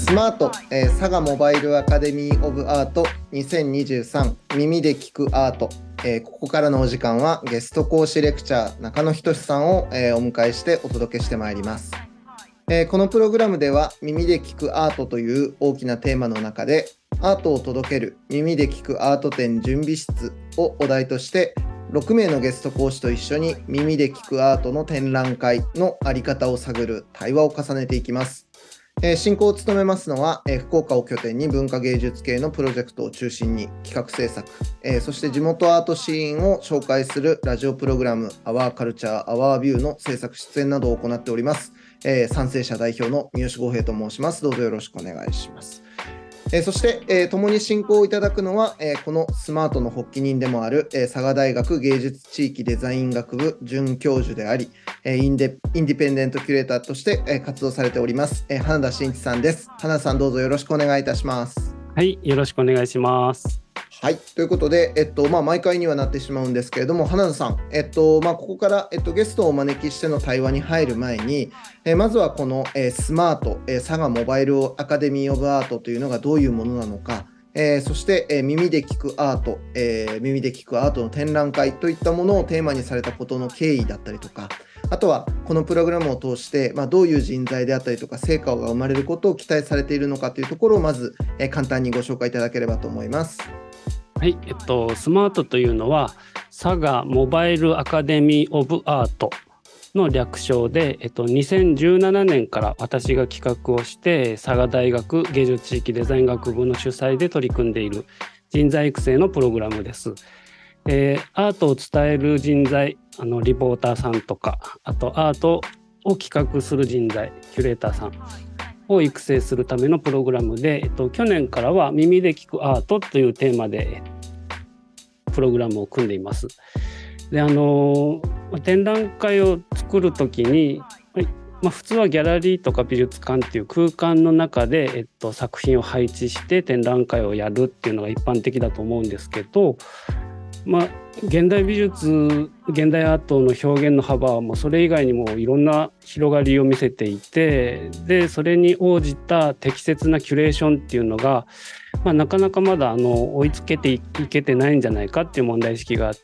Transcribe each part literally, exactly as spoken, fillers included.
スマート、えー、佐賀モバイルアカデミーオブアートにせんにじゅうさん耳で聞くアート、えー、ここからのお時間はゲスト講師レクチャー中野仁さんを、えー、お迎えしてお届けしてまいります、えー、このプログラムでは耳で聞くアートという大きなテーマの中でアートを届ける耳で聞くアート展準備室をお題としてろくめいのゲスト講師と一緒に耳で聞くアートの展覧会のあり方を探る対話を重ねていきます。えー、進行を務めますのは、えー、福岡を拠点に文化芸術系のプロジェクトを中心に企画制作、えー、そして地元アートシーンを紹介するラジオプログラム Our Culture, Our View の制作出演などを行っております。えー、賛成者代表の三好剛平と申します。どうぞよろしくお願いします。えー、そして、えー、共に進行をいただくのは、えー、このスマートの発起人でもある、えー、佐賀大学芸術地域デザイン学部准教授であり、えー、インデ、インディペンデントキュレーターとして、えー、活動されております、えー、花田真一さんです。花田さん、どうぞよろしくお願いいたします。 はい、よろしくお願いします。 はい、ということで、えっとまあ、毎回にはなってしまうんですけれども、花田さん、えっとまあ、ここから、えっと、ゲストをお招きしての対話に入る前に、えー、まずはこの、えー、スマート、えー、佐賀モバイルアカデミーオブアートというのがどういうものなのか、えー、そして、えー、耳で聞くアート、えー、耳で聞くアートの展覧会といったものをテーマにされたことの経緯だったりとか、あとはこのプログラムを通して、まあ、どういう人材であったりとか成果が生まれることを期待されているのかというところをまず、えー、簡単にご紹介いただければと思います。 はい、えっと、スマートというのは佐賀モバイルアカデミーオブアートの略称で、えっと、にせんじゅうななねんから私が企画をして佐賀大学芸術地域デザイン学部の主催で取り組んでいる人材育成のプログラムです。えー、アートを伝える人材、あのリポーターさんとか、あとアートを企画する人材、キュレーターさんを育成するためのプログラムで、えっと、去年からは耳で聞くアートというテーマでプログラムを組んでいます。で、あの展覧会を作るときに、まあ、普通はギャラリーとか美術館っていう空間の中で、えっと、作品を配置して展覧会をやるっていうのが一般的だと思うんですけど、まあ、現代美術現代アートの表現の幅はもうそれ以外にもいろんな広がりを見せていて、でそれに応じた適切なキュレーションっていうのが、まあ、なかなかまだあの追いつけていけてないんじゃないかっていう問題意識があって、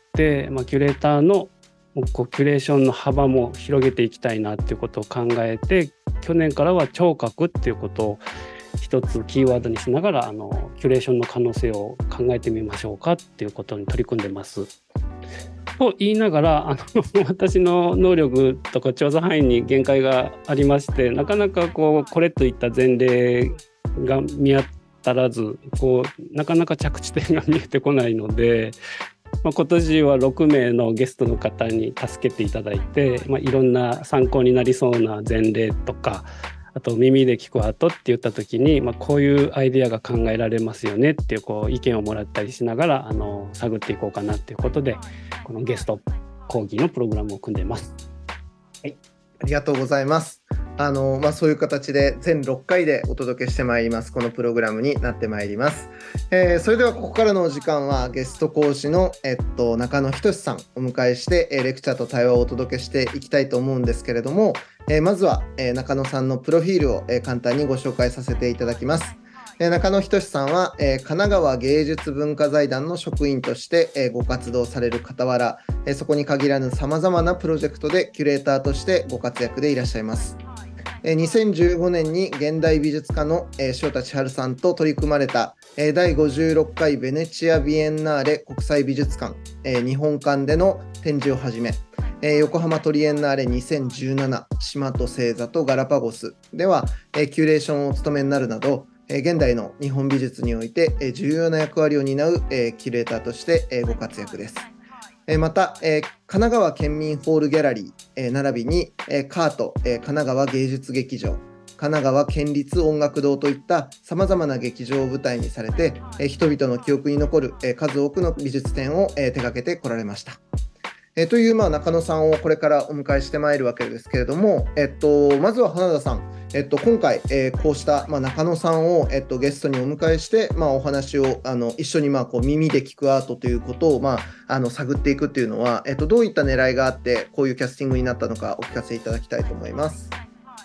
まあ、キュレーターのこうキュレーションの幅も広げていきたいなっていうことを考えて、去年からは聴覚っていうことを一つキーワードにしながらあのキュレーションの可能性を考えてみましょうかっていうことに取り組んでます。と言いながらあの私の能力とか調査範囲に限界がありまして、なかなかこうこれといった前例が見当たらず、こうなかなか着地点が見えてこないので、まあ、今年はろくめいのゲストの方に助けていただいて、まあ、いろんな参考になりそうな前例とか、あと耳で聞くアートって言った時に、まあ、こういうアイデアが考えられますよねっていう、こう意見をもらったりしながらあの探っていこうかなっていうことで、このゲスト講義のプログラムを組んでいます。 はい、ありがとうございます。あの、まあ、そういう形で全ろっかいでお届けしてまいりますこのプログラムになってまいります。えー、それではここからのお時間はゲスト講師の、えっと、中野仁さんをお迎えして、えー、レクチャーと対話をお届けしていきたいと思うんですけれども、えー、まずは、えー、中野さんのプロフィールを、えー、簡単にご紹介させていただきます。えー、中野仁さんは、えー、神奈川芸術文化財団の職員として、えー、ご活動される傍ら、えー、そこに限らぬさまざまなプロジェクトでキュレーターとしてご活躍でいらっしゃいます。にせんじゅうごねんに現代美術家の塩田千春さんと取り組まれただいごじゅうろっかいベネチア・ビエンナーレ国際美術館日本館での展示をはじめ、横浜トリエンナーレにせんじゅうなな島と星座とガラパゴスではキュレーションをお務めになるなど、現代の日本美術において重要な役割を担うキュレーターとしてご活躍です。また、神奈川県民ホールギャラリー並びにカート神奈川芸術劇場、神奈川県立音楽堂といったさまざまな劇場を舞台にされて、人々の記憶に残る数多くの美術展を手掛けてこられました。えという、まあ、中野さんをこれからお迎えしてまいるわけですけれども、えっと、まずは花田さん、えっと、今回、えー、こうした、まあ、中野さんを、えっと、ゲストにお迎えして、まあ、お話をあの一緒に、まあ、こう耳で聞くアートということを、まあ、あの探っていくっていうのは、えっと、どういった狙いがあってこういうキャスティングになったのかお聞かせいただきたいと思います。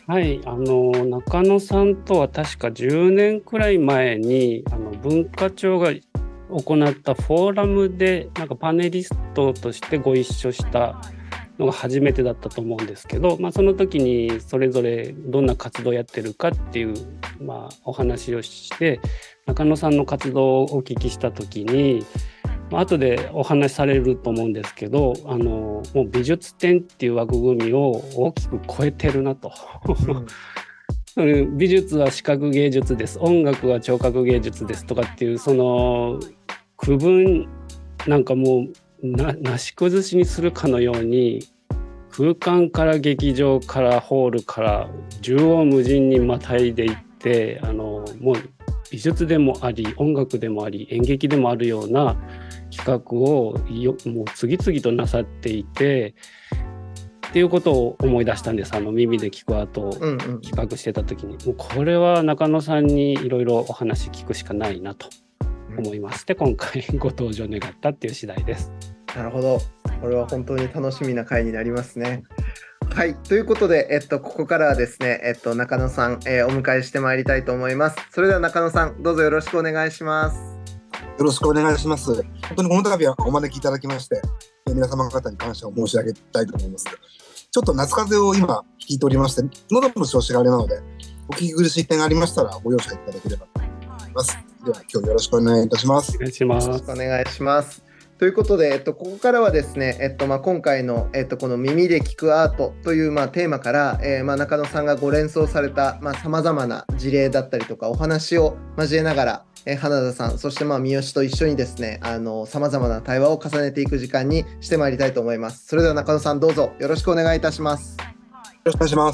はい、あの中野さんとは確かじゅうねんくらい前にあの文化庁が行ったフォーラムでなんかパネリストとしてご一緒したのが初めてだったと思うんですけど、まあ、その時にそれぞれどんな活動をやってるかっていう、まあ、お話をして中野さんの活動をお聞きした時に、まあ後でお話しされると思うんですけど、あのもう美術展っていう枠組みを大きく超えてるなと。それ美術は視覚芸術です、音楽は聴覚芸術ですとかっていうその区分なんかもう な, なし崩しにするかのように空間から劇場からホールから縦横無尽にまたいでいってあのもう美術でもあり音楽でもあり演劇でもあるような企画をよもう次々となさっていてっていうことを思い出したんです。あの耳で聞くアートを企画してた時に、うんうん、もうこれは中野さんにいろいろお話聞くしかないなと思いまして、うん、今回ご登場願ったっていう次第です。 なるほど、これは本当に楽しみな回になりますね。はい、ということで、えっと、ここからはですね、えっと、中野さん、えー、お迎えしてまいりたいと思います。それでは中野さん、どうぞよろしくお願いします。 よろしくお願いします。本当にこの度はお招きいただきまして、皆様方に感謝を申し上げたいと思います。ちょっと夏風邪を今聞いておりまして、喉の調子があれなので、お聞き苦しい点がありましたらご容赦いただければと思います。では今日よろしくお願いいたします。 お願いします。 よろしくお願いします。ということで、えっと、ここからはですね、えっとまあ、今回の、えっと、この耳で聞くアートという、まあ、テーマから、えーまあ、中野さんがご連想されたさまざ、まな事例だったりとかお話を交えながら、えー、花田さんそしてまあ三好と一緒にですねさまざまな対話を重ねていく時間にしてまいりたいと思います。それでは中野さんどうぞよろしくお願いいたします。 よろしくお願いします。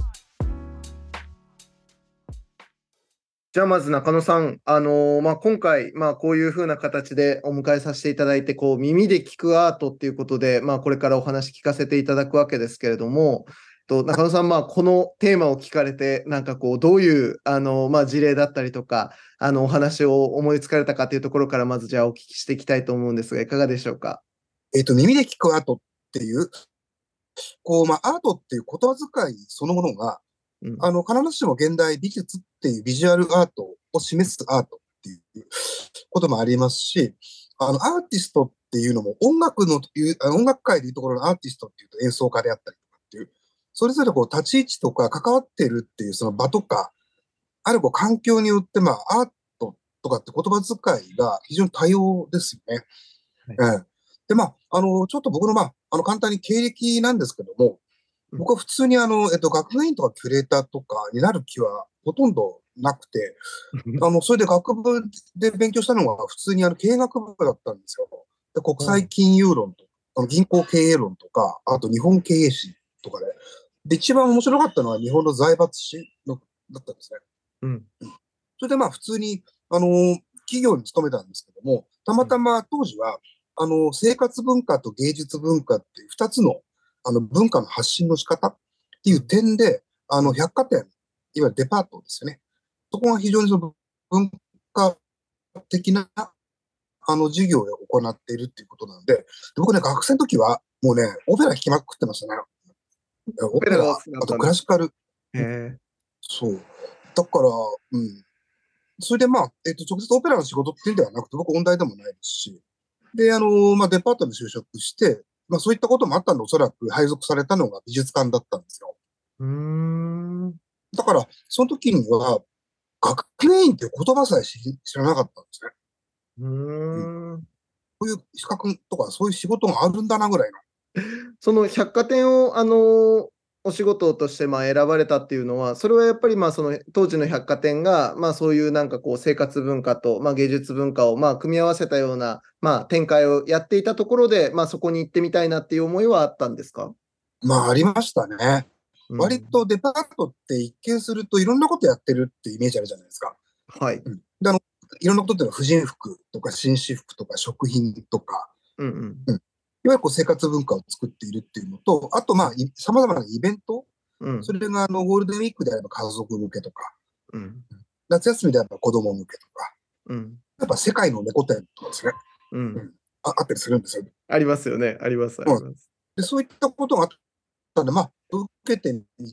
じゃあまず中野さん、あのーまあ、今回、まあ、こういうふうな形でお迎えさせていただいてこう耳で聞くアートっていうことで、まあ、これからお話聞かせていただくわけですけれども、と中野さん、まあ、このテーマを聞かれてなんかこうどういう、あのーまあ、事例だったりとかあのお話を思いつかれたかというところからまずじゃあお聞きしていきたいと思うんですがいかがでしょうか。 えっと耳で聞くアートっていうこう、まあ、アートっていう言葉遣いそのものがうん、あの必ずしも現代美術っていうビジュアルアートを示すアートっていうこともありますし、あのアーティストっていうのも音楽のいう音楽界でいうところのアーティストっていうと演奏家であったりとかっていうそれぞれこう立ち位置とか関わっているっていうその場とかあるこう環境によってまあアートとかって言葉遣いが非常に多様ですよね。はい、うん、でまああのちょっと僕のまああの簡単に経歴なんですけども。僕は普通にあの、えっと、学芸員とかキュレーターとかになる気はほとんどなくて、あの、それで学部で勉強したのは普通にあの経営学部だったんですよ。で国際金融論とか、あの銀行経営論とか、あと日本経営史とかで、で、一番面白かったのは日本の財閥史のだったんですね。うん。それでまあ普通に、あの、企業に勤めたんですけども、たまたま当時は、あの、生活文化と芸術文化っていう二つのあの文化の発信の仕方っていう点で、あの百貨店、いわゆるデパートですよね。そこが非常にその文化的なあの授業を行っているっていうことなので、で僕ね、学生の時はもうね、オペラ弾きまくってましたね。オペラ、あとクラシカル。 へそう。だから、うん。それでまあ、えっと、直接オペラの仕事っていうんではなくて、僕音大でもないですし、で、あの、まあ、デパートに就職して、まあそういったこともあったんで、おそらく配属されたのが美術館だったんですよ。 うーんだから、その時には、学芸員っていう言葉さえ知らなかったんですね。 うーん、うん、 そういう資格とか、そういう仕事があるんだなぐらいの。 その百貨店を、あのー、お仕事としてまあ選ばれたっていうのは、それはやっぱりまあその当時の百貨店がまあそういうなんかこう生活文化とまあ芸術文化をまあ組み合わせたようなまあ展開をやっていたところで、まあそこに行ってみたいなっていう思いはあったんですか？ まあありましたね。 うん、 割とデパートって一見するといろんなことやってるってイメージあるじゃないですか。 はい。 うん、であのいろんなことっていうのは婦人服とか紳士服とか食品とか、 うんうん、 うん、いわゆるこう生活文化を作っているっていうのと、あとまあさまざまなイベント、うん、それがあのゴールデンウィークであれば家族向けとか、うん、夏休みであれば子供向けとか、うん、やっぱ世界の猫店とかですね、うんうん、あ, あったりするんですよ。 ありますよね、あります、あります。 でそういったことがあったので、まあ、受けてみてっ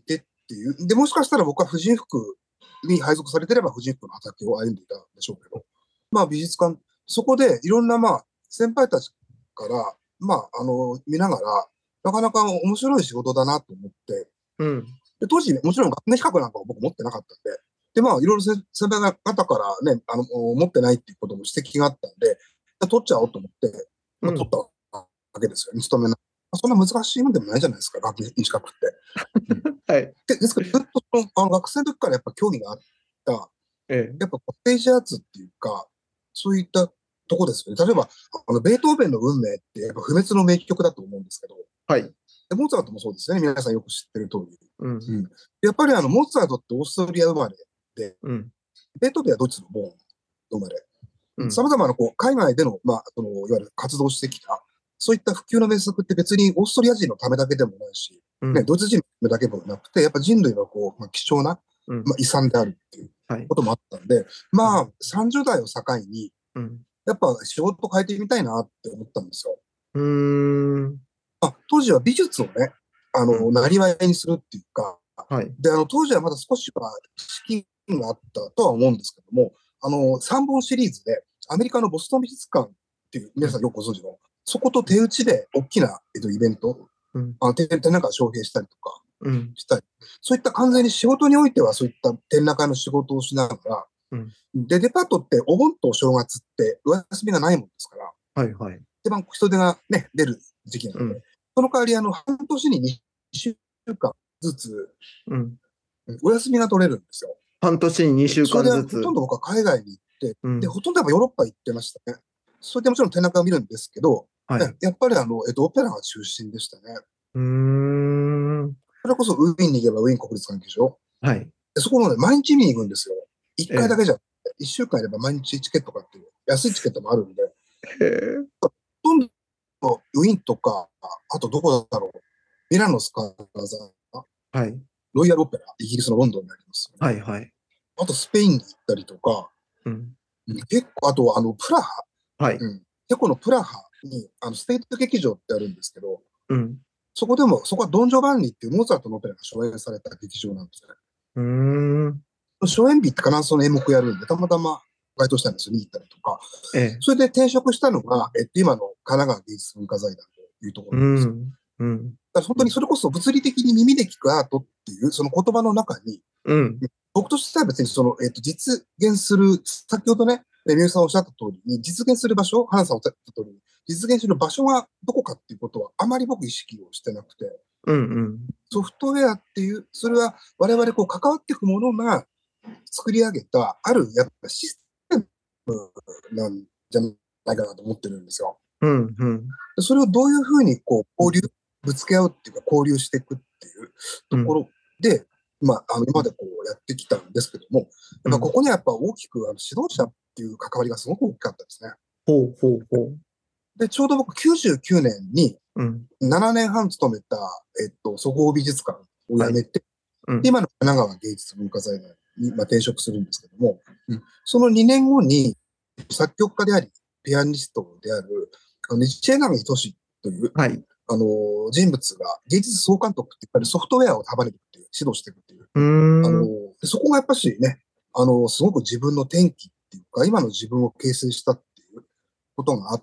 っていう。で、もしかしたら僕は婦人服に配属されてれば婦人服の畑を歩んでいたんでしょうけど、まあ美術館、そこでいろんなまあ先輩たちから、まああの、見ながら、なかなか面白い仕事だなと思って、 うん。 で当時、もちろん学年比較なんかは僕持ってなかったんで、で、まあいろいろ先輩方からね、あの、持ってないっていうことも指摘があったんで、取っちゃおうと思って、まあ、取ったわけですよね、勤めな。そんな難しいもんでもないじゃないですか、学年比較って。うん、 はい。 でですから、ずっとそのあの学生の時からやっぱ興味があった、 ええ、 やっぱステージアーツっていうか、そういったとこですよね。例えば、あのベートーベンの運命ってやっぱ不滅の名曲だと思うんですけど、 はい。 でモーツァルトもそうですね、皆さんよく知ってる通り。 うん。 うん、やっぱりあのモーツァルトってオーストリア生まれで、 うん、 ベートーベンはドイツのボーン生まれ。 うん、 様々なこう海外での、まあ、そのいわゆる活動してきた、そういった普及の名作って別にオーストリア人のためだけでもないし、 うん、 ね、ドイツ人のためだけでもなくて、やっぱ人類のこう、まあ、貴重な、 うん、 まあ、遺産であるっていうはい。 こともあったんで、まあ、さんじゅう代を境に、 うん。 やっぱ仕事変えてみたいなって思ったんですよ。 うーん。 あ、当時は美術をね、あうん、 の、なりわいにするっていうか、 はい。 で、あの、当時はまだ少しは資金があったとは思うんですけども、あの、さんぼんシリーズで、アメリカのボストン美術館っていう、皆さんよくご存知の、そこと手打ちで大きな、えっと、イベント、 うん、 あの展覧会を招聘したりとかうん、 したり、そういった完全に仕事においてはそういった展覧会の仕事をしながら、 うん、 で、デパートってお盆とお正月ってお休みがないもんですから、 はい、はい。 一番人手がね、出る時期なので、 うん、 その代わり、あの、半年ににしゅうかんずつ、 うん。 お休みが取れるんですよ。 半年ににしゅうそれで、 かんずつ。 ほとんど僕は海外に行って、で、 うん、 ほとんどやっぱヨーロッパ行ってましたね。それでもちろん展覧会を見るんですけど、 はい。 やっぱりあの、えっと、オペラが中心でしたね。 うーん。 それこそウィーンに行けばウィーン国立歌劇場。 はい。 でそこのね、毎日見に行くんですよ。一ええ。 回だけじゃなくて、一週間いれば毎日チケット買っていう、安いチケットもあるんで、 へえ。 ほとんどウィーンとか、あとどこだろう、ミラノスカラ座、 はい。 ロイヤルオペラ、イギリスのロンドンにありますよね。 はい、はい。 あとスペインに行ったりとか、 うん。 結構、あとあの、プラハ、 はい。 うん、チェコのプラハに、あの、ステート劇場ってあるんですけど、 うん。 そこでも、そこはドン・ジョバンニっていうモーツァルトのオペラが初演された劇場なんですよね。 うーん。 初演日って必ずその演目やるんで、たまたま該当したんですよ、見に行ったりとか。 ええ。 それで転職したのが、えっと、今の神奈川芸術文化財団というところうなんですよ。 ん。うん。 だから本当にそれこそ物理的に耳で聞くアートっていう、その言葉の中に、 うん。 僕としては別にその、えっと、実現する、先ほどね、みゆさんおっしゃった通りに、実現する場所、花さんおっしゃった通りに、実現する場所がどこかっていうことは、あまり僕意識をしてなくて、 うん。うん。 ソフトウェアっていう、それは我々こう関わっていくものが作り上げた、あるやっぱシステムなんじゃないかなと思ってるんですよ。 うん。うん。 それをどういうふうにこう交流、ぶつけ合うっていうか交流していくっていうところで、まあ、あの今までこうやってきたんですけども、やっぱここにはやっぱ大きくあの指導者っていう関わりがすごく大きかったですね。 ほうほうほう。 で、ちょうど僕きゅうじゅうきゅうねんにうん。 ななねんはん勤めた、えっと、そごう美術館を辞めて、 うん。 今の神奈川芸術文化財団に、まあ、転職するんですけども、うん、そのにねんごに作曲家であり、ピアニストである、西柳俊という、 はい。 あの、人物が芸術総監督ってやっぱりソフトウェアを束ねていくっていう、指導していくっていう。 うあの、 ーん。 そこがやっぱしね、あの、すごく自分の転機っていうか、今の自分を形成したっていうことがあって、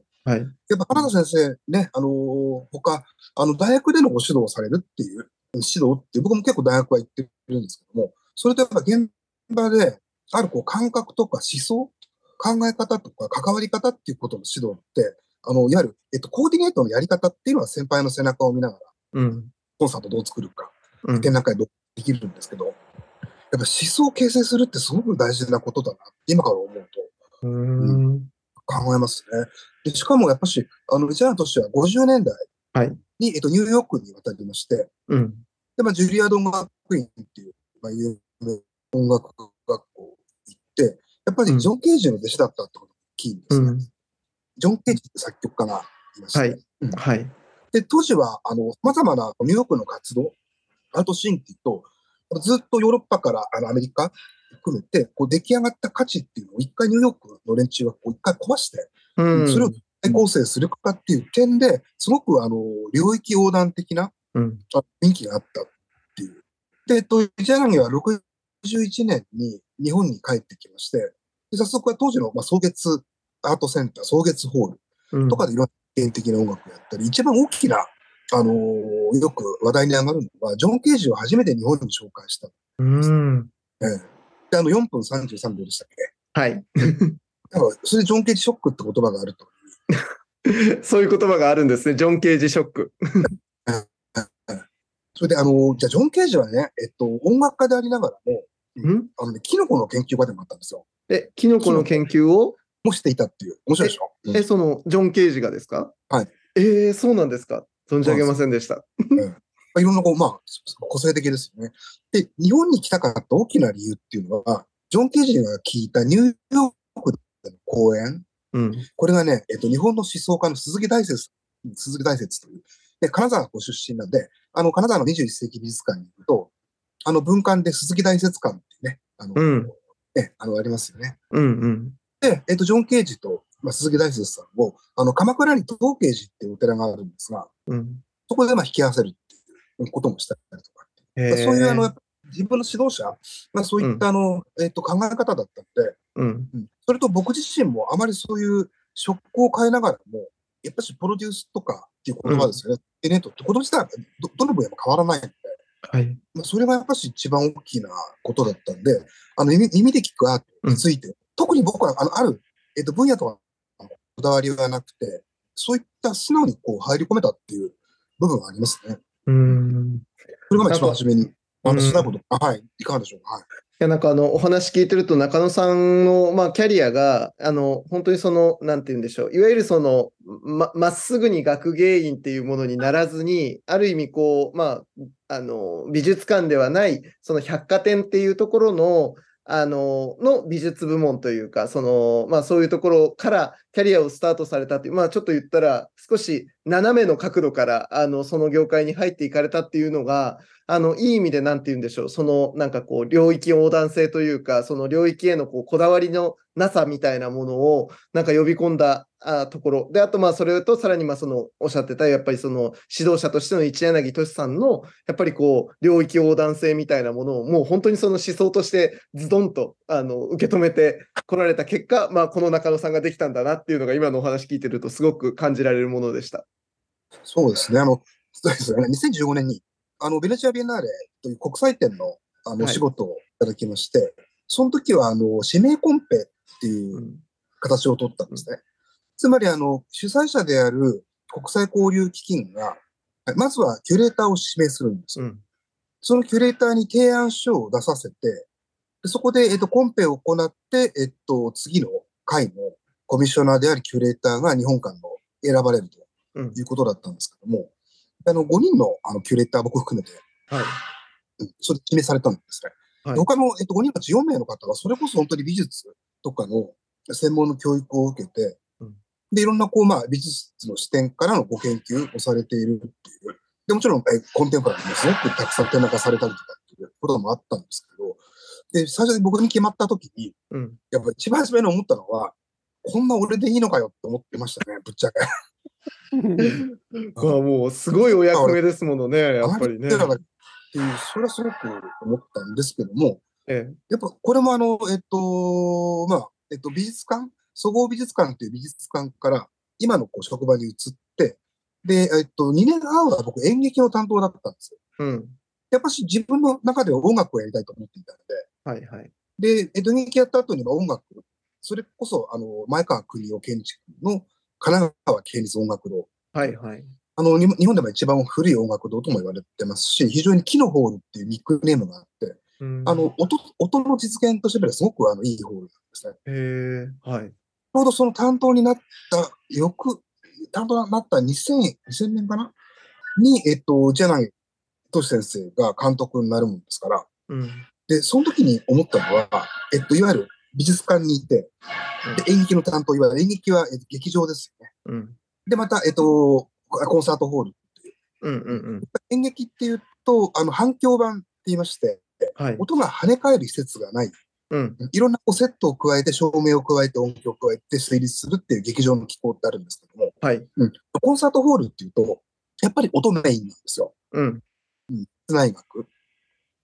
はい。 やっぱ原田先生ね、あの、他、あの、大学でのご指導をされるっていう、指導って、僕も結構大学は行ってるんですけども、それとやっぱ現場で、あるこう感覚とか思想、考え方とか関わり方っていうことの指導って、あの、いわゆる、えっと、コーディネートのやり方っていうのは先輩の背中を見ながら、 うん。 コンサートどう作るか、 うん。 展覧会どうできるんですけど、やっぱ思想を形成するってすごく大事なことだなって今から思うと、 うーうん、 ん。 考えますね。で、しかもやっぱし、あの、ジャーとしてはごじゅうねんだいはい。 に、えっと、ニューヨークに渡りまして、 うん。 で、まあ、ジュリアード音楽院っていう、まあ、有名な音楽学校行って、やっぱうん。 りジョン・ケージの弟子だったってことが大きいんですね。 うん。 ジョン・ケージって作曲家がいまして、 はい。 うん、 はい。 で、当時は、あの、様々なニューヨークの活動、アートシーンっていうと、ずっとヨーロッパからあのアメリカ含めて、こう出来上がった価値っていうのを一回ニューヨークの連中はこう一回壊して、 ううん、それをん。 再構成するかっていう点で、すごくあの領域横断的なうん。 あ雰囲気があったっていう。 で、えっと、一柳はろくじゅういちねんに日本に帰ってきまして、で早速は当時の、まあ、草月アートセンター、草月ホールとかでいろんな原的な音楽をやったり、うん、一番大きな、あのー、よく話題に上がるのは、ジョン・ケージを初めて日本に紹介したんです。うん。ええ、で、あの、よんぷんさんじゅうさんびょうでしたっけ？ はい。 だから、それでジョン・ケージショックって言葉があると。 そういう言葉があるんですね。ジョン・ケージショック。 それで、あの、じゃあ、ジョン・ケージはね、えっと、音楽家でありながらも、 うん、 あのね、キノコの研究家でもあったんですよ。 え、キノコの研究をもしていたっていう。面白いでしょ？ え、うん、えその、ジョン・ケージがですか？ はい。 えー、そうなんですか。存じ上げませんでした。 うん、いろんなこう、まあ、個性的ですよね。で、日本に来たかった大きな理由っていうのは、ジョン・ケージが聞いたニューヨークでの講演、うん、これがね、えっと、日本の思想家の鈴木大拙、鈴木大拙という、で、金沢ご出身なんで、あの、金沢のにじゅういっせいき美術館に行くと、あの、文館で鈴木大拙館っていうね、あの、うん、ね、あの、ありますよね。 うんうん。 で、えっと、ジョン・ケージと、まあ、鈴木大拙さんを、あの、鎌倉に東慶寺っていうお寺があるんですが、うん、そこでまあ引き合わせるっていうこともしたりとか、そういうあの自分の指導者、まあ、そういったあの、うん、えっと考え方だったので、うんうん、それと僕自身もあまりそういう職を変えながらも、やっぱりプロデュースとかっていう言葉ですよね。で、うん、ね、とってこと自体はど、どの分野も変わらないので、はい、まあ、それがやっぱり一番大きなことだったんで、あの耳耳で聞くアートについて、うん、特に僕はあのある、えっと、分野とはこだわりはなくて、そういった素直にこう入り込めたっていう部分はありますね。うん。それがまあ一番初めにお話ししたこと、はい、いかがでしょうか。はい。いや、なんかあの、お話聞いてると、中野さんの、まあ、キャリアが、あの、本当にその、なんて言うんでしょう、いわゆるその、ま、まっすぐに学芸員っていうものにならずに、ある意味こう、まあ、あの、美術館ではない、その百貨店っていうところの、あの、の美術部門というか、その、まあそういうところからキャリアをスタートされたという、まあちょっと言ったら少し斜めの角度から、あの、その業界に入っていかれたっていうのが、あの、いい意味でなんて言うんでしょう、その、なんかこう、領域横断性というか、その領域へのこうこだわりのなさみたいなものを、なんか呼び込んだあところ。で、あとまあそれとさらにまあそのおっしゃってたやっぱりその指導者としての一柳俊さんのやっぱりこう領域横断性みたいなものをもう本当にその思想としてズドンとあの受け止めてこられた結果、まあこの中野さんができたんだなっていうのが今のお話聞いてるとすごく感じられるものでした。 そうですね。あの、そうですね。にせんじゅうごねんにあのベネチア・ビエンナーレという国際展のあの、はい、仕事をいただきまして、その時はあの指名コンペっていう形を取ったんですね。うん、つまりあの主催者である国際交流基金がまずはキュレーターを指名するんですよ。うん、そのキュレーターに提案書を出させて、でそこで、えっと、コンペを行って、えっと、次の回のコミッショナーであるキュレーターが日本館の選ばれるということだったんですけども、うん、あのごにんのあのキュレーター、僕含めて、はい、それ決めされたんですね。はい、他の、えっと、ごにんのうちよんめいの方は、それこそ本当に美術とかの専門の教育を受けて、うん、で、いろんなこう、まあ、美術の視点からのご研究をされているっていう。で、もちろん、えコンテンポラリーもすごくたくさん展覧会されたりとかっていうこともあったんですけど、で、最初に僕に決まった時に、うん、やっぱり一番初めに思ったのは、こんな俺でいいのかよって思ってましたね、ぶっちゃけ。 まあもうすごいお役目ですものね、やっぱりね。 っていう、それはすごく思ったんですけども、ええ、やっぱこれもあの、えっと、まあ、えっと、美術館、総合美術館という美術館から今のこう職場に移って、で、えっと、にねんはんは僕演劇の担当だったんですよ。うん。やっぱし自分の中では音楽をやりたいと思っていたので、はいはい。で、えっと、演劇やった後には音楽、それこそ、あの、前川邦夫建築の神奈川県立音楽堂。はいはい。あの、日本でも一番古い音楽堂とも言われてますし、非常に木のホールっていうニックネームがあって、うん、あの、音、音の実現としてはすごくあのいいホールなんですね。へえ、はい。ちょうどその担当になった翌、担当になったにせん、にせんねんかなに、えっと、じゃない、トシ先生が監督になるもんですから、うん、で、その時に思ったのは、えっと、いわゆる美術館にいて、で演劇の担当、いわゆる演劇は、えっと、劇場ですよね。うん、で、また、えっと、コンサートホールっていう。うんうんうん、演劇っていうと、あの、反響板って言いまして、はい、音が跳ね返る施設がない。うん、いろんなこうセットを加えて、照明を加えて、音響を加えて成立するっていう劇場の機構ってあるんですけども、はいうん、コンサートホールっていうと、やっぱり音メインなんですよ。うん。うん、室内楽。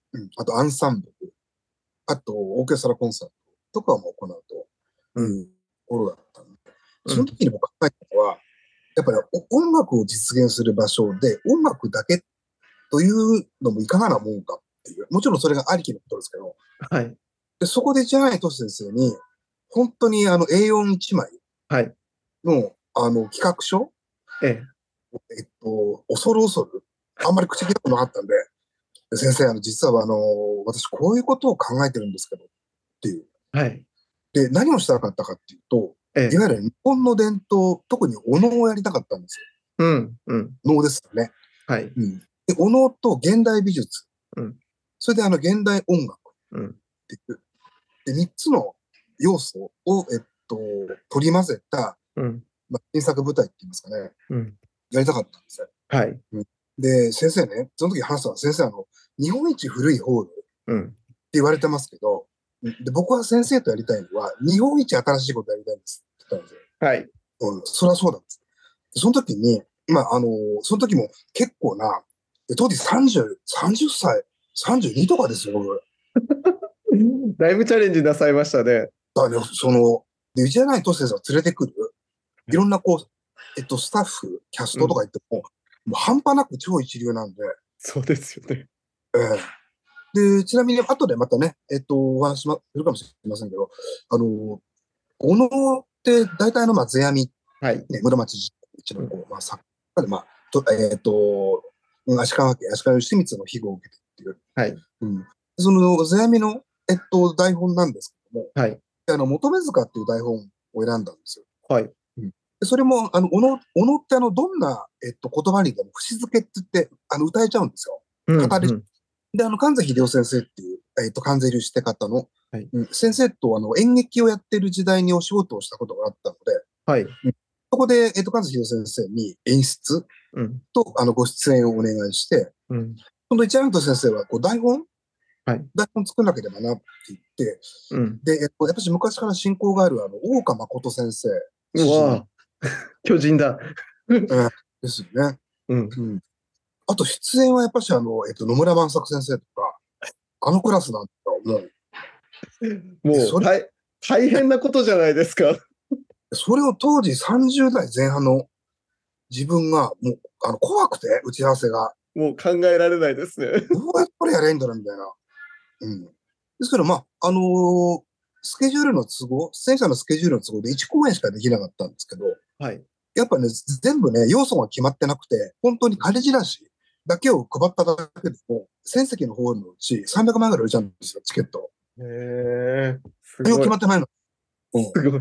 うん、あとアンサンブル、あとオーケストラコンサートとかも行うというところだったんで、うん、その時にも考えたのは、やっぱり音楽を実現する場所で音楽だけというのもいかがなもんかっていう、もちろんそれがありきのことですけど、 はい、 でそこでじゃないと先生に、本当にあの エーよんいち 枚の、はい、あの企画書、えええっと、恐る恐る、あんまり口聞いたことなかったんで、先生、あの実はあの私こういうことを考えてるんですけどっていう。はい、で、何をしたかったかっていうと、ええ、いわゆる日本の伝統、特にお能をやりたかったんですよ。うんうん、能ですよね。はい、うん、でお能と現代美術、うん、それであの現代音楽っていう、うん、でみっつの要素を、えっと、取り混ぜた、うんまあ、新作舞台って言いますかね、うん、やりたかったんですよ。はい、うん、で、先生ね、その時話したのは、先生、あの、日本一古いホールって言われてますけど、うん、で僕は先生とやりたいのは、日本一新しいことやりたいんですって言ったんですよ。はい。うん、それはそうなんです。その時に、まあ、あの、その時も結構な、当時さんじゅう、さんじゅっさい、さんじゅうにとかですよ、僕。だいぶチャレンジなさいましたね。だからね、その、で、内柳俊先生を連れてくる、いろんなこう、えっと、スタッフ、キャストとか言っても、うん、もう半端なく超一流なんで。そうですよね。えー、で、ちなみに後でまたね、えっと、お話しするかもしれませんけど、あの、お能って大体の、まあ、世阿弥、はい、ね、室町一の、こう、まあ、作家で、まあ、とえっと、足利家、足利義満の庇護を受けてっていう。はい。うん。その、世阿弥の、えっと、台本なんですけども、はい。あの、求め塚っていう台本を選んだんですよ。はい。うん、でそれも、あの、おの、おのってあの、どんな、えっと、言葉にでも、節付けって言って、あの、歌えちゃうんですよ。語れ、うんうん、で、あの、関西秀夫先生っていう、えっと、関西流して方の、はい、うん、先生とあの演劇をやってる時代にお仕事をしたことがあったので、はい、うん、そこで、えっと、関西秀夫先生に演出と、うん、あのご出演をお願いして、うん、その一山本先生はこう台本、はい、台本作んなければなって言って、うん、で、えっと、やっぱり昔から親交があるあの大岡誠先生。うわ巨人だ。えー、ですよね。うんうん、あと出演はやっぱしあの、えっと、野村万作先生とか、あのクラスなんだもう。もうそれ大、大変なことじゃないですか。それを当時さんじゅう代前半の自分がもうあの怖くて打ち合わせが。もう考えられないですね。どうやってこれやればいいんだろうみたいな。うん。ですからまあ、あのー、スケジュールの都合、出演者のスケジュールの都合でいち公演しかできなかったんですけど、はい。やっぱね、全部ね、要素が決まってなくて、本当に仮チラシだけを配っただけでも、せん席のホールのうちさんびゃくまんぐらい売れちゃうんですよ、チケット。へえ。すごい。決まってないの。うん。すごい。だから、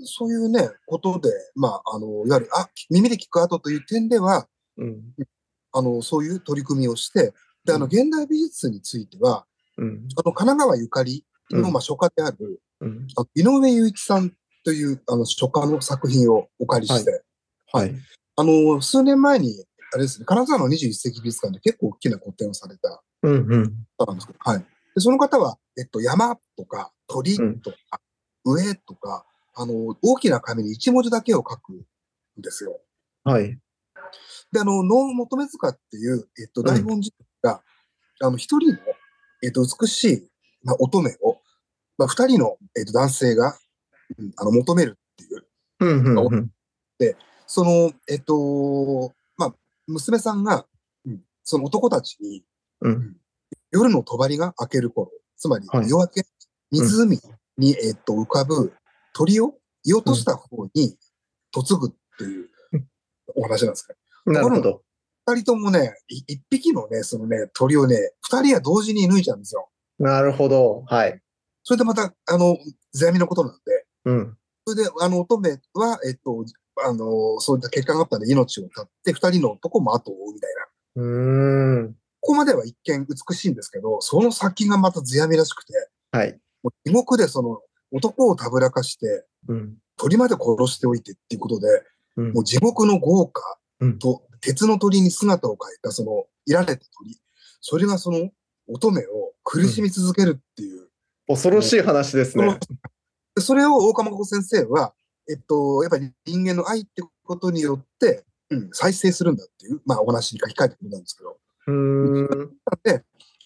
そういうね、ことで、まあ、あの、いわゆる、あ、耳で聞く後という点では、うん、あの、そういう取り組みをして、で、あの、現代美術については、うん、あの、神奈川ゆかりの、まあ、書家である、うん、あ井上雄一さんという、あの、書家の作品をお借りして、はい。はい、あの、数年前に、あれですね、金沢のにじゅういっ世紀美術館で結構大きな個展をされた方なんですけど、はい。で、その方は、えっと、山とか鳥とか、うん、上とか、あの、大きな紙に一文字だけを書くんですよ。はい。で、あの、能求め塚っていう、えっと、台本自体が、うん、あの、一人の、えっと、美しい、まあ、乙女を、まあ、二人の、えっと、男性が、うん、あの、求めるっていう。うんうんうん、で、その、えっと、まあ、娘さんが、うん、その男たちに、うん、夜の帳が明ける頃、つまり夜明け、はい、湖に、えっと、浮かぶ鳥を射落とした方に嫁ぐっていうお話なんですか。なるほど。二人ともね、一匹のね、そのね、鳥をね、二人は同時に抜いちゃうんですよ。なるほど。はい。それでまた、あの、世阿弥のことなんで、うん。それで、あの、乙女は、えっと、あの、そういった結果があったんで命を絶って、二人の男も後を追うみたいな。うん。ここまでは一見美しいんですけど、その先がまた世阿弥らしくて、はい。もう地獄でその男をたぶらかして、うん、鳥まで殺しておいてっていうことで、うん、もう地獄の豪華と、うん、鉄の鳥に姿を変えたそのいられた鳥、それがその乙女を苦しみ続けるっていう。うん、恐ろしい話ですね。それを大鎌子先生は、えっと、やっぱり人間の愛ってことによって、うん、再生するんだっていう、まあお話に書き換えてくれたんですけど。うんで、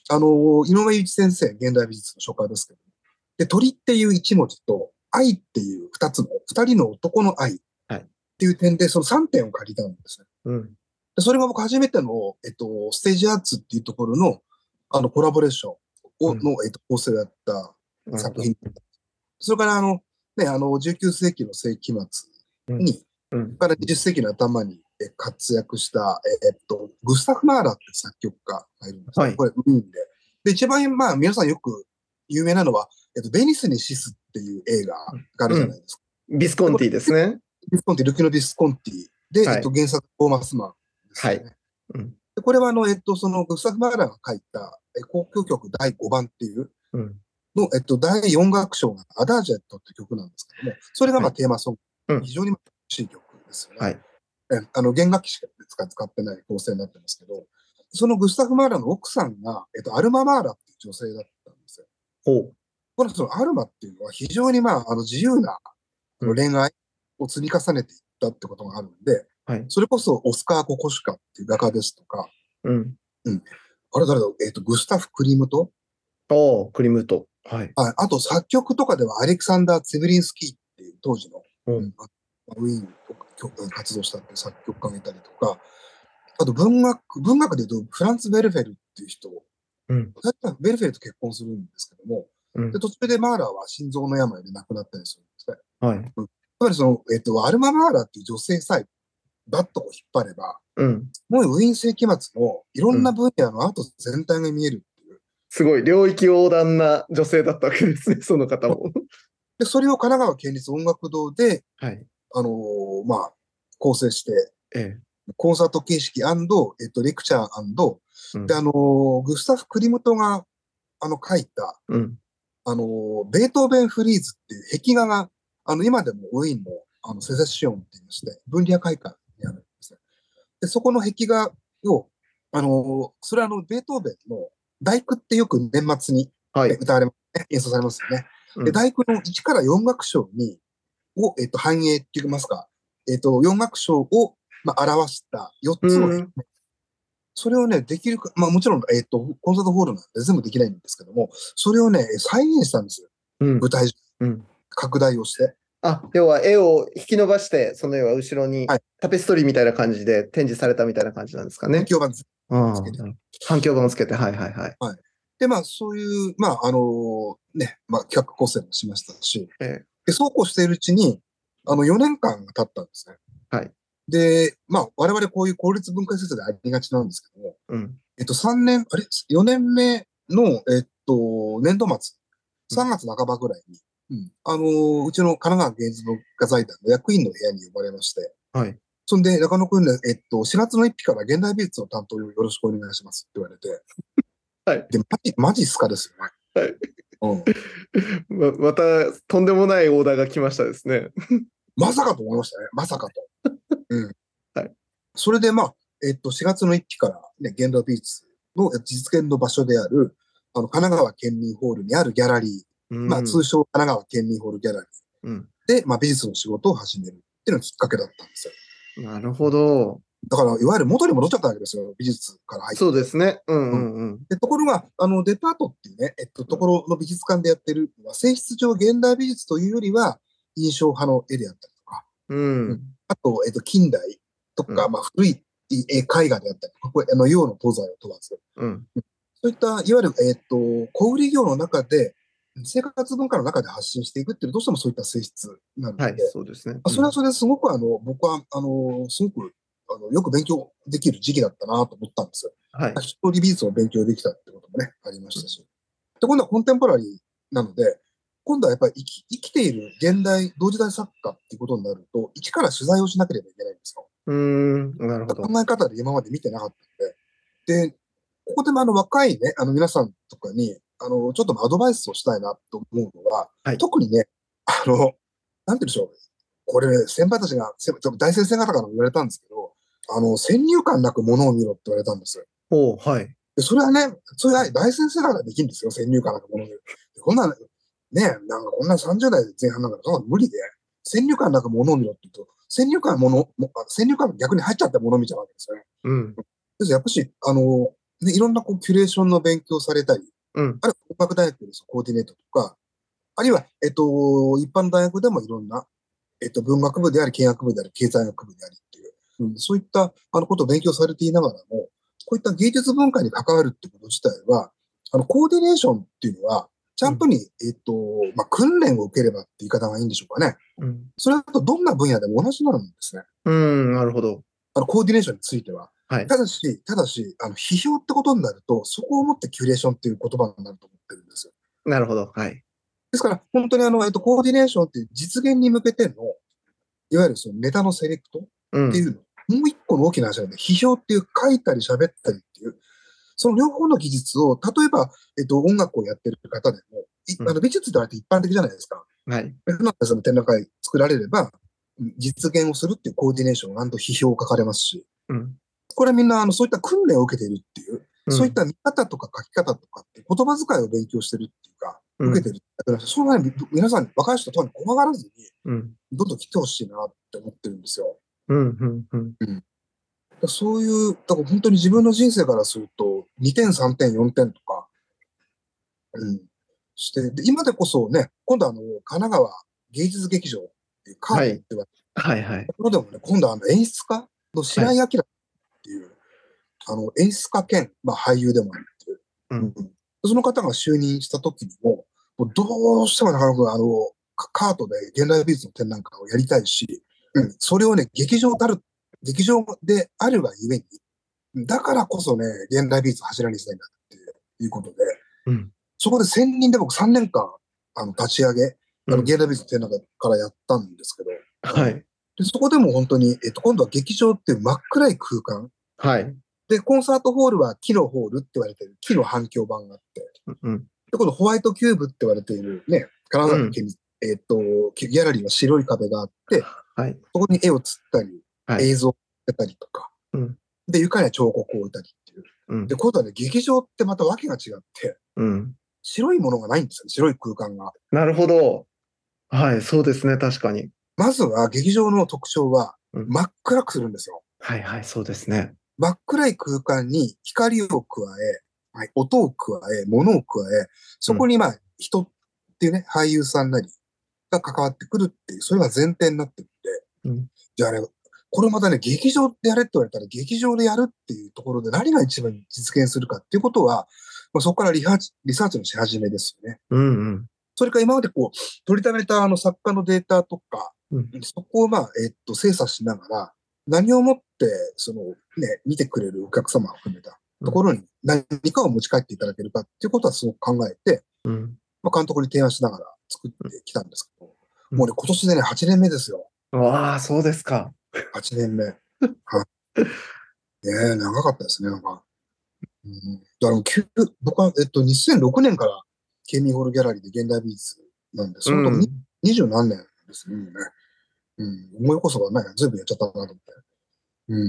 あの、井上祐一先生、現代美術の書家ですけど、で、鳥っていう一文字と、愛っていう二つの、二人の男の愛っていう点で、その三点を借りたんですね。 うん、 でそれが僕初めての、えっと、ステージアーツっていうところの、あの、コラボレーションを、の、えっと、構成だった作品。それから、あの、ね、あの、じゅうきゅう世紀の世紀末に、うんうん、からにじゅっ世紀の頭に活躍した、えっと、グスタフ・マーラーって作曲家がいるんです、ね。はい、これ、ウィーンで。で、一番、まあ、皆さんよく有名なのは、えっと、ベニスにシスっていう映画があるじゃないですか。 うん、ビスコンティですね。 ビスコンティ、ルキノ・ビスコンティで、はい、えっと、原作、トーマスマンですね。はい、うん、でこれは、あの、えっと、その、グスタフ・マーラーが書いた、交響曲だいごばんっていうの、うん、えっと、だいよん楽章がアダージェットって曲なんですけども、それが、まあ、テーマソング、はい、非常に美しい曲ですよね。はい、あの、弦楽器しか使ってない構成になってますけど、そのグスタフ・マーラーの奥さんが、えっと、アルマ・マーラーっていう女性だったんですよ。ほう。このそのアルマっていうのは非常に、まあ、あの、自由なあの恋愛を積み重ねていったってことがあるんで、はい、それこそオスカー・ココシュカっていう画家ですとか、うん。うん。あれ誰だろう、えっと、グスタフ・クリムト。 おクリムト。はい。 あと、作曲とかではアレクサンダー・ツェブリンスキーっていう当時の、うん、ウィーンとか活動したっていう作曲家がいたりとか、あと文学、文学で言うとフランツ・ベルフェルっていう人、うん、ベルフェルと結婚するんですけども、うん、で途中でマーラーは心臓の病で亡くなったりするんですね。はい。うん、つまりその、えっと、アルマ・マーラーっていう女性さえバッとこう引っ張れば、うん、もうウィーン世紀末のいろんな分野のアート全体が見えるっていう、うん。 すごい、領域横断な女性だったわけですね、その方も。 で、それを神奈川県立音楽堂で、はい、あのー、まあ、構成して、ええ、コンサート形式&、えっと、レクチャー&、うん、で、あのー、グスタフ・クリムトが、あの、書いた、うん、あのー、ベートーベン・フリーズっていう壁画が、あの、今でもウィーンの、あの、セセッションって言いまして、分離会館にあるんですね。で、そこの壁画を、あのー、それはあの、ベートーベンの、第九ってよく年末に歌われますね、はい、演奏されますよね。うん、で、第九のいちからよん楽章に、を、えっと、反映って言いますか、えっと、よん楽章を、まあ、表したよっつの、うん、それをね、できるか、まあもちろん、えっと、コンサートホールなんで全部できないんですけども、それをね、再現したんですよ。うん、舞台上、うん、拡大をして。 あ、要は絵を引き伸ばして、その絵は後ろにタペストリーみたいな感じで展示されたみたいな感じなんですかね。 反響板つけて。反響板をつけて、はいはいはい。 はい。で、まあそういう、まああのー、ね、まあ企画構成もしましたし、ええ、で、そうこうしているうちに、あのよねんかんが経ったんですね。はい。で、まあ我々こういう公立文化施設でありがちなんですけども、うん、えっとさんねん、あれ ?よ 年目の、えっと、年度末、さんがつなかばぐらいに、うん、あのー、うちの神奈川芸術文化財団の役員の部屋に呼ばれまして、はい。そんで、中野くんで、えっと、しがつのいっ日から現代美術の担当をよろしくお願いしますって言われて、はい。で、マジ、マジっすかですよね。はい。 うん、ま、また、とんでもないオーダーが来ましたですね。 まさかと思いましたね。まさかと。うん。はい。それで、まあ、えっと、しがつのいっ日からね、現代美術の実現の場所である、あの、神奈川県民ホールにあるギャラリー、まあ、通称神奈川県民ホールギャラリー、うん、で、まあ、美術の仕事を始めるっていうのがきっかけだったんですよ。なるほど。 だから、いわゆる元に戻っちゃったわけですよ、美術から入って。 そうですね。うんうんうん。 でところが、あの、デパートっていうね、えっと、ところの美術館でやってるのは、性質上現代美術というよりは、印象派の絵であったりとか、うん、うん、あと、えっと、近代とか、うん、まあ、古い絵画であったりとか、これ、あの、洋の東西を問わず、うん、そういった、いわゆる、えっと、小売業の中で、生活文化の中で発信していくっていう、どうしてもそういった性質なので、はい、そうですね。うん、それはそれですごく、あの、僕は、あの、すごく、あの、よく勉強できる時期だったなと思ったんですよ。はい。一人美術を勉強できたってこともね、ありましたし。で、今度はコンテンポラリーなので、今度はやっぱり生き、生きている現代、同時代作家っていうことになると、一から取材をしなければいけないんですよ。うーん、なるほど。考え方で今まで見てなかったので。で、ここでもあの若いね、あの皆さんとかに、あの、ちょっとアドバイスをしたいなと思うのは、はい、特にね、あの、なんて言うんでしょう。これ、ね、先輩たちが、大先生方からも言われたんですけど、あの、先入観なくものを見ろって言われたんですよ。おはい。でそれはね、それは大先生ならできるんですよ、先入観なくものを見る。こんな、ね、なんかこんなさんじゅう代前半なんかそんな無理で、先入観なくものを見ろって言うと、先入観もの、先入観逆に入っちゃったものを見ちゃうわけですよね。うん。ですやっぱし、あの、 で、いろんなこうキュレーションの勉強されたり、 うん。 あるいは音楽大学でコーディネートとか、あるいは、えっと、一般の大学でもいろんな、えっと、文学部であり、経営学部であり、経済学部でありっていう、うん、そういったあのことを勉強されていながらも、こういった芸術文化に関わるってこと自体は、あの、コーディネーションっていうのは、ちゃんとに、うん、えっと、まあ、訓練を受ければって言い方がいいんでしょうかね。うん、それだとどんな分野でも同じなんですね。 うん、なるほど。 あの、コーディネーションについては。 はい。 ただし、ただし、あの、批評ってことになると、そこをもってキュレーションっていう言葉になると思ってるんですよ。 なるほど。はい。 ですから、本当にあの、えっと、コーディネーションっていう実現に向けての、いわゆるそのネタのセレクトっていうの、うん、もう一個の大きな話なんで、批評っていう書いたり喋ったりっていう、その両方の技術を、例えば、えっと、音楽をやってる方でも、うん、あの美術ってあれって一般的じゃないですか。はい。その展覧会作られれば、実現をするっていうコーディネーション、批評を書かれますし、うん、これはみんなあのそういった訓練を受けているっていう、うん、そういった見方とか書き方とかって言葉遣いを勉強してるっていうか、うん、受けてる。だからその前に皆さん、若い人とに怖がらずに、うん、どんどん来てほしいなって思ってるんですよ。うんうんうんうん、そういう、だから本当に自分の人生からすると、にてん、さんてん、よんてんとか、うん、して、で今でこそね、今度あの、神奈川芸術劇場っていうカードって言われて、はいはいはい、ところでもね、今度あの演出家の白井明っていう、はい、あの演出家兼、まあ、俳優でもあるっていう、うんうん、その方が就任した時にも、もうどうしてもなかなかあのカートで現代美術の展覧会をやりたいし、うん、それをね、劇場である、劇場であるがゆえに、だからこそね、現代美術を柱にしたいんだっていうことで、うん、そこで専任で僕さんねんかんあの立ち上げ、あの現代美術の展覧会からやったんですけど、はい、でそこでも本当に、えっと、今度は劇場っていう真っ暗い空間、はい、で、コンサートホールは木のホールって言われている木の反響板があって、うん、で、このホワイトキューブって言われているね、金沢県に、うん、えっと、ギャラリーは白い壁があって、はい、そこに絵をつったり、はい、映像をやったりとか、うん、で、床には彫刻を置いたりっていう。うん、で、今度はね、劇場ってまた訳が違って、うん、白いものがないんですよね、白い空間が。 なるほど。はい、そうですね、確かに。 まずは劇場の特徴は、真っ暗くするんですよ。 うん、はいはい、そうですね。 真っ暗い空間に光を加え、はい、音を加え、物を加え、そこにまあ、人っていうね、俳優さんなりが関わってくるっていう、それが前提になってるんで、うん、じゃあね、これまたね、劇場でやれって言われたら、劇場でやるっていうところで何が一番実現するかっていうことは、まあ、そこからリハーチ、リサーチのし始めですよね。うんうん、それから今までこう、取りためたあの作家のデータとか、うん、そこをまあ、えっと、精査しながら、何をもって、その、ね、見てくれるお客様を含めたところに何かを持ち帰っていただけるかっていうことはすごく考えて、うん、まあ、監督に提案しながら作ってきたんですけど、うん、もうね、今年でね、はちねんめですよ。 わあ、そうですか。 はちねんめ。はい。ねえ、長かったですね、なんか。うん、だから僕は、えっと、にせんろくねんからケーミーホールギャラリーで現代美術なんで、その時にじゅう何年ですね、もうね。うん、思い起こせばね、全部やっちゃったなと思って。うん。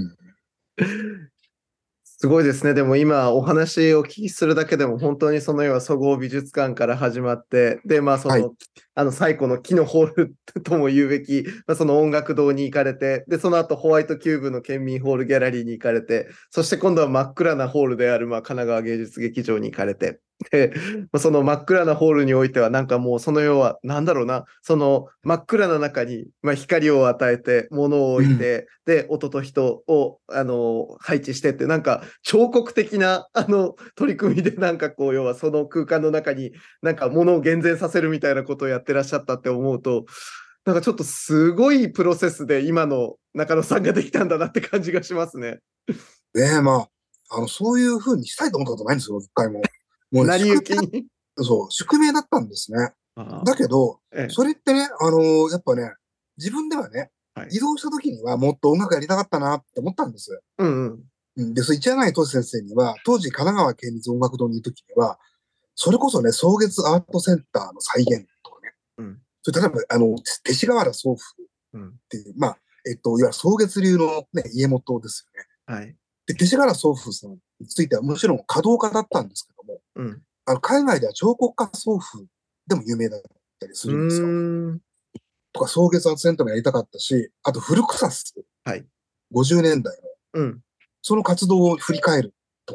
すごいですね。でも今お話をお聞きするだけでも本当にその要は総合美術館から始まって、で、まあその、はい、あの最古の木のホールとも言うべき、まあ、その音楽堂に行かれて、で、その後ホワイトキューブの県民ホールギャラリーに行かれて、そして今度は真っ暗なホールである、まあ、神奈川芸術劇場に行かれて、で、その真っ暗なホールにおいてはなんかもうその要はなんだろうな、その真っ暗な中に、まあ、光を与えて物を置いて、うん、で音と人をあの配置してってなんか彫刻的なあの取り組みでなんかこう要はその空間の中になんか物を現前させるみたいなことをやってらっしゃったって思うとなんかちょっとすごいプロセスで今の中野さんができたんだなって感じがしますね。 ねえ、まあ、あのそういうふうにしたいと思ったことないんですよ、一回も。 もう、ね、成り行きにそう、宿命だったんですね。だけど、ええ、それってね、あのー、やっぱね、自分ではね、はい、移動した時にはもっと音楽やりたかったなって思ったんです。うんうん。で、それ一柳俊先生には、当時神奈川県立音楽堂にいる時には、それこそね、草月アートセンターの再現とかね、うん、それ例えば、あの、勅使河原宗父っていう、うん、まあ、えっと、いわゆる草月流のね、家元ですよね。はい。で、勅使河原宗父さんについてはもちろん華道家だったんですけども、うん、あの海外では彫刻家宗父でも有名だったりするんですよ。とか、草月アートセンターもやりたかったし、あとフルクサス、はい、ごじゅうねんだいの、うん、その活動を振り返るとか、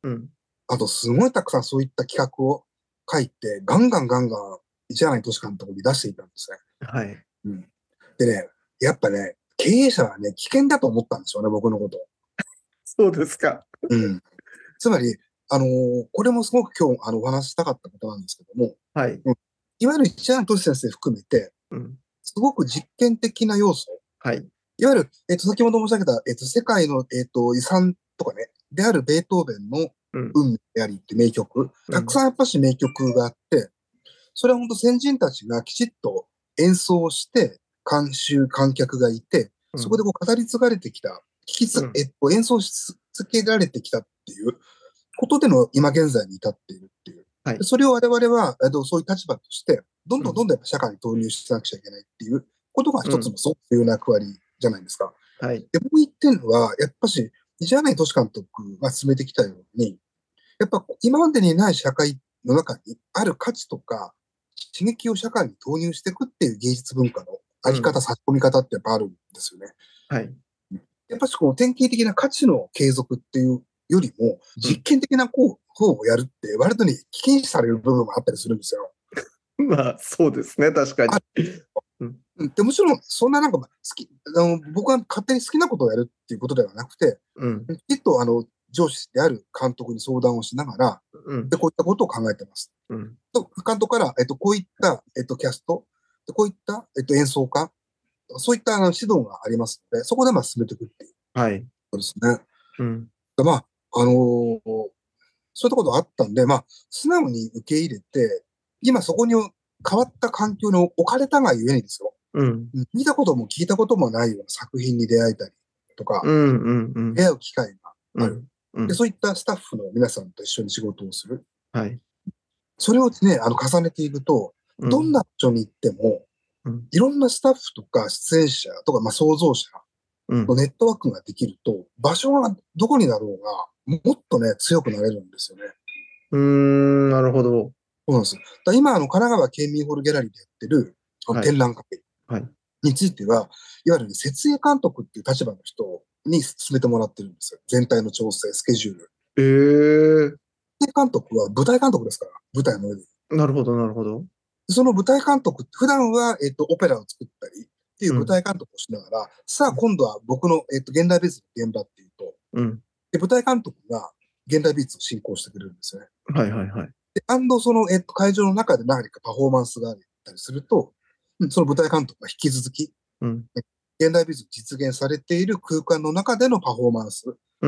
うん、 あとすごいたくさんそういった企画を書いて、ガンガンガンガン市柳俊監督に出していたんですね。 はい。 うん、でね、やっぱね、経営者はね、危険だと思ったんですよね、僕のこと。 そうですか。 うん。つまり、あのーこれもすごく今日あのお話ししたかったことなんですけども、 はい。 うん、いわゆる市柳俊先生含めて、 うん、 すごく実験的な要素、 はい。 いわゆる、えっと、先ほど申し上げた、えっと、世界の、えっと、遺産とかね、であるベートーベンのうん、 運命でありって名曲、 うん、 たくさんやっぱし名曲があって、それは本当先人たちがきちっと演奏して、観衆、観客がいて、 うん、 そこでこう語り継がれてきた、引きつ、 うん、 えっと、演奏し続けられてきたっていうことでの今現在に至っているっていう。 はい。 それを我々は、えっと、そういう立場として、どんうん、 どんどんどんやっぱ社会に投入しなくちゃいけないっていうことがうん、 一つのそういう役割じゃないですか。 はい。 で、もう一点は、やっぱし、西柳俊監督が進めてきたように、やっぱ今までにない社会の中にある価値とか刺激を社会に投入していくっていう芸術文化のあり方、 うん、 差し込み方ってやっぱあるんですよね。 はい。 やっぱしこの典型的な価値の継続っていうよりも、 うん。 実験的なこう方をやるって割とに危険視される部分もあったりするんですよ。 まあ、そうですね。確かに。 あうん、 でもちろん、そんななんか好きあの、僕は勝手に好きなことをやるっていうことではなくて、 うん、 きっとあの上司である監督に相談をしながら、 うん、 でこういったことを考えてます。 うん。 と監督から、えっと、こういった、えっと、キャスト、こういった、えっと、演奏家、そういったあの指導がありますので、そこでまあ進めていくっていうはい。 ことですね。 うん、 でまあ、あのーそういったことがあったんで、まあ、素直に受け入れて、今そこに変わった環境に置かれたがゆえにですよ。 うん、 見たことも聞いたこともないような作品に出会えたりとか、 うん、うん、うん、 出会う機会がある。 うん、うで、 ん。 そういったスタッフの皆さんと一緒に仕事をする。 はい。 それをね、あの、重ねていくと、 うん、 どんな場所に行っても、 うん、 いろんなスタッフとか出演者とか、まあ、創造者うん。 のネットワークができると、場所がどこになろうが、もっとね、強くなれるんですよね。 うーん、なるほど。 そうなんです。だ今、あの、神奈川県民ホールギャラリーでやってるあのはい。 展覧会はい。 については、いわゆる、ね、設営監督っていう立場の人に進めてもらってるんですよ。全体の調整、スケジュール。 ええ設営監督は舞台監督ですから、舞台の上で。 ー、なるほど、なるほど。 その舞台監督って、普段は、えっと、オペラを作ったりっていううん、 舞台監督をしながら、さあ、今度は僕の、えっと、現代美術の現場っていうと、 うん。 で舞台監督が現代美術を進行してくれるんですよね。 はい、はい、はい。 で、アンドその、えっと、会場の中で何かパフォーマンスがあったりすると、うんその舞台監督が引き続き、 うん、 現代美術実現されている空間の中でのパフォーマンスっうん、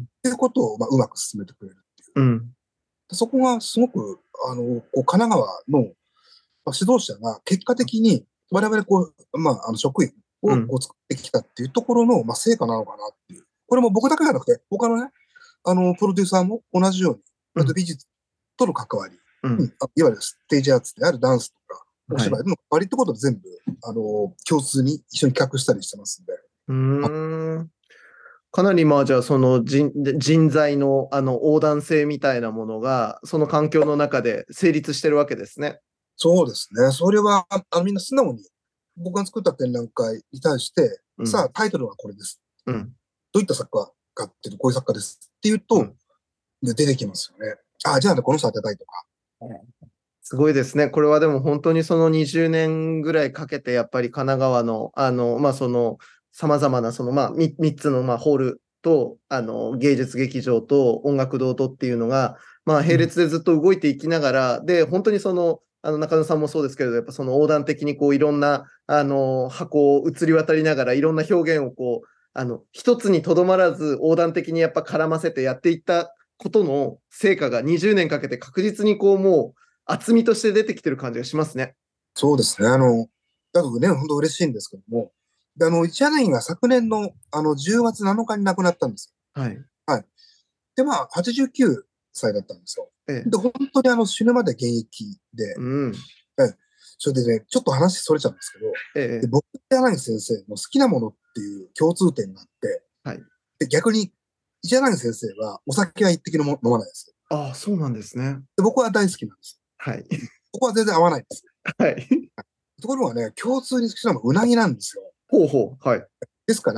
ていうことを、まあ、うまく進めてくれるっていう。 うん、 そこがすごく、あの、こう神奈川のまあ指導者が結果的に我々こう、まあ、あの職員うん、 をこう作ってきたっていうところの、まあ、成果なのかなっていう。これも僕だけじゃなくて、他のね、あの、プロデューサーも同じように、あとうん、 美術との関わり、 うん。 うん、いわゆるステージアーツであるダンスとか、おはい。 芝居の関わりってことで全部、あの、共通に一緒に企画したりしてますんで。 うーん。かなりまあじゃあその人、人材のあの横断性みたいなものがその環境の中で成立してるわけですね。 そうですね。それは、あの、みんな素直に、僕が作った展覧会に対して、 うん、 さあ、タイトルはこれです。 うん、 どういった作家かっていうと、こういう作家ですっていうと、 うん。 で出てきますよね。あ、じゃあね、この人当てたいとか。 すごいですね。これはでも本当にそのにじゅうねんぐらいかけてやっぱり神奈川のあの、まあその様々なそのまあ みっつのまあホールとあの芸術劇場と音楽堂とっていうのがまあ並うん、 列でずっと動いていきながら、で、本当にそのあの中野さんもそうですけれど、やっぱその横断的にこういろんなあの箱を移り渡りながらいろんな表現をこうあの一つにとどまらず横断的にやっぱ絡ませてやっていったことの成果がにじゅうねんかけて確実にこうもう厚みとして出てきてる感じがしますね。 そうですね。あの、だからね、本当嬉しいんですけども、であの、一柳が昨年のあのじゅうがつなのかに亡くなったんですはい。 よ。はい。で、まあ、はちじゅうきゅうさいだったんですよ。 ええ。 で、本当にあの死ぬまで現役で、 うん。 ええそれでね、ちょっと話それちゃうんですけど、 えでえ。 僕と柳先生の好きなものっていう共通点があって、 はい。 で逆に、一柳先生はお酒は一滴も飲まないです。 ああ、そうなんですね。 で僕は大好きなんです。 はい。 ここは全然合わないんです。 はい。 ところがね、共通に好きなのはうなぎなんですよ。 ほうほう。はい。 ですから、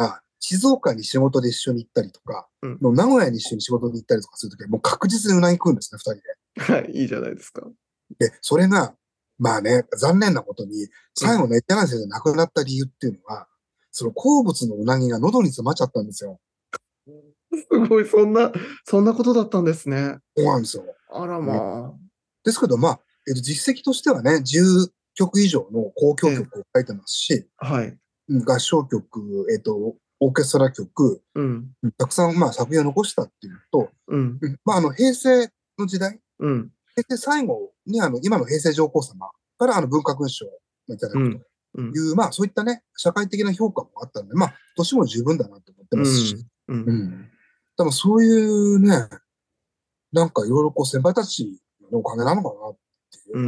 静岡に仕事で一緒に行ったりとか、 うん、 の名古屋に一緒に仕事に行ったりとかするときは、もう確実にうなぎ食うんですね、二人で。 はい、いいじゃないですか。 で、それが、まあね、残念なことに、最後のエテナン先生で亡くなった理由っていうのは、その好物のうなぎが喉に詰まっちゃったんですよ。 すごい、そんな、そんなことだったんですね。 そうなんですよ。 あらまあ。 ですけど、まあ、えっと、実績としてはね、じゅっきょく以上の交響曲を書いてますし、 はい。 うん合唱曲、えっと、オーケストラ曲、 うん。 うんたくさん、まあ、作品を残したっていうのと、 うん。 うんまあ、あの、平成の時代、 うん。 平成最後に、あの、今の平成上皇様からあの文化勲章をいただくとうん。うん。 いう、まあ、そういったね、社会的な評価もあったんで、まあ、年も十分だなと思ってますし、 うん。うん。 うん。多分そういうね、なんかいろいろこう先輩たちのおかげなのかなっていう。 うん。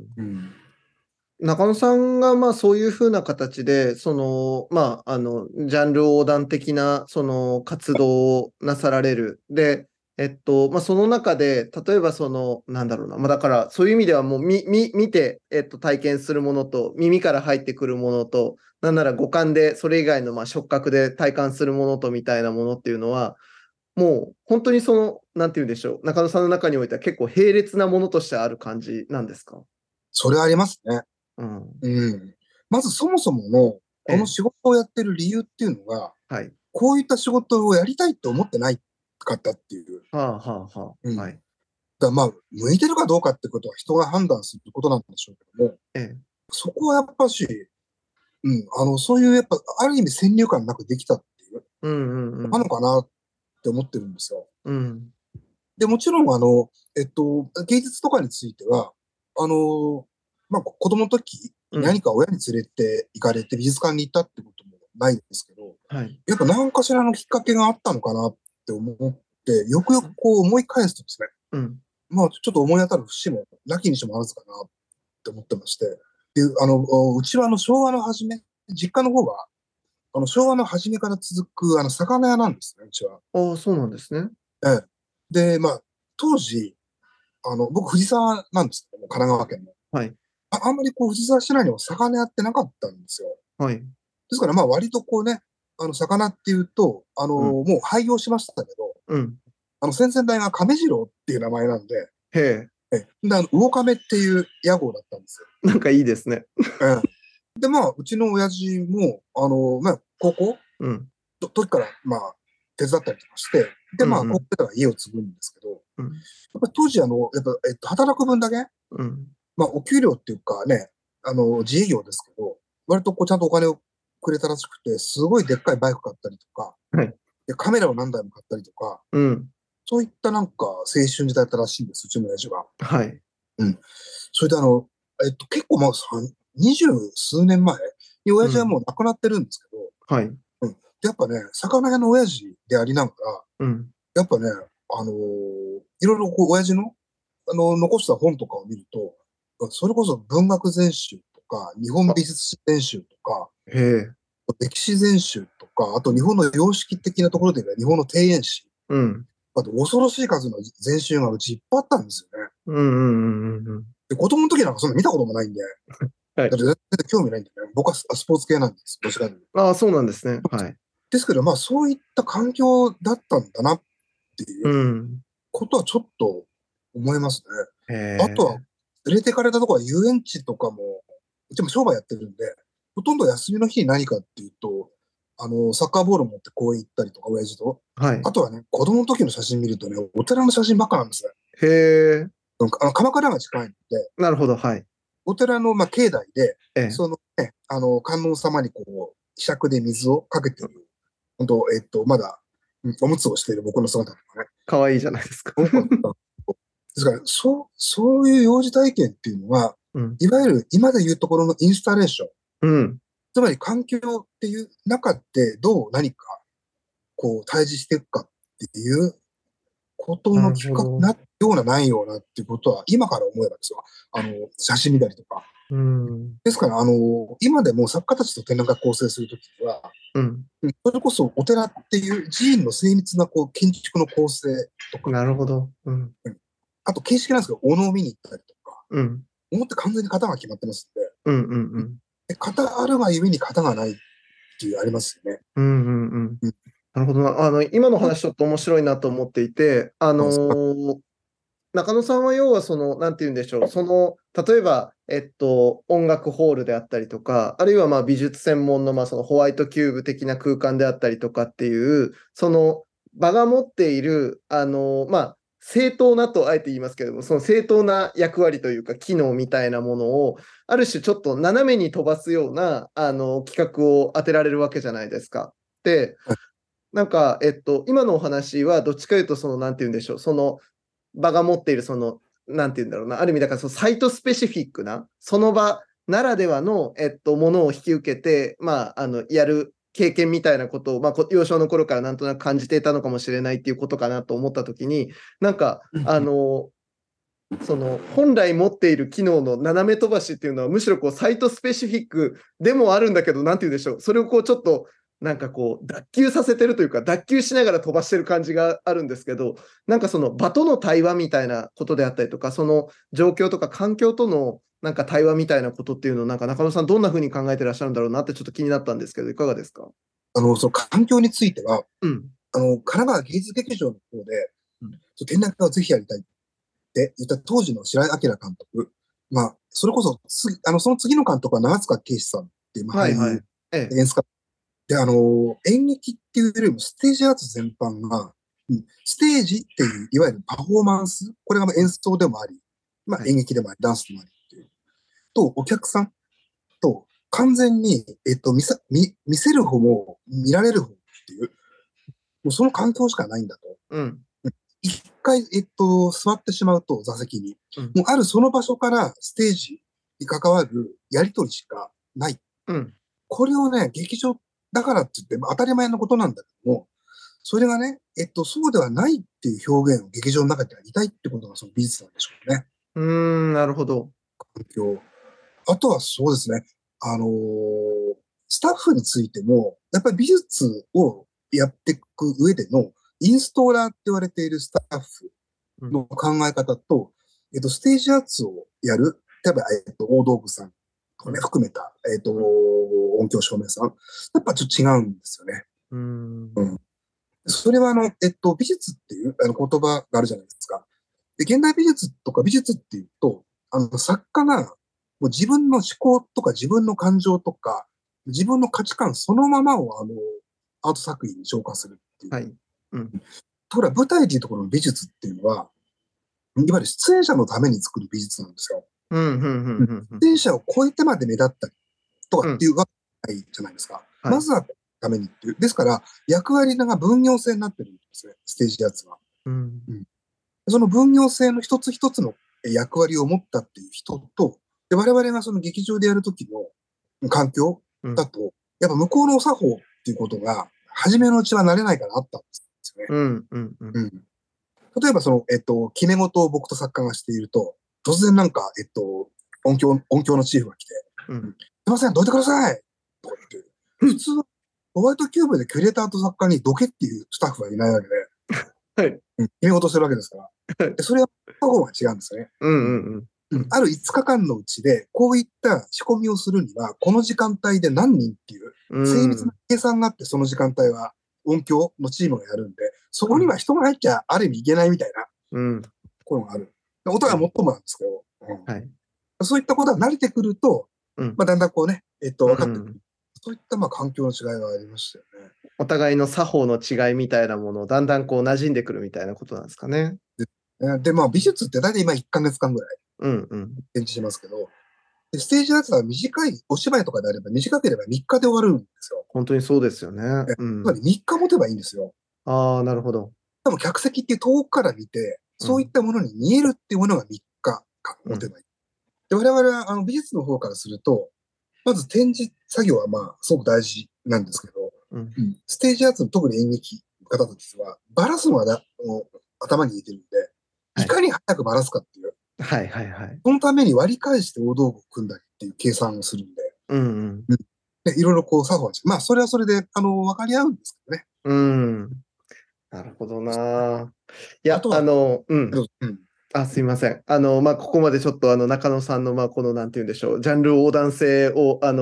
うん。 中野さんがまあそういうふうな形で、その、まあ、あの、ジャンル横断的な、その活動をなさられる。で、えっと、まあ、その中で、例えばその、なんだろうな、まあ、だから、そういう意味ではもう見、見、見て、えっと、体験するものと、耳から入ってくるものと、なんなら五感で、それ以外のまあ触覚で体感するものとみたいなものっていうのは、もう本当にその、なんて言うんでしょう、中野さんの中においては結構並列なものとしてある感じなんですか？ それありますね。 うん。 うん。まずそもそもの、 ええ。 この仕事をやってる理由っていうのが、 はい。 こういった仕事をやりたいと思ってないかったっていう。 はあはあはあ。 うん。だかはい。 らまあ、向いてるかどうかってことは人が判断することなんでしょうけども、 ええ。 そこはやっぱし、うん、あの、そういうやっぱ、ある意味先入観なくできたっていう、 うんうんうん。 なのかなって思ってるんですよ。 うん。 で、もちろん、あの、えっと、芸術とかについては、あの、まあ、こ子供の時、 うん。 何か親に連れて行かれて美術館に行ったってこともないんですけど、 はい。 やっぱ何かしらのきっかけがあったのかなって思って、よくよくこう思い返すとですね、 うん。 まあ、ちょっと思い当たる節も、なきにしもあらずかなって思ってまして、で、あの、うちはあの、昭和の初め、実家の方は、あの、昭和の初めから続く、あの、魚屋なんですね、うちは。 ああ、そうなんですね。 ええ。で、まあ、当時、あの、僕、藤沢なんですけども、神奈川県の。 はい。 あ、あんまりこう、藤沢市内にも魚やってなかったんですよ。 はい。 ですから、まあ、割とこうね、あの、魚っていうと、あの、 うん。 もう廃業しましたけど、 うん。 あの、先々代が亀次郎っていう名前なんで、 へえ。 え、で、あの、魚亀っていう屋号だったんですなんかいいですね。 よ。ええ。で、まあ、うちの親父も、あの、まあ、高校うん。 の時から、まあ、手伝ったりとかして、で、まあ、 うんうん。 高校では家を継ぐんですけど、やうん。 っぱり当時、あの、やっぱ、えっと、働く分だけ、 うん。 まあ、お給料っていうかね、あの、自営業ですけど、割とこうちゃんとお金をくれたらしくて、すごいでっかいバイク買ったりとか、 はい。 でカメラを何台も買ったりとか、 うん。 そういったなんか青春時代だったらしいんです、うちの親父が。 はい。 うん。それであの、えっと、結構まあ、さん二十数年前に親父はうん。 もう亡くなってるんですけど、 はい。 うん。でやっぱね、魚屋の親父でありながら、 うん。 やっぱね、あのーいろいろこう、親父の、あの、残した本とかを見ると、それこそ文学全集とか、日本美術史全集とか、 へえ。 歴史全集とか、あと日本の様式的なところで言えば日本の庭園史、 うん。 あと恐ろしい数の全集がうちいっぱいあったんですよね。 うんうんうんうんうん。 で、子供の時なんかそんな見たこともないんで、 はい。 だって全然興味ないんでね、僕はススポーツ系なんです、どっちかというと。 ああ、そうなんですね。はい。 ですけど、まあそういった環境だったんだなっていううん。 ことはちょっと思いますへね。あとは、 え。 連れてかれたところは遊園地とかも、うちも商売やってるんで、ほとんど休みの日に何かっていうと、あの、サッカーボール持って公園行ったりとか、親父と。 はい。 あとはね、子供の時の写真見るとね、お寺の写真ばっかなんですね。 へえ。 あの鎌倉が近いので、 なるほど。はい。 お寺の、まあ、境内で、 ええ。 そのね、あの、観音様にこう、柄杓で水をかけている、本当えっと、まだ、うんおむつをしている僕の姿とかね。 かわいいじゃないですか。 多かったですから、そう、そういう幼児体験っていうのは、 うん。 いわゆる今で言うところのインスタレーション、 うん。 つまり環境っていう中でどう何かこう対峙していくかっていうことなのるほど。 企画なようなないようなっていうことは今から思えばですよ。あの、写真見たりとか。 うん。 ですから、あの、今でも作家たちと展覧会構成するときは、 うん。 うんそれこそお寺っていう寺院の精密なこう建築の構成とか、 なるほど。うん。 うんあと形式なんですけど、お能を見に行ったりとか、 うん。 お能って完全に型が決まってますんで、 うん。うん。うん。 で型あるがゆえに型がないっっていうありますよね。 うんうんうん。 うん、 なるほどな。あの、今の話ちょっと面白いなと思っていて、あのそうー中野さんは要はその、なんて言うんでしょう、その、例えば、えっと、音楽ホールであったりとか、あるいはまあ美術専門のまあそのホワイトキューブ的な空間であったりとかっていう、その場が持っている、あの、まあ、正当なとあえて言いますけども、その正当な役割というか、機能みたいなものを、ある種ちょっと斜めに飛ばすような、あの、企画を当てられるわけじゃないですか。で、なんか、えっと、今のお話は、どっちかというと、その、なんて言うんでしょう、その、場が持っている、その、なんて言うんだろうな、ある意味、だからそのサイトスペシフィックな、その場ならではの、えっと、ものを引き受けて、まあ、あの、やる経験みたいなことを、まあ、幼少の頃からなんとなく感じていたのかもしれないっていうことかなと思ったときに、なんか、あの、その本来持っている機能の斜め飛ばしっていうのはむしろこうサイトスペシフィックでもあるんだけど、なんて言うんでしょう、それをこうちょっとなんかこう脱臼させてるというか、脱臼しながら飛ばしてる感じがあるんですけど、なんかその場との対話みたいなことであったりとか、その状況とか環境とのなんか対話みたいなことっていうのを、なんか中野さんどんなふうに考えてらっしゃるんだろうなってちょっと気になったんですけど、いかがですか？ あの、その環境については、 うん。 あの、神奈川芸術劇場の方で、 うん、 そう展覧会をぜひやりたいって言った当時の白井明監督。まあ、それこそ次、あの、その次の監督は長塚圭史さんっていう、まあ、俳優、 はいはい。ええ。 演出家。で、あの、演劇っていうよりもステージアーツ全般が、うん、ステージっていう、いわゆるパフォーマンス、これがまあ演奏でもあり、まあ、 はい。 演劇でもあり、ダンスでもありっていう、と、お客さんと完全に、えっと、見さ見見せる方も見られる方っていう、もうその環境しかないんだと。 うん。 一回、えっと、座ってしまうと、座席に。 うん。 もうあるその場所からステージに関わるやりとりしかない。 うん。 これをね、劇場だからって言って、まあ当たり前のことなんだけども、それがね、えっと、そうではないっていう表現を劇場の中でやりたいってことがその美術なんでしょうね。 うーん、なるほど。 環境。あとはそうですね、あのースタッフについても、やっぱり美術をやっていく上でのインストーラーって言われているスタッフの考え方と、えっと、ステージアーツをやる、例えば、えっと、大道具さんとかね、含めた、えっと、音響照明さん、やっぱちょっと違うんですよね。 うーん。 うん。それは、あの、えっと、美術っていうあの言葉があるじゃないですか。で、現代美術とか美術っていうと、あの、作家がもう自分の思考とか自分の感情とか、自分の価値観そのままを、あの、アート作品に昇華するっていう。 はい。うん。 ところが舞台っていうところの美術っていうのは、いわゆる出演者のために作る美術なんですよ。 うん、うん、うん、うん。 出演者を超えてまで目立ったりとかうん。 っていうわけないじゃないですか。 はい。 まずはためにっていう。ですから、役割が分業制になってるんですね、ステージやつは。 うん。 うん、その分業制の一つ一つの役割を持ったっていう人と、で我々がその劇場でやるときの環境だと、やっぱ向こうのお作法っていうことが、初めのうちは慣れないからあったんですよね。 うん、うん、うん。 うん。例えばその、えっと、決め事を僕と作家がしていると、突然なんか、えっと、音響、音響のチーフが来て、 うん、 すいません、どいてくださいとか言って、普通、ホワイトキューブでキュレーターと作家にどけっていうスタッフはいないわけで、 はい。 うん、決め事してるわけですから。でそれは、方が違うんですよね。 うん、うん、うん。 あるいつかかんのうちで、こういった仕込みをするには、この時間帯で何人っていう、精密な計算があって、その時間帯は音響のチームがやるんで、そこには人が入っちゃある意味いけないみたいな、うん、ころがある。音が最もなんですけど、うんはい、そういったことが慣れてくると、うん、まあ、だんだんこうね、えっと、分かってくる。うん、そういったまあ環境の違いはありましたよね。 お互いの作法の違いみたいなものをだんだんこう馴染んでくるみたいなことなんですかね。 で、でまあ美術って大体今いっかげつかんぐらい展示しますけど、うんうん、でステージアーツは短いお芝居とかであれば短ければみっかで終わるんですよ。 本当にそうですよね。 うん、つまりみっか持てばいいんですよ。 ああ、なるほど。 多分客席って遠くから見て、そういったものに見えるっていうものがみっかか持てばいい。うん、で我々はあの美術の方からすると、まず展示作業はまあすごく大事なんですけど、うんうん、ステージアーツの特に演劇の方たちは、バラすのはだもう頭に入れてるんで、いかに早くバラすかっていう。 はいはいはい。 そのために割り返して大道具を組んだりっていう計算をするんで、うんうん、でいろいろこう作法は、まあそれはそれであの分かり合うんですけどね。 うん。なるほどな。いや、あ, あの、うん。うんあ、すいません。あの、まあ、ここまでちょっとあの中野さんの、まあ、この、なんて言うんでしょう、ジャンル横断性を、あの、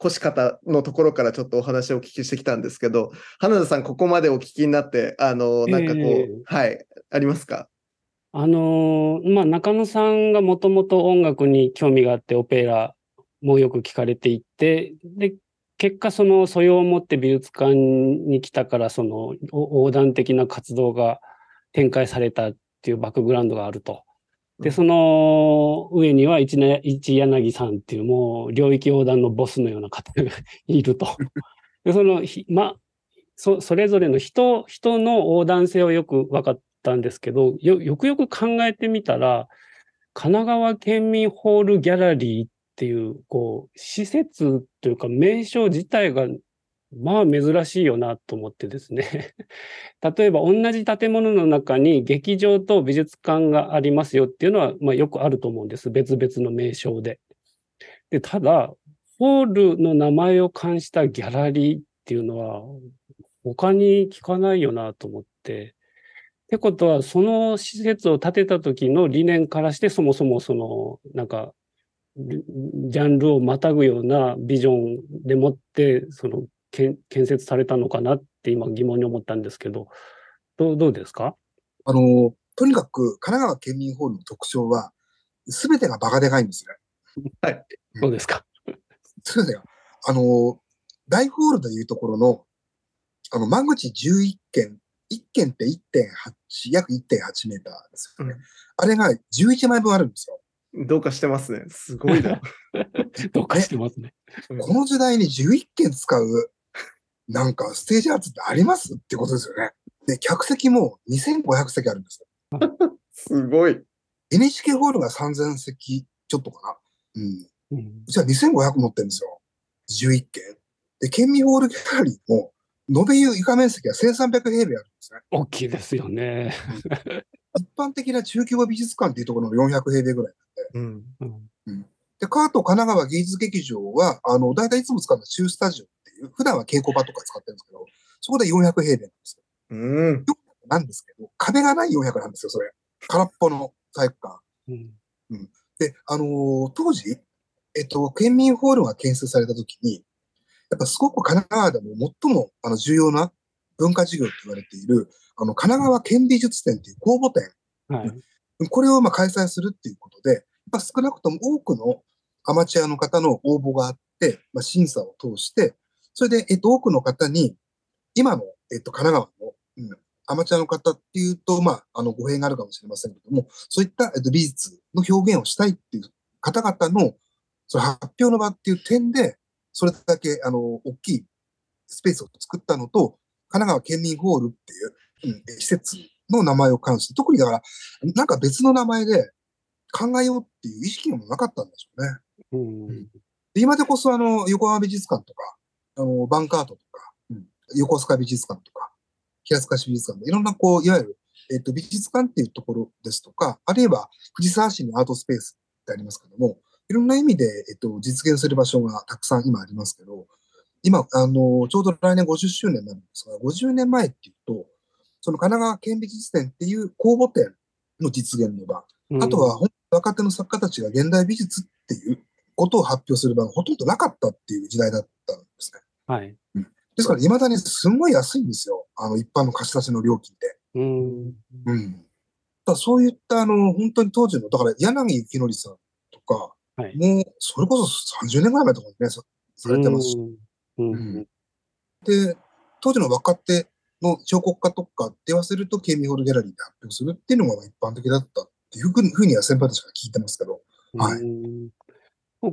干し方のところからちょっとお話をお聞きしてきたんですけど、花田さん、ここまでお聞きになって、あの、なんかこう、 えー、 はい、ありますか？ あのーまあ、中野さんがもともと音楽に興味があって、オペラもよく聞かれていて、で、結果、その素養を持って美術館に来たから、その横断的な活動が展開されたっていうバックグラウンドがあると。で、その上には一ね一柳さんっていうもう領域横断のボスのような方がいると。で、その、ま、そ、それぞれの人、人の横断性はよく分かったんですけど、よ、よくよく考えてみたら、神奈川県民ホールギャラリーっていう、こう、施設というか名称自体が、まあ珍しいよなと思ってですね。例えば同じ建物の中に劇場と美術館がありますよっていうのは、まあ、よくあると思うんです。別々の名称で。で、ただ、ホールの名前を冠したギャラリーっていうのは、他に聞かないよなと思って。ってことは、その施設を建てた時の理念からして、そもそもその、なんか、ジャンルをまたぐようなビジョンでもって、その、建設されたのかなって今疑問に思ったんですけど、どう、どうですか？ あの、とにかく神奈川県民ホールの特徴は、すべてがバカでかいんですね。 はい。 どうですか？ すべてが。あの、大ホールというところの、あの、間口じゅういっけん、いっけんって いってんはち、約いってんはちメーターですよね。うん、あれがじゅういちまいぶんあるんですよ。 どうかしてますね。すごいな。 どうかしてますね。 この時代にじゅういっけん使う、なんかステージアーツってありますってことですよね。で、客席もにせんごひゃくせきあるんですよ。 すごい。 エヌエイチケー ホールがさんぜんせきちょっとかな。うん。うん、うちはにせんごひゃく持ってるんですよ。じゅういっけん。で、県民ホールギャラリーも、延べ床面積はせんさんびゃくへいべいあるんですね。 大きいですよね。 一般的な中規模美術館っていうところのよんひゃくへいべいぐらいなんで。うんうん、で、カート神奈川芸術劇場は、あの、だいたいいつも使うのは中スタジオっていう、普段は稽古場とか使ってるんですけど、そこでよんひゃくへいべいなんですよ。うん。なんですけど、壁がないよんひゃくなんですよ、それ。空っぽの体育館。うんうん、で、あのー、当時、えっと、県民ホールが建設されたときに、やっぱすごく神奈川でも最もあの重要な文化事業と言われている、あの、神奈川県美術展っていう公募展。はい、これをまあ開催するっていうことで、やっぱ少なくとも多くのアマチュアの方の応募があって、まあ、審査を通して、それで、えっと、多くの方に、今の、えっと、神奈川の、うん、アマチュアの方っていうと、まあ、あの、語弊があるかもしれませんけども、そういった、えっと、美術の表現をしたいっていう方々の、その発表の場っていう点で、それだけ、あの、大きいスペースを作ったのと、神奈川県民ホールっていう、うん、施設の名前を冠して、特にだから、なんか別の名前で考えようっていう意識もなかったんでしょうね。うんうん、で今でこそ、あの、横浜美術館とか、あの、バンカートとか、うん、横須賀美術館とか、平塚市美術館とか、いろんな、こう、いわゆる、えっと、美術館っていうところですとか、あるいは藤沢市にアートスペースってありますけども、いろんな意味で、えっと、実現する場所がたくさん今ありますけど、今、あの、ちょうど来年ごじゅっしゅうねんになるんですが、ごじゅうねんまえっていうと、その神奈川県美術展っていう公募展の実現の場、うん、あとは若手の作家たちが現代美術っていうことを発表する場がほとんどなかったっていう時代だったんですね。 はい。 うん、ですから、未だにすんごい安いんですよ。あの、一般の貸し出しの料金って。 うん。 うん。だそういった、あの、本当に当時の、だから柳幸則さんとか、はい、もう、それこそさんじゅうねんぐらい前とかにね、されてますし。うんうん、で、当時の若手の彫刻家とかって言わせると、県民ホールギャラリーで発表するっていうのが一般的だったっていうふうには先輩たちから聞いてますけど。はい。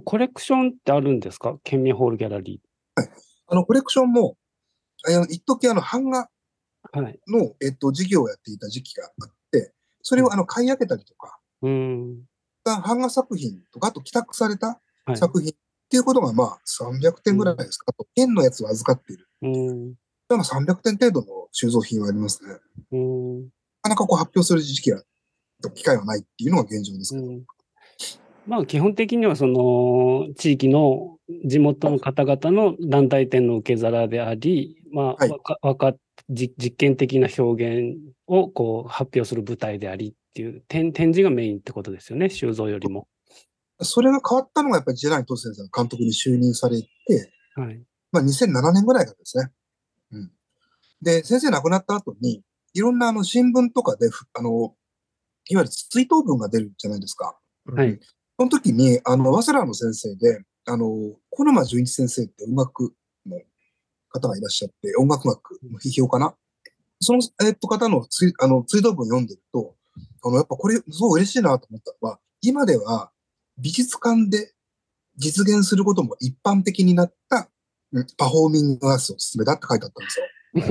コレクションってあるんですか？県民ホールギャラリー。はい。あの、コレクションも、あの一時あの、版画の、はい、えっと、事業をやっていた時期があって、それをあの、買い上げたりとか、うん。版画作品とか、あと帰宅された作品っていうことが、まあ、さんびゃくてんぐらいですか。うん、あと、県のやつを預かっている。うん。まあ、さんびゃくてん程度の収蔵品はありますね。うん。なかなかこう発表する時期が、機会はないっていうのが現状ですけど。うん、 まあ、基本的には、その、地域の地元の方々の団体展の受け皿であり、まあ、はい、わか、わか、実験的な表現をこう発表する舞台でありっていう展、展示がメインってことですよね、収蔵よりも。 それが変わったのがやっぱりジェラニト先生が監督に就任されて、 はい。 まあにせんななねんぐらいからですね。うん。で、先生亡くなった後に、いろんなあの新聞とかで、あの、いわゆる追悼文が出るじゃないですか。 はい。 その時に、あの、早稲田の先生で、あの、小沼純一先生って音楽の方がいらっしゃって、音楽学の批評かな。その、えっと、方の追あの追悼文を読んでると、あの、やっぱこれ、すごい嬉しいなと思ったのは、今では美術館で実現することも一般的になった、うん、パフォーミングアーツを進めたって書いてあったんですよ。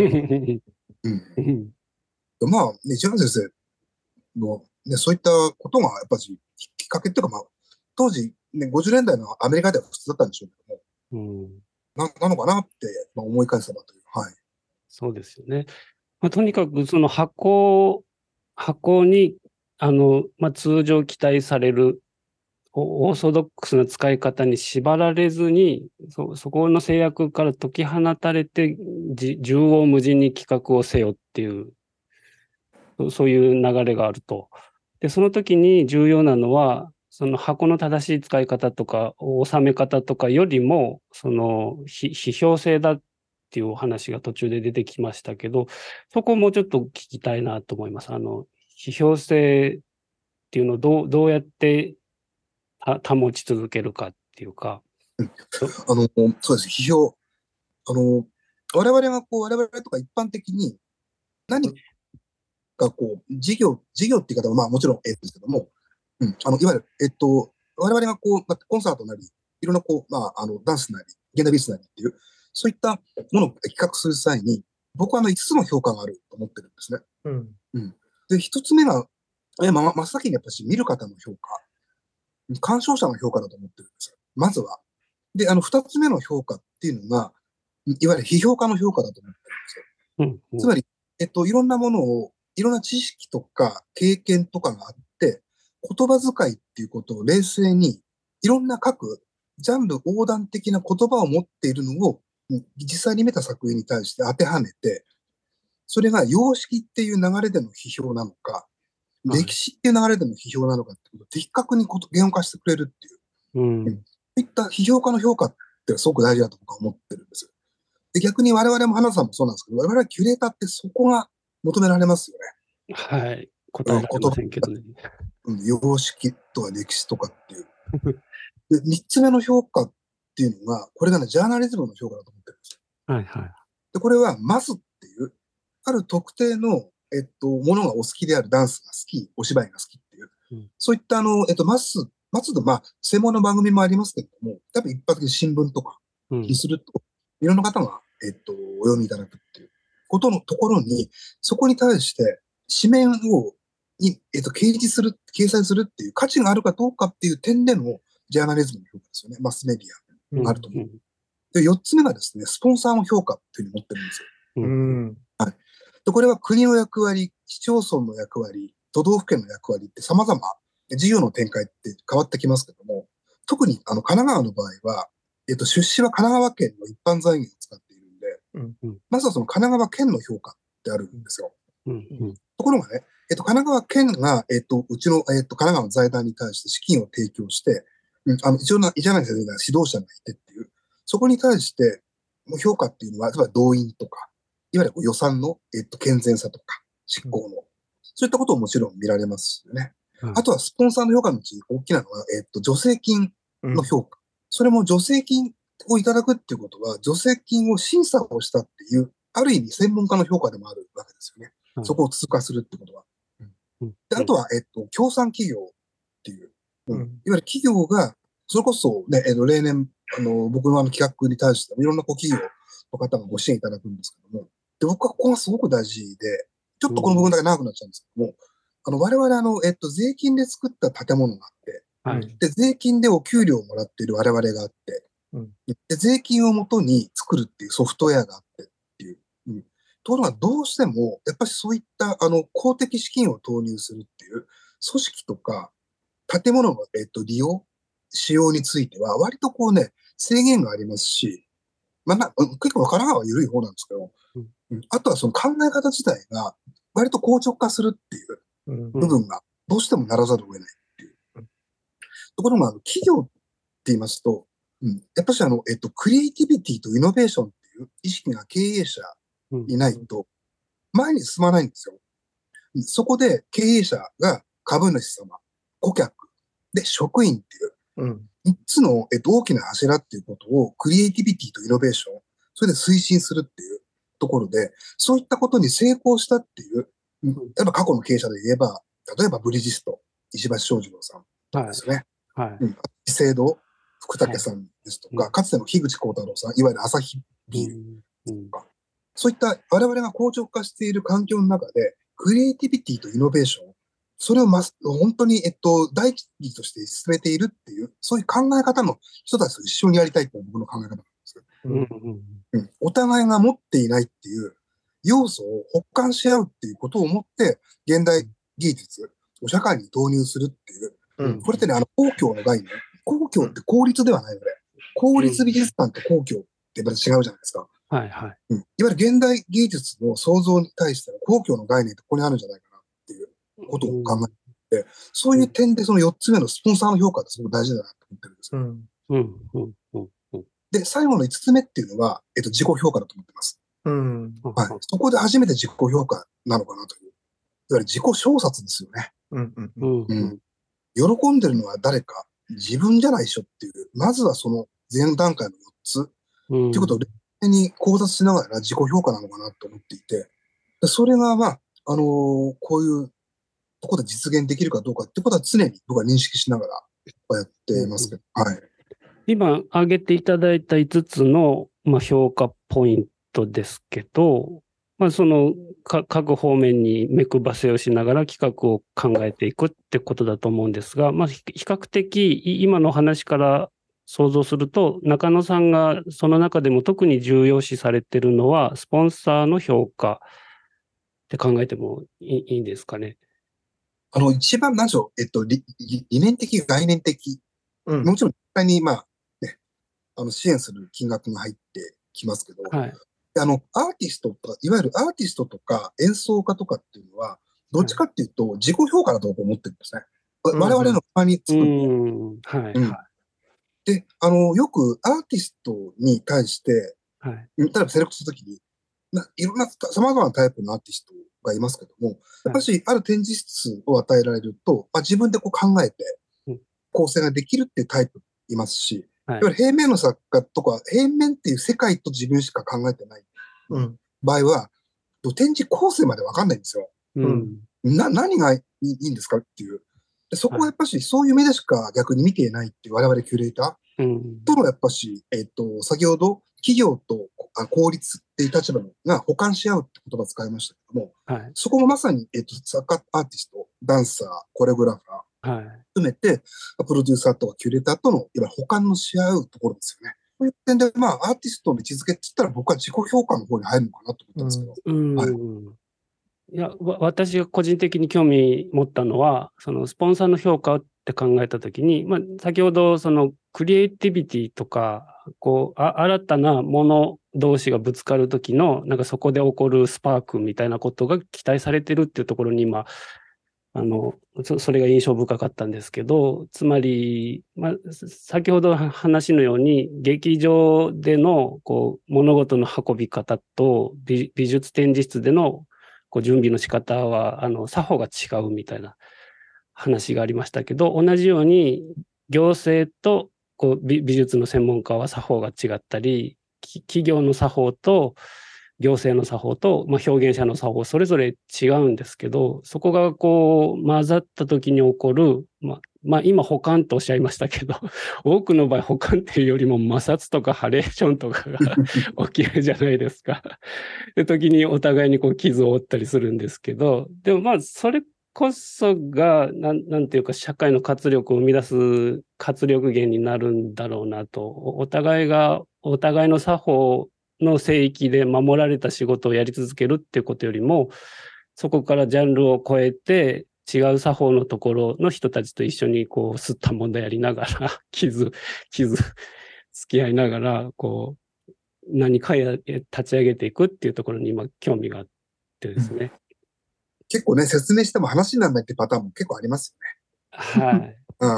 うん、まあ、ね、石原先生の、ね、そういったことが、やっぱりきっかけっていうか、まあ、当時、ね、ごじゅうねんだいのアメリカでは普通だったんでしょうけども、うん、ななのかなって、まあ、思い返せばという。はい。 そうですよね。まあ、とにかくその箱、箱に、あの、まあ、通常期待されるオーソドックスな使い方に縛られずに、そ、そこの制約から解き放たれて、じ縦横無尽に企画をせよっていう、そういう流れがあると。で、その時に重要なのは、その箱の正しい使い方とか、収め方とかよりも、その、批評性だっていうお話が途中で出てきましたけど、そこをもうちょっと聞きたいなと思います。あの、批評性っていうのをどう、どうやって保ち続けるかっていうか。 あの、そうです。批評。あの、我々がこう、我々とか一般的に何かこう、事業、事業って言い方はまあもちろんええですけども、うん、あの、いわゆる、えっと、我々がこう、まあ、コンサートなり、いろんなこう、まあ、あの、ダンスなり、現代美術なりっていう、そういったものを企画する際に、僕はあの、いつつの評価があると思ってるんですね。うん。うん。で、一つ目が、え、ま、真っ先にやっぱし見る方の評価、鑑賞者の評価だと思ってるんですよ。まずは。で、あの、二つ目の評価っていうのが、いわゆる批評家の評価だと思ってるんですよ。うんうん、つまり、えっと、いろんなものを、いろんな知識とか経験とかがあって、言葉遣いっていうことを冷静に、いろんな各ジャンル横断的な言葉を持っているのを、実際に見た作品に対して当てはめて、それが様式っていう流れでの批評なのか、歴史っていう流れでの批評なのかってことを的確に言語化してくれるっていう。うん。そういった批評家の評価ってすごく大事だと僕は思ってるんですよ。で、逆に我々も花さんもそうなんですけど、我々はキュレーターってそこが求められますよね。 はい。答えられませんけどね。 うん、様式とか歴史とかっていう。で、三つ目の評価っていうのが、これがね、ジャーナリズムの評価だと思ってるんですよ。 はいはい。 で、これは、まずっていう、ある特定の、えっと、ものがお好きである、ダンスが好き、お芝居が好きっていう、うん、そういった、あの、えっと、まず、まずの、まあ、専門の番組もありますけれども、多分一般的に新聞とかにすると、うん、いろんな方が、えっと、お読みいただくっていうことのところに、そこに対して、紙面を、に、えっと、掲示する、掲載するっていう価値があるかどうかっていう点でのジャーナリズムの評価ですよね。マスメディアがあると思う。うんうん、で、四つ目がですね、スポンサーの評価っていうふうに持ってるんですよ。うん、はい。で、これは国の役割、市町村の役割、都道府県の役割って様々、事業の展開って変わってきますけども、特にあの神奈川の場合は、えっと、出資は神奈川県の一般財源を使っているんで、うんうん、まずはその神奈川県の評価ってあるんですよ。うんうん、ところがね、えっと、神奈川県が、えっと、うちの、えっと、神奈川の財団に対して資金を提供して、うん、あの、一応な、一柳先生が指導者がいてっていう、そこに対して、評価っていうのは、例えば動員とか、いわゆるこう予算の、えっと、健全さとか、執行の、うん、そういったことをもちろん見られますよね。うん、あとはスポンサーの評価のうち大きなのは、えっと、助成金の評価。うん、それも助成金をいただくっていうことは、助成金を審査をしたっていう、ある意味専門家の評価でもあるわけですよね。うん、そこを通過するってことは。うん、であとは、えっと、協賛企業っていう、うん、いわゆる企業が、それこそね、えっと、例年、あの、僕のあの企画に対して、いろんなこう企業の方がご支援いただくんですけども、で、僕はここがすごく大事で、ちょっとこの部分だけ長くなっちゃうんですけども、うん、あの、我々あの、えっと、税金で作った建物があって、はい、で、税金でお給料をもらっている我々があって、うん、で、税金をもとに作るっていうソフトウェアがあってっていう。うん、ところがどうしても、やっぱりそういった、あの、公的資金を投入するっていう組織とか、建物の、えっと、利用、使用については、割とこうね、制限がありますし、まあ、な結構神奈川は緩い方なんですけど、うん、あとはその考え方自体が割と硬直化するっていう部分がどうしてもならざるを得ないっていう。ところが、企業って言いますと、 うん、やっぱしあの、えっと、クリエイティビティとイノベーションっていう意識が経営者いないと前に進まないんですよ。そこで経営者が株主様、顧客、で職員っていうみっつの、えっと、大きな柱っていうことをクリエイティビティとイノベーション、それで推進するっていうところで、そういったことに成功したっていう、例えば過去の経営者で言えば、例えばブリヂストン、石橋正二郎さんとかですね。はい。はい。うん。資生堂、福武さんですとか、はい、かつての樋口幸太郎さん、いわゆるアサヒビールとか、うん、そういった我々が硬直化している環境の中で、クリエイティビティとイノベーション、それをま本当に、えっと、第一義として進めているっていう、そういう考え方の人たちと一緒にやりたいっていうのが僕の考え方なんですけど、うんうんうん、お互いが持っていないっていう要素を補完し合うっていうことをもって、現代技術を社会に導入するっていう、うん、これってね、あの、公共の概念。公共って効率ではないので、公立美術館と公共ってまた違うじゃないですか。はいはい。うん、いわゆる現代芸術の創造に対しての公共の概念ってここにあるんじゃないかなっていうことを考えて、うん、そういう点でそのよっつめのスポンサーの評価ってすごく大事だなと思ってるんですよ。うんうんうんうん、で、最後のいつつめっていうのは、えっと、自己評価だと思ってます。うんはい、そこで初めて自己評価なのかなという。いわゆる自己小冊ですよね。うんうんうんうん、喜んでるのは誰か、自分じゃないでしょっていう、まずはその前段階のよっつ、うん、ということを冷静に考察しながら自己評価なのかなと思っていて、それがまあ、あのー、こういうところで実現できるかどうかってことは常に僕は認識しながらやっていますけど、うん、はい。 今挙げていただいたいつつの、まあ、評価ポイントですけど、まあ、その各方面に目配せをしながら企画を考えていくってことだと思うんですが、まあ、比較的今の話から想像すると、中野さんがその中でも特に重要視されているのは、スポンサーの評価って考えてもいいんですかね。 あの、一番、なんでしょう、えっと、理念的、概念的。うん、もちろん、実際に、まあ、ね、あの、支援する金額が入ってきますけど、はい、あの、アーティストとか、いわゆるアーティストとか演奏家とかっていうのは、どっちかっていうと、自己評価だと僕は思ってるんですね。はい、我々の場につくんで。うんはい、うん。で、あの、よくアーティストに対して、はい、例えばセレクトするときに、いろんな様々なタイプのアーティストがいますけども、やっぱりある展示室を与えられると、まあ、自分でこう考えて構成ができるっていうタイプいますし、はい、いわゆる平面の作家とか、平面っていう世界と自分しか考えてない場合は、展示構成までわかんないんですよ。うん、な何がいいんですかっていう。でそこはやっぱしそういう目でしか逆に見ていないっていう我々キュレーター、うん、とのやっぱし、えっと、先ほど企業と効率っていう立場が補完し合うって言葉を使いましたけども、はい、そこもまさに、えっと、作家、アーティスト、ダンサー、コレオグラファー、はい、含めて、プロデューサーとかキュレーターとのいわゆる補完のし合うところですよね。そういう点で、まあ、アーティストの位置づけって言ったら僕は自己評価の方に入るのかなと思ったんですけど。うん、はいいや、私が個人的に興味持ったのは、そのスポンサーの評価って考えたときに、まあ、先ほどそのクリエイティビティとか、こう、あ新たなもの同士がぶつかるときの、なんかそこで起こるスパークみたいなことが期待されてるっていうところに今、あの、そそれが印象深かったんですけど、つまり、まあ、先ほど話のように、劇場でのこう物事の運び方と美、美術展示室でのこう準備の仕方は、あの、作法が違うみたいな話がありましたけど、同じように、行政とこう 美, 美術の専門家は作法が違ったり、企業の作法と行政の作法と、まあ、表現者の作法、それぞれ違うんですけど、そこがこう混ざった時に起こる、まあ、まあ、今補完とおっしゃいましたけど、多くの場合補完っていうよりも摩擦とかハレーションとかが起きるじゃないですか。で、時にお互いにこう傷を負ったりするんですけど、でもまあ、それこそが、なん、なんていうか、社会の活力を生み出す活力源になるんだろうなと、お互いが、お互いの作法の聖域で守られた仕事をやり続けるっていうことよりも、そこからジャンルを超えて違う作法のところの人たちと一緒にこう吸ったもんだやりながら、傷、傷、付き合いながら、こう、何かや立ち上げていくっていうところに今興味があってですね。うん結構ね、説明しても話にならないってパターンも結構ありますよね。はい。うん。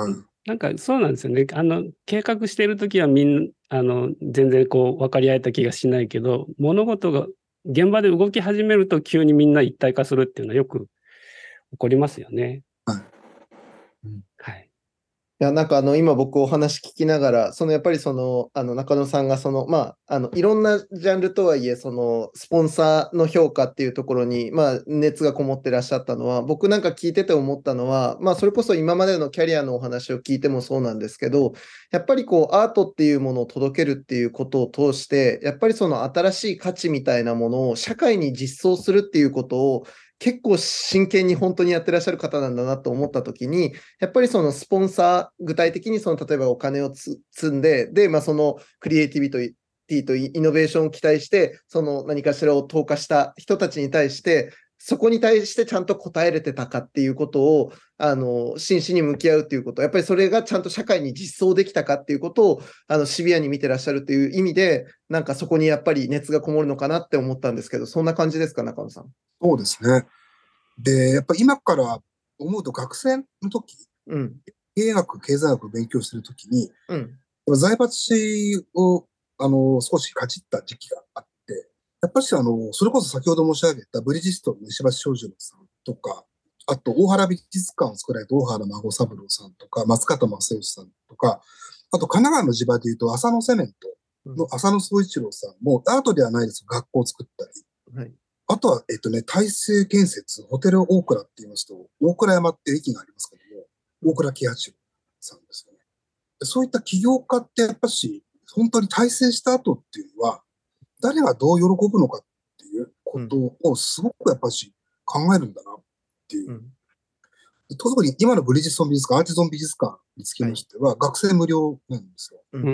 なんかそうなんですよね。あの、計画しているときはみんな、あの、全然こう分かり合えた気がしないけど、物事が現場で動き始めると急にみんな一体化するっていうのはよく起こりますよね。 はい。うん、 はい。 いや、なんかあの、今僕お話聞きながら、そのやっぱりその、あの、中野さんがその、まあ、あの、いろんなジャンルとはいえ、その、スポンサーの評価っていうところに、まあ、熱がこもってらっしゃったのは、僕なんか聞いてて思ったのは、まあ、それこそ今までのキャリアのお話を聞いてもそうなんですけど、やっぱりこう、アートっていうものを届けるっていうことを通して、やっぱりその新しい価値みたいなものを社会に実装するっていうことを、結構真剣に本当にやってらっしゃる方なんだなと思ったときに、やっぱりそのスポンサー、具体的にその例えばお金をつ積んで、で、まあ、そのクリエイティビティとイノベーションを期待して、その何かしらを投下した人たちに対して、そこに対してちゃんと答えれてたかっていうことを、あの、真摯に向き合うっていうこと、やっぱりそれがちゃんと社会に実装できたかっていうことを、あの、シビアに見てらっしゃるっていう意味で、なんかそこにやっぱり熱がこもるのかなって思ったんですけど、そんな感じですか、中野さん。 そうですね。で、やっぱ今から思うと学生の時、 うん。 経営学、経済学を勉強してる時に、 うん。 財閥史を、あの、少しかじった時期があって、やっぱりあの、それこそ先ほど申し上げたブリヂストンの石橋正二郎さんとか、あと大原美術館を作られた大原孫三郎さんとか、松方正義さんとか、あと神奈川の地場でいうと浅野セメントの浅野総一郎さんもアートではないですが学校を作ったり、はい、あとは、えっとね、大成建設、ホテル大倉って言いますと、大倉山っていう駅がありますけども、大倉喜八郎さんですよね。そういった起業家ってやっぱし、本当に大成した後っていうのは、誰がどう喜ぶのかっていうことをすごくやっぱし考えるんだなっていう。うん、特に今のブリヂストン美術館、アーティゾン美術館につきましては、はい、学生無料なんですよ。うん、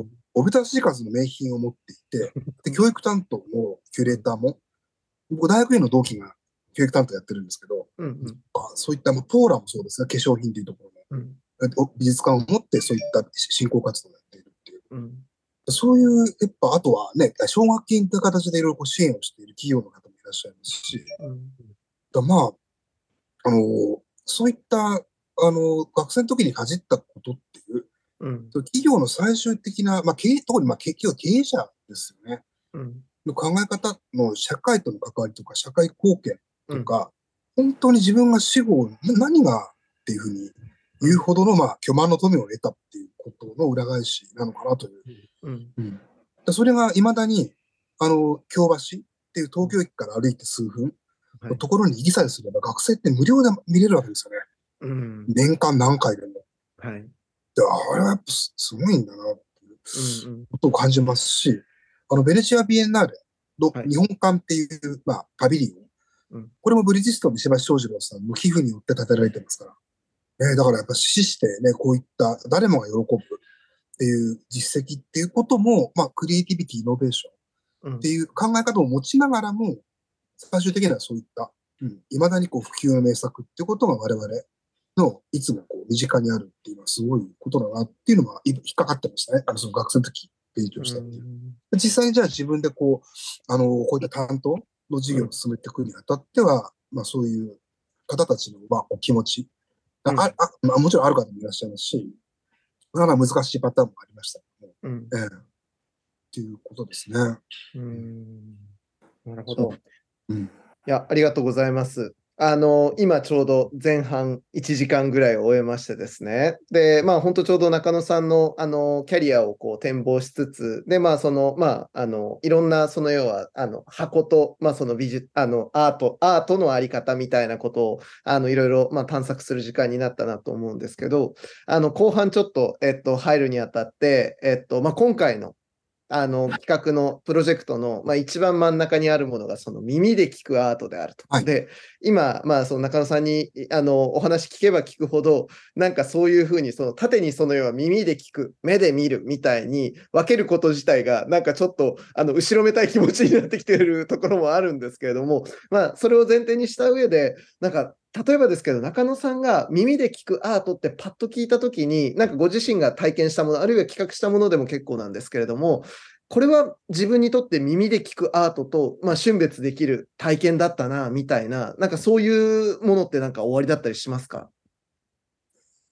おびただしい数の名品を持っていて、で教育担当のキュレーターも、僕、大学院の同期が教育担当やってるんですけど、うんうん、そういった、ポーラもそうですね、化粧品というところの、うん、美術館を持ってそういった振興活動をやっているっていう。うん、そういう、やっぱ、あとはね、奨学金という形でいろいろ支援をしている企業の方もいらっしゃいますし、うん、だまあ、あの、そういった、あの、学生の時にかじったことっていう、うん、企業の最終的な、まあ、経営、特にまあ経営経営者ですよね。うんの考え方の社会との関わりとか社会貢献とか、うん、本当に自分が死後何がっていうふうに言うほどの、まあ、巨万の富を得たっていうことの裏返しなのかなという。うんうん、それがいまだに、あの、京橋っていう東京駅から歩いて数分のところに行きさえすれば、学生って無料で見れるわけですよね。うん、年間何回でも。はい、であれはやっぱすごいんだなっていうことを感じますし、あの、ベネチア・ビエンナーレの日本館っていう、はい、まあ、パビリオン、うん。これもブリヂストンの石橋正二郎さんの寄付によって建てられてますから。えー、だからやっぱ死してね、こういった誰もが喜ぶっていう実績っていうことも、まあ、クリエイティビティ、イノベーションっていう考え方を持ちながらも、最終的にはそういった、うん、未だにこう普及の名作っていうことが我々のいつもこう身近にあるっていうのはすごいことだなっていうのが引っかかってましたね。あの、その学生の時。勉強したっていう。実際にじゃあ自分でこう、あの、こういった担当の授業を進めていくにあたっては、うん、まあそういう方たちの、まあ、お気持ちが、うん、ああまあ、もちろんある方もいらっしゃいますし、まあ難しいパターンもありましたけども、うんえー、っていうことですね。 うんなるほど。うん、いや、ありがとうございます。あの、今ちょうど前半いちじかんぐらいを終えましてですね。で、まあ本当ちょうど中野さんのあのキャリアをこう展望しつつ、で、まあその、まああの、いろんなその要はあの箱と、まあその美術、あのアート、アートのあり方みたいなことをあのいろいろまあ探索する時間になったなと思うんですけど、あの後半ちょっと、えっと、入るにあたって、えっと、まあ今回のあの企画のプロジェクトの、まあ、一番真ん中にあるものがその耳で聞くアートであると。はい、で今、まあ、その中野さんにあのお話聞けば聞くほどなんかそういうふうにその縦にその要は耳で聞く目で見るみたいに分けること自体がなんかちょっとあの後ろめたい気持ちになってきているところもあるんですけれども、まあ、それを前提にした上でなんか例えばですけど、中野さんが耳で聞くアートってパッと聞いたときに、なんかご自身が体験したもの、あるいは企画したものでも結構なんですけれども、これは自分にとって耳で聞くアートと、まあ、瞬別できる体験だったな、みたいな、なんかそういうものってなんか終わりだったりしますか？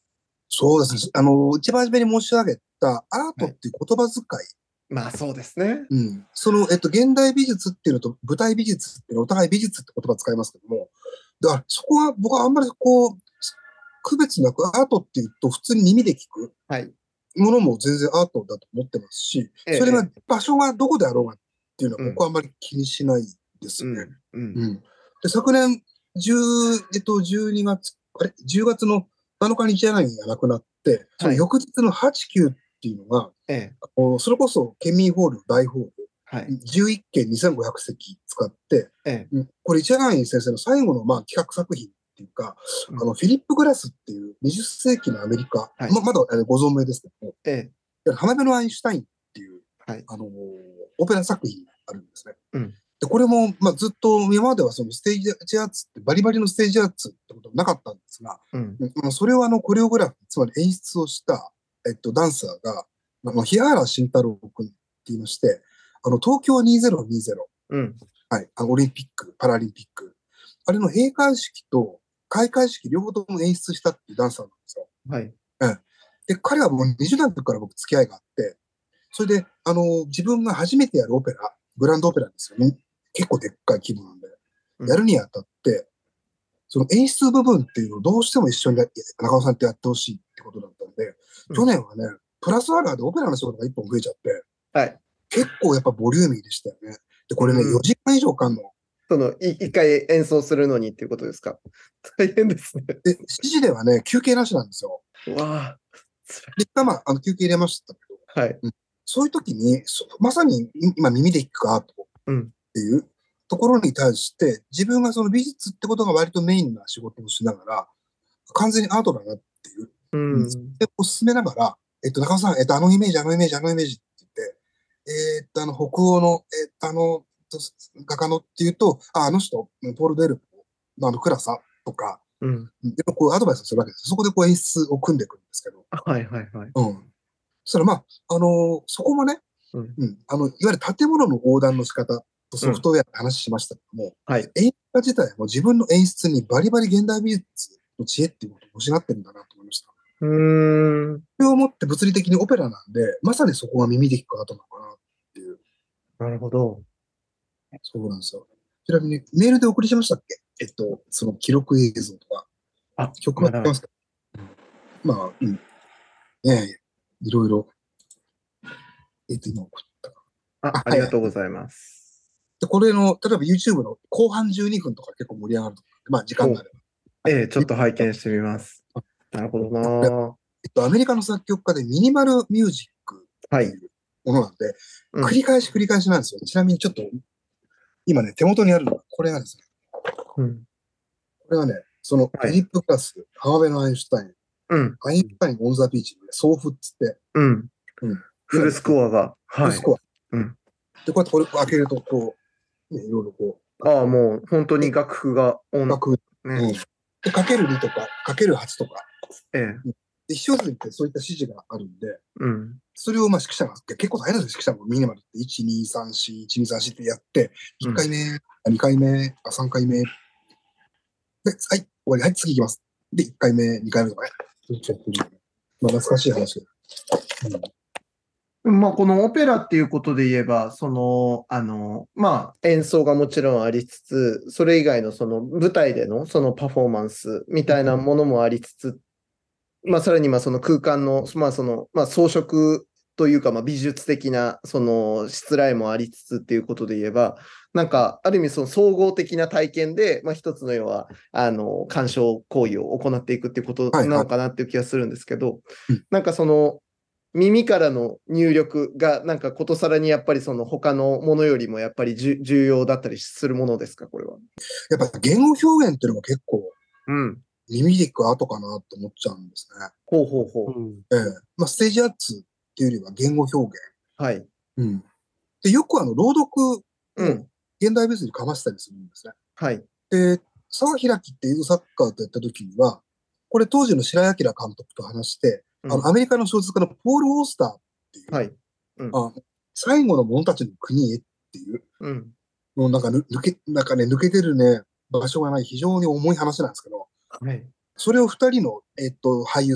そうですね。あの、一番初めに申し上げたアートっていう言葉遣い。はい、 まあそうですね。 うん。その、えっと、現代美術っていうのと舞台美術っていうのはお互い美術って言葉使いますけども、だからそこは僕はあんまりこう、区別なくアートっていうと普通に耳で聞くものも全然アートだと思ってますし、はい、それが場所がどこであろうがっていうのは僕はあんまり気にしないですね。うんうんうん、で昨年じゅう、えっと、じゅうにがつ、あれ ?じゅうがつのなのかに日柳が亡くなって、その翌日のはち、きゅうっていうのが、ええ、それこそ県民ホール大ホール、はい、じゅういっけんにせんごひゃくせき使って、ええ、これ一柳先生の最後のまあ企画作品っていうか、うん、あのフィリップ・グラスっていうにじゅっせいきのアメリカ、はい、ま, まだご存命ですけども、ええ、花辺のアインシュタインっていう、はい、あのオペラ作品があるんですね。うん、でこれも、まあ、ずっと今まではそのステージアーツってバリバリのステージアーツってことはなかったんですが、うん、それをあのコレオグラフィー、つまり演出をした、えっと、ダンサーが、あの日原慎太郎君って言いまして、あの東京にせんにじゅう、うん、はい、あのオリンピック、パラリンピック、あれの閉会式と開会式両方とも演出したっていうダンサーなんですよ。はい。うん、で、彼はもうにじゅうだいの時から僕付き合いがあって、それで、あの、自分が初めてやるオペラ、グランドオペラですよね。結構でっかい規模なんで、うん、やるにあたって、その演出部分っていうのをどうしても一緒に中尾さんとやってほしいってことだったんで、うん、去年はね、プラスアラーでオペラの仕事が一本増えちゃって、はい、結構やっぱボリューミーでしたよね。で、これね、うん、よじかん以上かんの。 その、一回演奏するのにっていうことですか。大変ですね。 で、しちじではね、休憩なしなんですよ。 わぁ。で、まあ、あの休憩入れましたけど、はい、うん、そういう時に、まさに今耳で聞くアートっていうところに対して、自分がその美術ってことが割とメインな仕事をしながら、完全にアートだなっていう。うん、で、を進めながら、えっと、中尾さん、えっと、あのイメージ、あのイメージ、あのイメージって言って、えー、っと、あの、北欧の、えー、っと、あの、画家のっていうと、あ、あの人、ポール・デルポのあの暗さとか、うん、でこうアドバイスをするわけです。そこでこう演出を組んでいくんですけど。 はいはいはい。 うん。そしたらまあ、あのー、そこもね、うん、うん、あの、いわゆる建物の横断の仕方とソフトウェアって話しましたけども、うんはい、演出自体も自分の演出にバリバリ現代美術の知恵っていうことを失ってるんだなと思いました。うーん。それをもって物理的にオペラなんで、まさにそこが耳で聞く後なのかなっていう。 なるほど。 そうなんですよ。ちなみにメールで送りしましたっけ？えっと、その記録映像とか。あ、曲は聞けますか？まあ、うん。ねえ、いろいろ。えっと、今送ったあ。あ、ありがとうございます。 で、これの、例えば YouTube の後半じゅうにふんとか結構盛り上がるとか、まあ時間があれば。 ええ、ちょっと拝見してみます。なるほどな。 えっと、アメリカの作曲家でミニマルミュージックっていうものなんで、はい、繰り返し繰り返しなんですよ。ちなみにちょっと、今ね、手元にあるのが、これがですね。うん、これはね、その、フィリップ・グラス、浜辺のアインシュタイン、うん、アインシュタイン・オン・ザ・ビーチの送付っつって、うん。 うん、フルスコアが。 フルスコア。うん。で、こうやってこれ開けると、こう、ね、いろいろこう。ああ、もう、本当に楽譜が音。楽譜。ね。うん。で、かけるにとか、かけるはちとか。ええ。で、一小節ってそういった指示があるんで、うん。それをまあ指揮者が、結構大変なんですよ、指揮者もミニマルって。いち、に、さん、よん、いち、に、さん、よんってやって、いっかいめ、うん、にかいめ、あ、さんかいめ。で、はい、終わり。はい、次行きます。で、いっかいめ、にかいめとかね。まあ、懐かしい話。 うん、まあ、このオペラっていうことで言えば、その、あの、まあ、演奏がもちろんありつつ、それ以外のその舞台でのそのパフォーマンスみたいなものもありつつ、まあ、さらにまあその空間の、まあその、まあ装飾というか、まあ美術的なそのしつらいもありつつっていうことで言えば、なんかある意味その総合的な体験で、まあ一つの要は、あの、鑑賞行為を行っていくっていうことなのかなっていう気がするんですけど、はいはい、なんかその、耳からの入力が、なんかことさらにやっぱりその他のものよりもやっぱり重要だったりするものですか、これは。 やっぱ言語表現っていうのも結構、うん。耳で聞く後かなと思っちゃうんですね。 ほうほうほう。 ええ。まあ、ステージアーツっていうよりは言語表現。はい。うん。で、よくあの、朗読を現代ベースにかましたりするんですね。はい。で、沢開きっていうサッカーとやった時には、これ当時の白井明監督と話して、うん、あの、アメリカの小説家のポール・オースターっていう、はい。うん、あ最後の者たちの国へっていう、うん。もうなんか抜け、なんかね、抜けてるね、場所がない非常に重い話なんですけど、はい、それを二人の、えっと、俳優さん、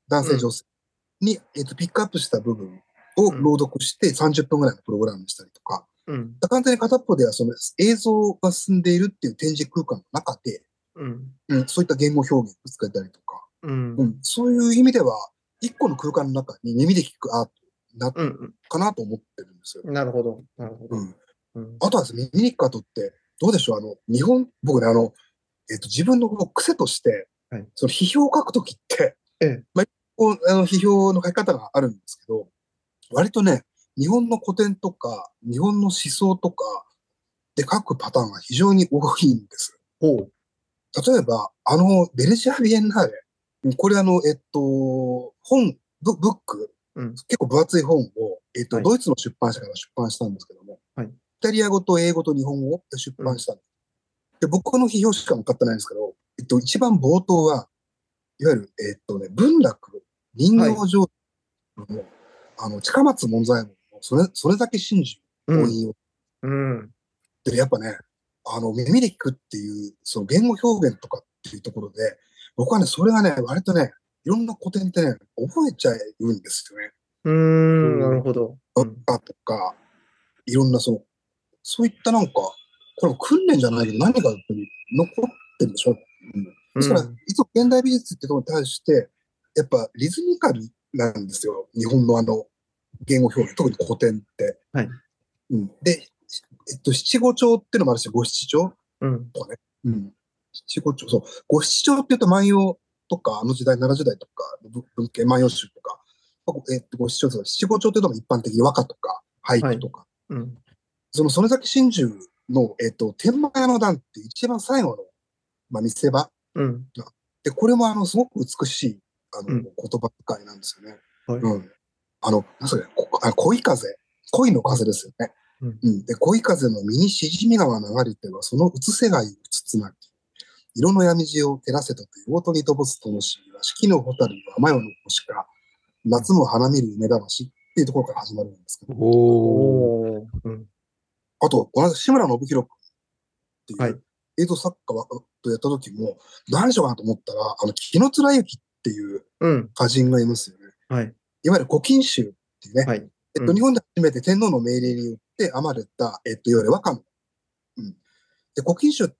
男性女性に、えっと、ピックアップした部分を朗読してさんじゅっぷんぐらいのプログラムにしたりとか、うん、完全に片っぽではその映像が進んでいるっていう展示空間の中で、うんうん、そういった言語表現を使えたりとか、うんうん、そういう意味では、一個の空間の中に耳で聞くアートな、うん、かなと思ってるんですよ。 なるほど。なるほど。うんうん、あとはですね、耳に聞くアートって、どうでしょう、あの、日本、僕ね、あの、えっと、自分の癖として、はい、その批評を書くときって、ええ、まあ、こうあの批評の書き方があるんですけど、割とね、日本の古典とか、日本の思想とかで書くパターンが非常に多いんです。ほう。例えば、あの、ベネチア・ビエンナーレ。これあの、えっと、本、ブブック、うん、結構分厚い本を、えっと、はい、ドイツの出版社から出版したんですけども、はい、イタリア語と英語と日本語で出版したんです。うん、で、僕の批評しか向かってないんですけど、えっと、一番冒頭は、いわゆる、えっとね、文楽、人形上の、はい、あの、近松門左衛門のそれ、それだけ真珠を引用。うん。うん、で、やっぱね、あの、耳で聞くっていう、その言語表現とかっていうところで、僕はね、それがね、割とね、いろんな古典ってね、覚えちゃうんですよね。 うーん、なるほど。 うん、とか、いろんなその、そういったなんか、これも訓練じゃないけど、何かやっぱり残ってるでしょ。うん、ですから、いつも現代美術ってところに対して、やっぱリズミカルなんですよ。日本のあの、言語表現、特に古典って。はい。うん、で、えっと、七五調っていうのもあるし、五七調とかね。うん。七五調、そう。五七調っていうと万葉とか、あの時代、奈良時代とか、文系万葉集とか、えっと、五七調とか、七五調っていうのも一般的に和歌とか、俳句とか。はい、うん、その、曽根崎真珠の、えっと、天満屋の段って一番最後の、まあ、見せ場。うん。で、これも、あの、すごく美しい、あの、うん、言葉遣いなんですよね。はい、うん。あの、なんすかね、恋風。恋の風ですよね。うんうん、で恋風の身にしじみ川流れては、そのうつせがいうつつなき。色の闇地を照らせたという大に飛ぶすともしは、四季の蛍は天夜の星か、夏も花見る梅田橋っていうところから始まるんですけど。おうん、あと、この間、志村信弘君っていう映像作家とやった時も、何しようかなと思ったら、あの、紀貫之っていう歌人がいますよね。うん、はい、いわゆる古今集っていうね。はい、えっと、日本で初めて天皇の命令によって編まれた、えっと、いわゆる和歌の。うん。で、古今集って、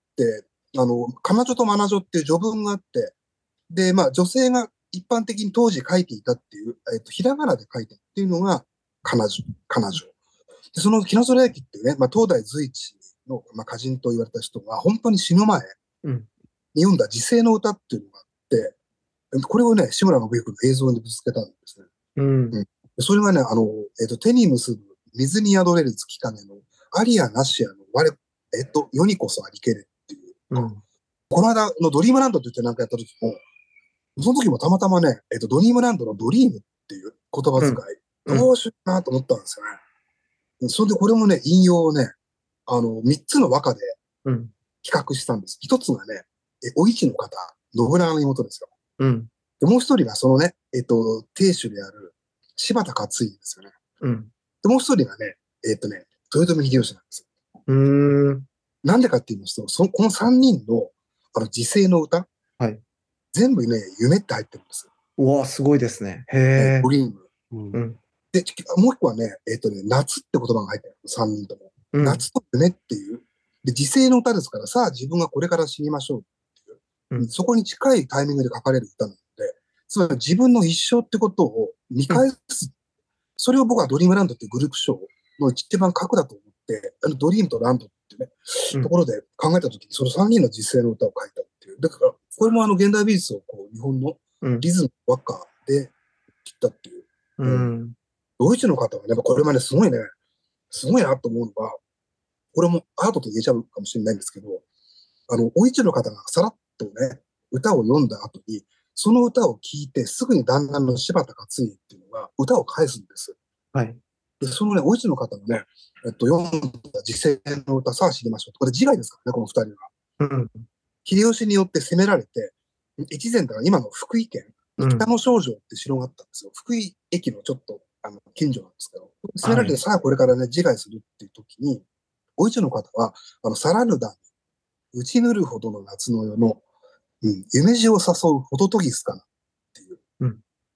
あの、彼女と愛女っていう序文があって、で、まあ、女性が一般的に当時書いていたっていう、えっと、ひらがなで書いてっていうのが、彼女、彼女。で、その木之駅っていうね、まあ、東大随一の、まあ、歌人と言われた人が、本当に死ぬ前に読んだ時世の歌っていうのがあって、これをね、志村信之の映像にぶつけたんですね。うん。うん、それがね、あの、えっと、手に結ぶ水に宿れる月影の、アリアなしやの我、えっと、世にこそありけれっていう。うん、この間のドリームランドって言ってなんかやった時も、その時もたまたまね、えっと、ドリームランドのドリームっていう言葉遣い、うん、どうしようかなと思ったんですよね。それでこれもね、引用をね、あの、三つの和歌で比較したんです。一、うん、つがね、え、お市の方、信長の妹ですよ。うん、でもう一人がそのね、えっと、亭主である柴田勝家ですよね。うん、でもう一人がね、えっとね、豊臣秀吉なんですよ。うん。なんでかって言いますと、そこの三人の、あの、時世の歌、はい、全部ね、夢って入ってるんです。 うわ、すごいですね。へー。ドリーム。うん。で、もう一個はね、えっとね、夏って言葉が入ってる。三人とも。うん、夏と夢っていう。で、時世の歌ですから、さあ自分がこれから死にましょうっていう。うん、そこに近いタイミングで書かれる歌なので、つまり自分の一生ってことを見返す。うん、それを僕はドリームランドっていうグループ賞の一番核だと思って、あのドリームとランドっていうね、うん、ところで考えたときに、その三人の実世の歌を書いたっていう。だから、これもあの現代美術をこう日本のリズム和歌で切ったっていう。うんうん、ドイツの方はね、やっぱこれまですごいね、すごいなと思うのが、これもアートと言えちゃうかもしれないんですけど、あの、お市の方がさらっとね、歌を読んだ後に、その歌を聴いてすぐに旦那の柴田勝家っていうのが歌を返すんです。はい。で、そのね、お市の方のね、えっと、読んだ時世の歌、さあ知りましょう。これ自害ですからね、この二人は。うん、秀吉によって攻められて、越前から今の福井県、北の少女って城があったんですよ。うん、福井駅のちょっと、あの、近所なんですけど、攻められて、はい、さあこれからね、自害するっていう時に、お市の方は、あの、さらぬだに、打ちぬるほどの夏の夜の、うん、夢路を誘うホトトギスかなっていう。うん、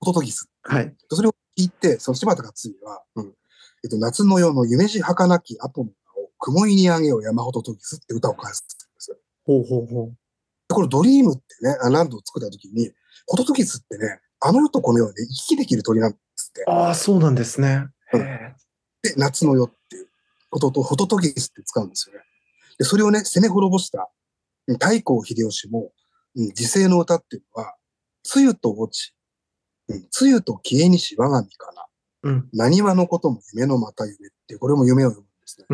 ホトトギス。 はい。 それを聞いて、その柴田勝家は、うん、えっと、夏の夜の夢路儚き後の名を雲井にあげよう山ホトトギスって歌を返すんですよ。 ほうほうほう。 これドリームってね、ランドを作った時に、ホトトギスってね、あの世とこの世で行き来できる鳥なんですって。 ああ、そうなんですね。 うん、で、夏の夜っていうことと、ホトトギスって使うんですよね。で、それをね、攻め滅ぼした太閤秀吉も、うん、時世の歌っていうのは、露と落ち、うん、露と消えにし我が身かな。うん。何話のことも夢のまた夢っていう、これも夢を読むんですね。 うん。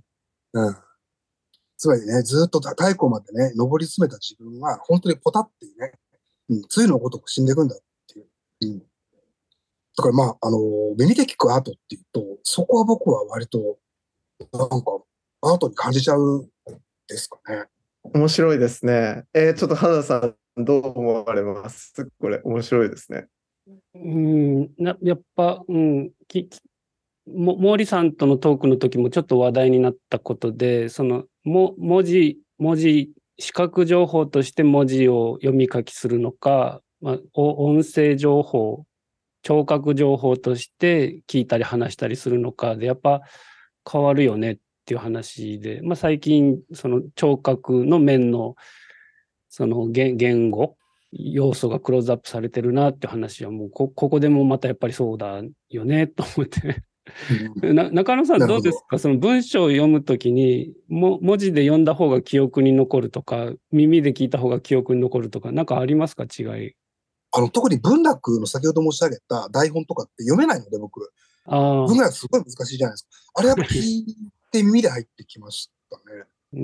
うん。つまりね、ずっと太閤までね、登り詰めた自分は、本当にポタっていうね、うん、露のごとく死んでいくんだっていう。うん。だからまあ、あのー、耳で聞くアートっていうと、そこは僕は割と、なんか、アートに感じちゃうですかね。 面白いですね。えー、ちょっと花田さん、どう思われますこれ、面白いですね。 うんなやっぱ、うん、ききも毛利さんとのトークの時もちょっと話題になったことで、そのも文字、文字、視覚情報として文字を読み書きするのか、まあ、お音声情報、聴覚情報として聞いたり話したりするのかで、やっぱ変わるよねっていう話で、まあ、最近、その聴覚の面のその言言語、要素がクローズアップされてるなっていう話はもうこ、ここでもまたやっぱりそうだよねと思ってな。中野さんどうですか？その文章を読むときにも文字で読んだ方が記憶に残るとか、耳で聞いた方が記憶に残るとか、なんかありますか？違い。 あの、特に文楽の先ほど申し上げた台本とかって読めないので、僕。あ文楽すごい難しいじゃないですか。あれやっぱ聞いて耳で入ってきましたね。うん。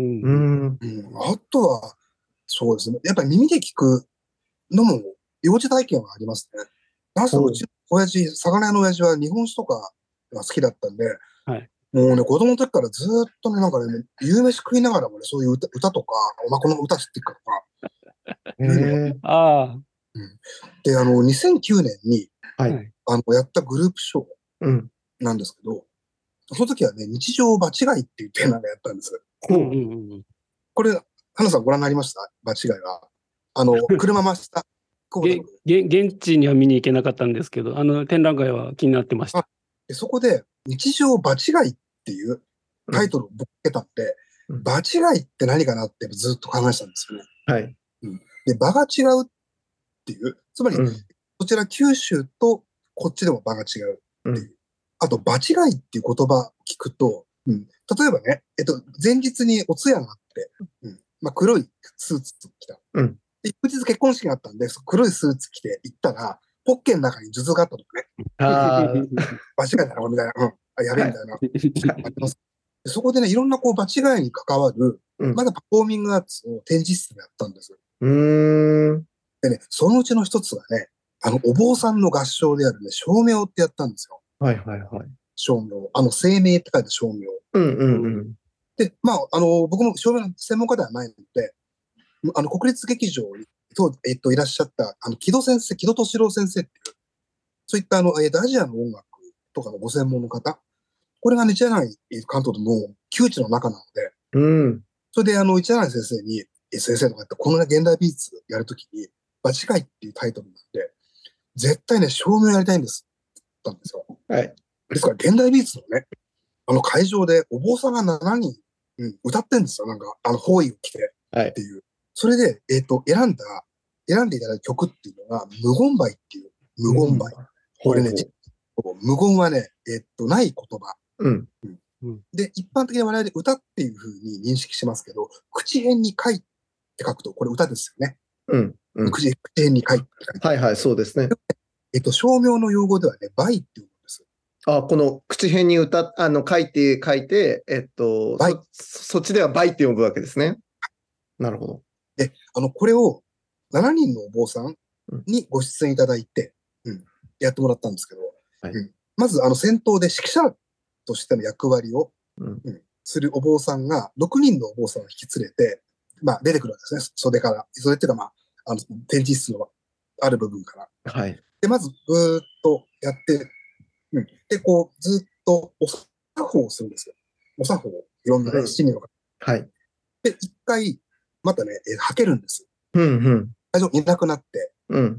うん。あとは、そうですね。やっぱり耳で聞くのも幼児体験はありますね。なんせうちの親父、魚屋の親父は日本酒とかが好きだったんで、はい、もうね、子供の時からずっとね、なんかね、夕飯食いながらもね、そういう歌、歌とか、お前この歌知ってるかとか、いうのが。ああ。うん、で、あの、にせんきゅうねんに、はい、あの、やったグループショーなんですけど、うん、その時はね、日常場違いっていうテーマでやったんです。うんうんうん、これ、花さんご覧になりました？場違いは。あの、車回した。 現地には見に行けなかったんですけど、あの展覧会は気になってました。 でそこで、日常場違いっていうタイトルをぶっけたんで、うん、場違いって何かなってずっと考えてたんですよね。はい。うん、で、場が違うっていう、つまり、うん、こちら九州とこっちでも場が違うっていう。うん、あと、場違いっていう言葉を聞くと、うん、例えばね、えっと、前日にお通夜があって、うんまあ、黒いスーツ着た。うん翌日結婚式があったんで、黒いスーツ着て行ったら、ポッケの中に数珠があったとかね。ああ。場違いだな、みたいな。うん。あ、やべえ、みたいな。はい、そこでね、いろんなこう場違いに関わる、うん、まだパフォーミングアーツを展示室でやったんです。うーん。でね、そのうちの一つがね、あの、お坊さんの合唱であるね、声明ってやったんですよ。はいはいはい。声明。あの、声明って書いて声明。うんうんうん。で、まあ、あの、僕も声明の専門家ではないので、あの、国立劇場に、えっと、いらっしゃった、あの、木戸先生、木戸敏郎先生っていう、そういった、あの、えっと、アジアの音楽とかのご専門の方、これがね、一柳関東の窮地の中なので、うん。それで、あの、一柳先生に、え、先生とかって、このね、現代美術やるときに、場違いっていうタイトルなんで、絶対ね、照明やりたいんですって言ったんですよ。はい。ですから、現代美術のね、あの会場でお坊さんがななにん、うん、歌ってんですよ。なんか、あの、包囲を着てっていう。はい、それで、えっと、選んだ、選んでいただいた曲っていうのが、無言梅っていう、無言梅。これね、無言はね、えっと、ない言葉。うんうん、で、一般的に我々歌っていうふうに認識しますけど、口辺に書いって書くと、これ歌ですよね。うんうん、口口辺に書いって書いて。はいはい、そうですね。えっと、照明の用語ではね、梅っていう。あ、この口辺に歌あの書いて書いて、えっと、そ, そっちでは倍って呼ぶわけですね。なるほど。で、あの、これをしちにんのお坊さんにご出演いただいて、うん、やってもらったんですけど、はいうん、まず、あの、先頭で指揮者としての役割を、うんうん、するお坊さんが、ろくにんのお坊さんを引き連れて、まあ、出てくるわけですね、袖から。袖っていうか、まあ、あの、展示室のある部分から。はい。で、まず、ぐーっとやって、うん、で、こう、ずっとお作法をするんですよ。お作法を、いろんなね、七人の方。はい。で、一回、またね、えー、はけるんです。うんうん。最初いなくなって、うん。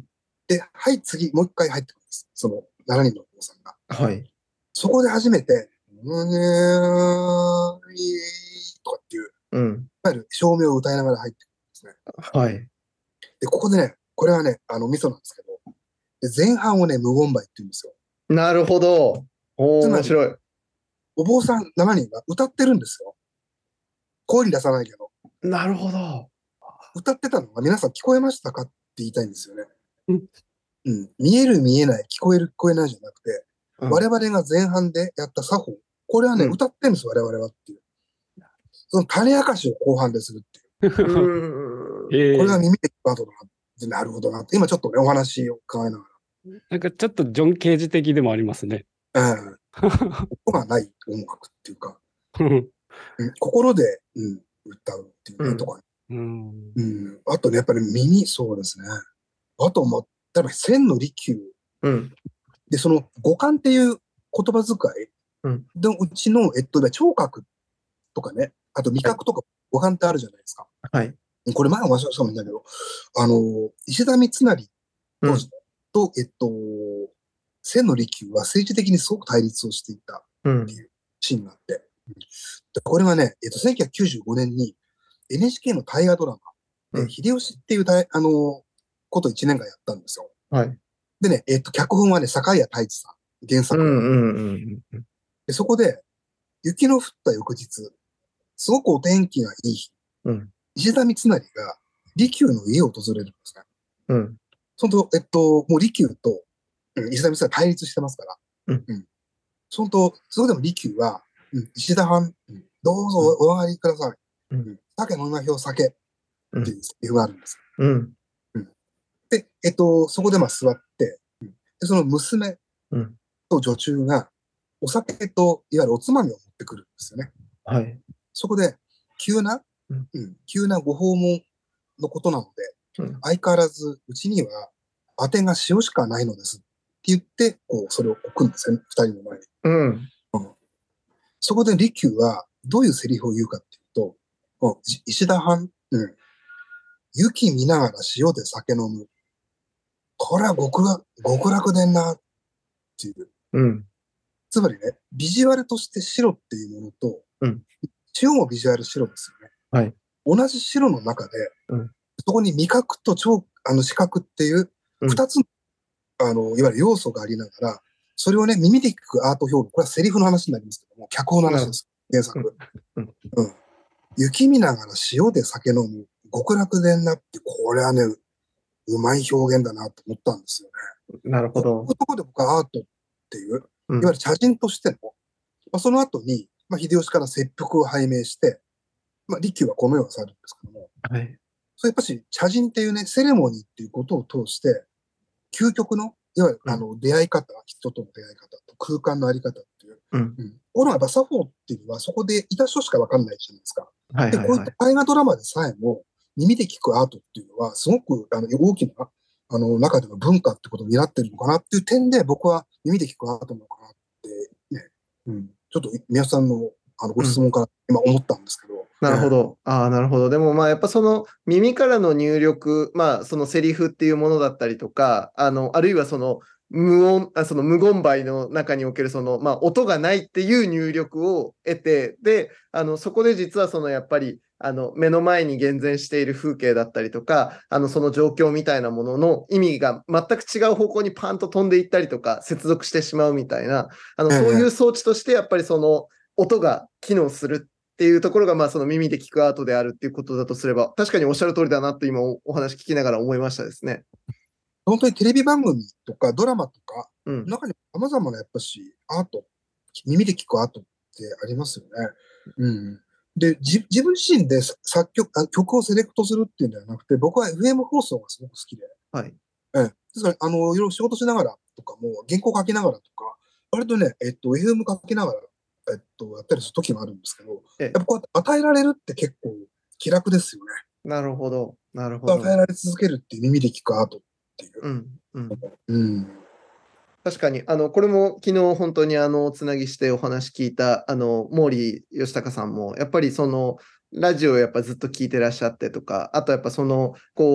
で、はい、次、もう一回入ってくるんです。そのしちにんのお坊さんが。 はい。 そこで初めて、むねーいとかっていう、 うん。 いわゆる照明を歌いながら入ってくるんですね。 はい。 で、ここでね、これはね、あの、ミソなんですけど、で前半をね、無言梅って言うんですよ。 なるほど。おー、 つまり、 面白い。 お坊さんしちにんが歌ってるんですよ。声に出さないけど。 なるほど。 歌ってたのが皆さん聞こえましたかって言いたいんですよね。 うんうん。見える見えない、聞こえる聞こえないじゃなくて、 うん我々が前半でやった作法、これはね、 うん歌ってるんです、我々はっていう。その種明かしを後半でするっていう。 うーん。 えー、 これが耳で聞く後だなって、なるほどなって、今ちょっとね、お話を伺いながなんかちょっとジョン・ケージ的でもありますね。 ら、うん。音がない音楽っていうか、うん、心で、うん、歌うっていうね、 うんとか、 うんうん。あとね、やっぱり耳、そうですね。あと、まあ、例えば千の利休。 うんで、その五感っていう言葉遣いうんのうちの、えっと、聴覚とかね、あと味覚とか五感ってあるじゃないですか。 はい。 これ前お話ししたかもしれないけど、あの、石田三成当時と、えっと、千の利休は政治的にすごく対立をしていたうんっていうシーンがあって、うんでこれはね、えっと、せんきゅうひゃくきゅうじゅうごねんに エヌエイチケー の大河ドラマで、 うん秀吉っていう大あの、ことをいちねんかんやったんですよ。 はい。 でね、えっと、脚本はね、坂井谷太一さん、原作は。 うんうんうんうんでそこで、雪の降った翌日、すごくお天気がいい日、 うん石田三成が利休の家を訪れるんですね。 うんそのと、えっと、もう利休と、うん、石田三成対立してますから。 うんうん。そのと、それでも利休は、うん、石田藩、うん、どうぞお上がりください。 うんうん、酒飲みましょう、酒。っていうセリフがあるんです。 うんうん。で、えっと、そこでまあ座って、うん、でその娘うんと女中が、お酒と、いわゆるおつまみを持ってくるんですよね。 はい。 そこで、急な、 うんうん、急なご訪問のことなので、 うん相変わらず、うちには、当てが塩しかないのですって言って、こう、それを置くんですよね、二人の前に。 うんうん、そこで利休は、どういうセリフを言うかっていうと、うん、石田藩、うん、雪見ながら塩で酒飲む。これは極楽、極楽でんな、っていう。 うんつまりね、ビジュアルとして白っていうものと、 うん、 塩もビジュアル白ですよね。 はい。 同じ白の中で、 うん、 そこに味覚と聴あの視覚っていう二つの、うん、あのいわゆる要素がありながら、それをね、耳で聞くアート表現、これはセリフの話になりますけども、脚本の話です、原作。うん。うん、雪見ながら塩で酒飲む、極楽でんなって、これはね、うまい表現だなと思ったんですよね。 なるほど。 こういうところで僕はアートっていう、うん、いわゆる茶人としての、まあ、その後に、まあ、秀吉から切腹を拝命して、まあ、利休はこの世を去るんですけども、 はい。 それやっぱし茶人っていうね、セレモニーっていうことを通して、究極の、いわゆるあの出会い方、うん、人との出会い方と空間のあり方っていう、うんうん、このやっぱ作法っていうのはそこでいた人しかわかんないじゃないですか。 はいはいはい、 で、こういった大河ドラマでさえも、耳で聞くアートっていうのは、すごくあの大きなあの中での文化ってことになってるのかなっていう点で、僕は耳で聞くアートなのかなってね、うん、ちょっと宮下さんのあのご質問から今思ったんですけど。うん、 なるほど。ああ、なるほど。でもまあやっぱその耳からの入力、まあそのセリフっていうものだったりとか、あの、あるいはその無音、あその無言梅の中におけるその、まあ音がないっていう入力を得て、で、あの、そこで実はそのやっぱり、あの、目の前に現前している風景だったりとか、あの、その状況みたいなものの意味が全く違う方向にパンと飛んでいったりとか、接続してしまうみたいな、あの、そういう装置としてやっぱりその音が機能するっていうところが、まあ、その耳で聞くアートであるっていうことだとすれば、確かにおっしゃる通りだなと今お話聞きながら思いましたですね。 本当にテレビ番組とかドラマとか、 うん、 中に様々なやっぱしアート、耳で聞くアートってありますよね。うん。で、じ自分自身で作曲、曲をセレクトするっていうんではなくて、僕は エフエム 放送がすごく好きで。 はい。 ええ。ですから、あの、いろいろ仕事しながらとかも、原稿書きながらとか、割とね、えっと、エフエム 書きながら、えっと、やったりする時もあるんですけど、やっぱこうやって与えられるって結構気楽ですよね。 なるほど。なるほど。 与えられ続けるっていう耳で聞くアートっていう。 うんうんうん、 確かに、あの、これも昨日本当にあの、つなぎしてお話聞いた、あの、毛利義隆さんも、やっぱりその、ラジオをやっぱずっと聞いてらっしゃってとか、あとやっぱその、こう、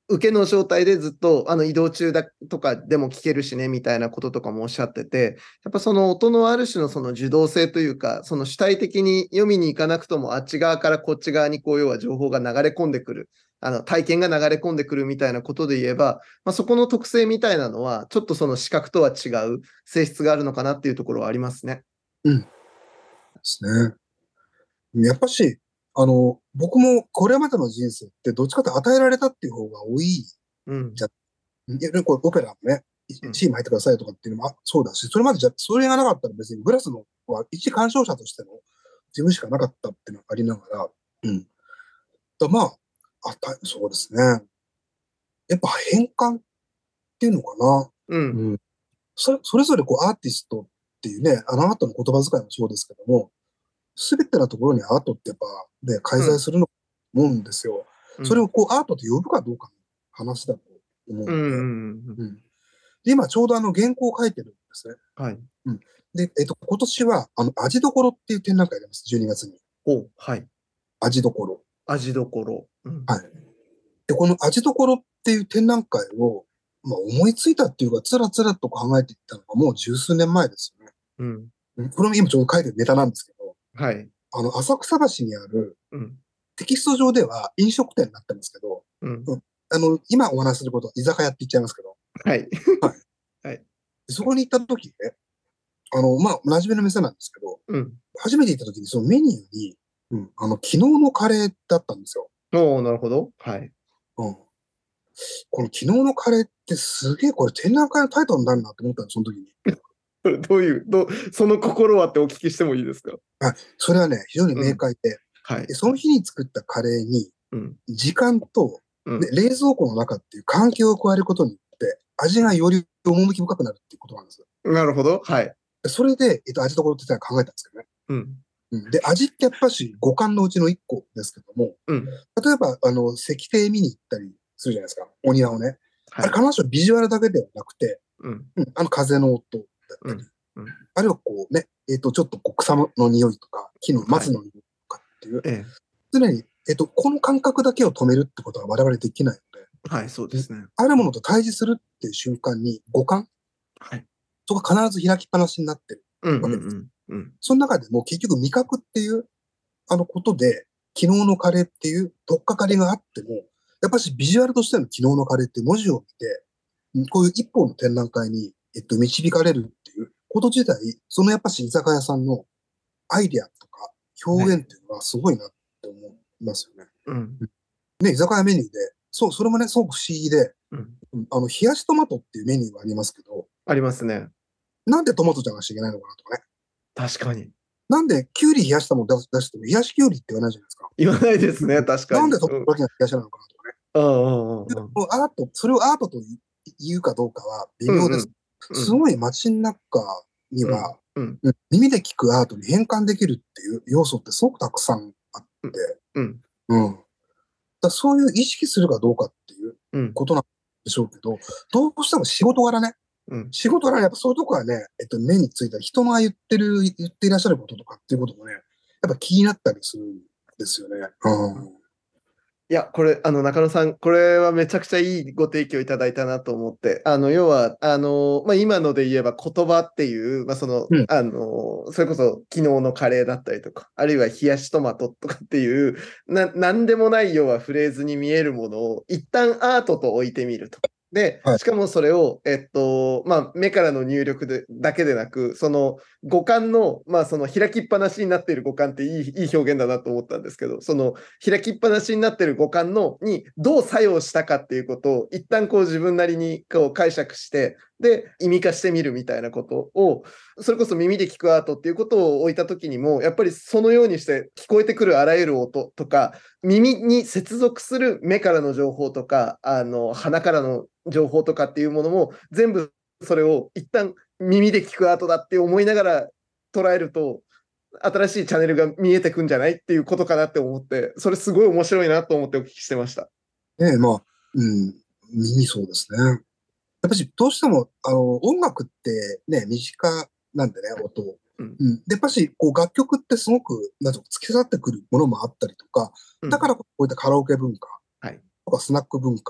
受けの状態でずっとあの移動中だとかでも聞けるしねみたいなこととかもおっしゃってて、やっぱその音のある種のその受動性というか、その主体的に読みに行かなくともあっち側からこっち側にこう要は情報が流れ込んでくる、あの体験が流れ込んでくるみたいなことで言えば、まあ、そこの特性みたいなのはちょっとその視覚とは違う性質があるのかなっていうところはありますね。 うん。ですね。やっぱし、あの、僕もこれまでの人生ってどっちかというと与えられたっていう方が多いうん。 じゃ、いや、これオペラもね、 うんチーム入ってくださいとかっていうのもあそうだし、それまでじゃ、それがなかったら別にグラスのは一鑑賞者としての自分しかなかったっていうのがありながら、うん。だまあ、あた、そうですね。やっぱ変換っていうのかな。 うん。 うん。それ、それぞれこうアーティストっていうね、あのアートの言葉遣いもそうですけども、すべてのところにアートってやっぱね、介在するのと思うんですよ。 うん。 それをこうアートと呼ぶかどうかの話だと思ううん。 ので、 うん。 うんで、今ちょうどあの原稿を書いてるんですね。 はい。 うん。で、えっと、今年は、あの、味どころっていう展覧会があります。じゅうにがつに。 お、はい。 味どころ。 味どころ。うん。 はい。で、この味どころっていう展覧会を、まあ、思いついたっていうか、つらつらと考えていったのがもう十数年前ですよね。 うん。 うんこれも今ちょうど書いてるネタなんですけど、 はい。 あの、浅草橋にある、 うん。 テキスト上では飲食店になってるんですけど、 うん。 うんあの、今お話しすることは居酒屋って言っちゃいますけど、 はい。 はい。 はい。 そこに行った時ね、あの、まあ、馴染みの店なんですけど、 うん。 初めて行った時にそのメニューに、うん、あの、昨日のカレーだったんですよ。 おー、なるほど。はい。 うん。この昨日のカレーってすげえこれ展覧会のタイトルになるなって思ったんです、その時に。 これどういう、どう、その心はってお聞きしてもいいですか？ はい。それはね、非常に明快で、 はい。 でその日に作ったカレーに、 うん。 時間と、 うん。 ね、冷蔵庫の中っていう環境を加えることによって、味がより趣深くなるっていうことなんですよ。 なるほど。はい。 でそれで、えっと、味どころって言ったら考えたんですけどね。 うん。 うん、で、味ってやっぱし五感のうちの一個ですけども、 うん。 例えば、あの、石庭見に行ったりするじゃないですか。お庭をね。 はい。 あれ、必ずしもビジュアルだけではなくて、 うん。 うん、あの風の音だったり、 うん。うん。 あるいはこうね、えっ、と、ちょっとこう草の匂いとか、木の松の匂いとかっていう、 え常に、えっ、と、この感覚だけを止めるってことは我々できないので、 え。はい、そうですね。 あるものと対峙するっていう瞬間に五感、 はい。 そこが必ず開きっぱなしになってるうんうわけです。 んうんうん。 その中でも結局味覚っていうあのことで、昨日のカレーっていう取っかかりがあっても、やっぱしビジュアルとしての昨日のカレーって文字を見て、うんこういう一本の展覧会に、えっと、導かれるっていうこと自体、そのやっぱし居酒屋さんのアイディアとか表現っていうのはすごいなって思いますよね。 うん。 ね、居酒屋メニューで、そう、それもね、すごく不思議で、 うん。 うんあの、冷やしトマトっていうメニューがありますけど、 ありますね。 なんでトマトじゃなくちゃいけないのかなとかね。 確かに。 なんでキュウリ冷やしたもの出出しても冷やしキュウリって言わないじゃないですか。 言わないですね、確かに。 なんでトマうん。 トだけが冷やしなのかなとかね。 うんうんうんうん。 アート、それをアートと言うかどうかは微妙です。 うんすごい街の中にうんは、 うんうん耳で聞くアートに変換できるっていう要素ってすごくたくさんあって、 うんうん。だそういう意識するかどうかっていううんことなんでしょうけど、どうしても仕事柄ね、 うん仕事柄やっぱそういうとこはね、えっと、目についた人が言ってる、言っていらっしゃることとかっていうこともね、やっぱ気になったりするんですよね。うんいや、これ、あの、中野さん、これはめちゃくちゃいいご提供いただいたなと思って、あの、要は、あの、まあ、今ので言えば言葉っていう、まあ、その、 うん、 あの、それこそ昨日のカレーだったりとか、あるいは冷やしトマトとかっていう、な、なんでもない要はフレーズに見えるものを一旦アートと置いてみると。で、 はい。 しかもそれを、えっと、まあ、目からの入力でだけでなく、その五感の、まあ、その開きっぱなしになっている五感っていい、いい表現だなと思ったんですけど、その開きっぱなしになっている五感のにどう作用したかっていうことを一旦こう自分なりにこう解釈して、で、意味化してみるみたいなことを、それこそ耳で聞くアートっていうことを置いたときにも、やっぱりそのようにして聞こえてくるあらゆる音とか、耳に接続する目からの情報とか、あの鼻からの情報とかっていうものも、全部それを一旦耳で聞くアートだって思いながら捉えると、新しいチャンネルが見えてくんじゃないっていうことかなって思って、それすごい面白いなと思ってお聞きしてました。 ねえ、まあ、うん、耳そうですね。やっぱし、どうしても、あの、音楽ってね、身近なんでね、音を。 うん。 うん。で、やっぱし、こう、楽曲ってすごく、なんとか突き刺さってくるものもあったりとか、 うん。 だからこういったカラオケ文化はい。 とかスナック文化っ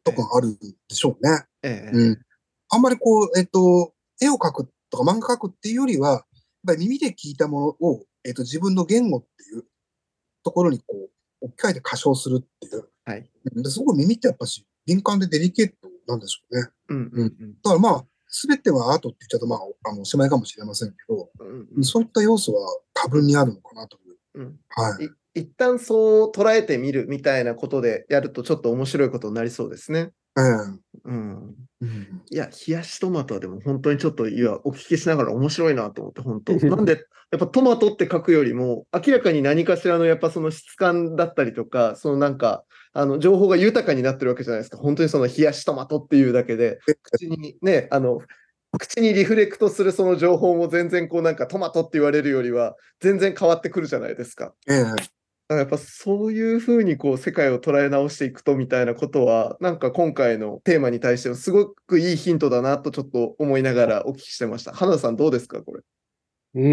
とかあるでしょうね。 ええうん。あんまりこう、えっと、絵を描くとか漫画描くっていうよりは、やっぱり耳で聞いたものを、えっと、自分の言語っていうところにこう、置き換えて歌唱するっていう。 はい。 ですごく耳ってやっぱし敏感でデリケートなんでしょうね。 うんうんうん。 だからまあ、すべてはアートって言っちゃうと、まあ、あの、おしまいかもしれませんけど、 うんうんそういった要素は多分にあるのかなという。 うん。 はい。 い一旦そう捉えてみるみたいなことでやるとちょっと面白いことになりそうですね。 ええうん。 うんいや、冷やしトマトはでも本当にちょっと、いや、お聞きしながら面白いなと思って、本当。なんで、やっぱトマトって書くよりも、明らかに何かしらのやっぱその質感だったりとか、そのなんか、あの、情報が豊かになってるわけじゃないですか。本当にその冷やしトマトっていうだけで、口にね、あの、口にリフレクトするその情報も全然こうなんかトマトって言われるよりは、全然変わってくるじゃないですか。 ええだからやっぱそういうふうにこう世界を捉え直していくとみたいなことは、なんか今回のテーマに対してはすごくいいヒントだなとちょっと思いながらお聞きしてました。花田さんどうですか、これ。 うん。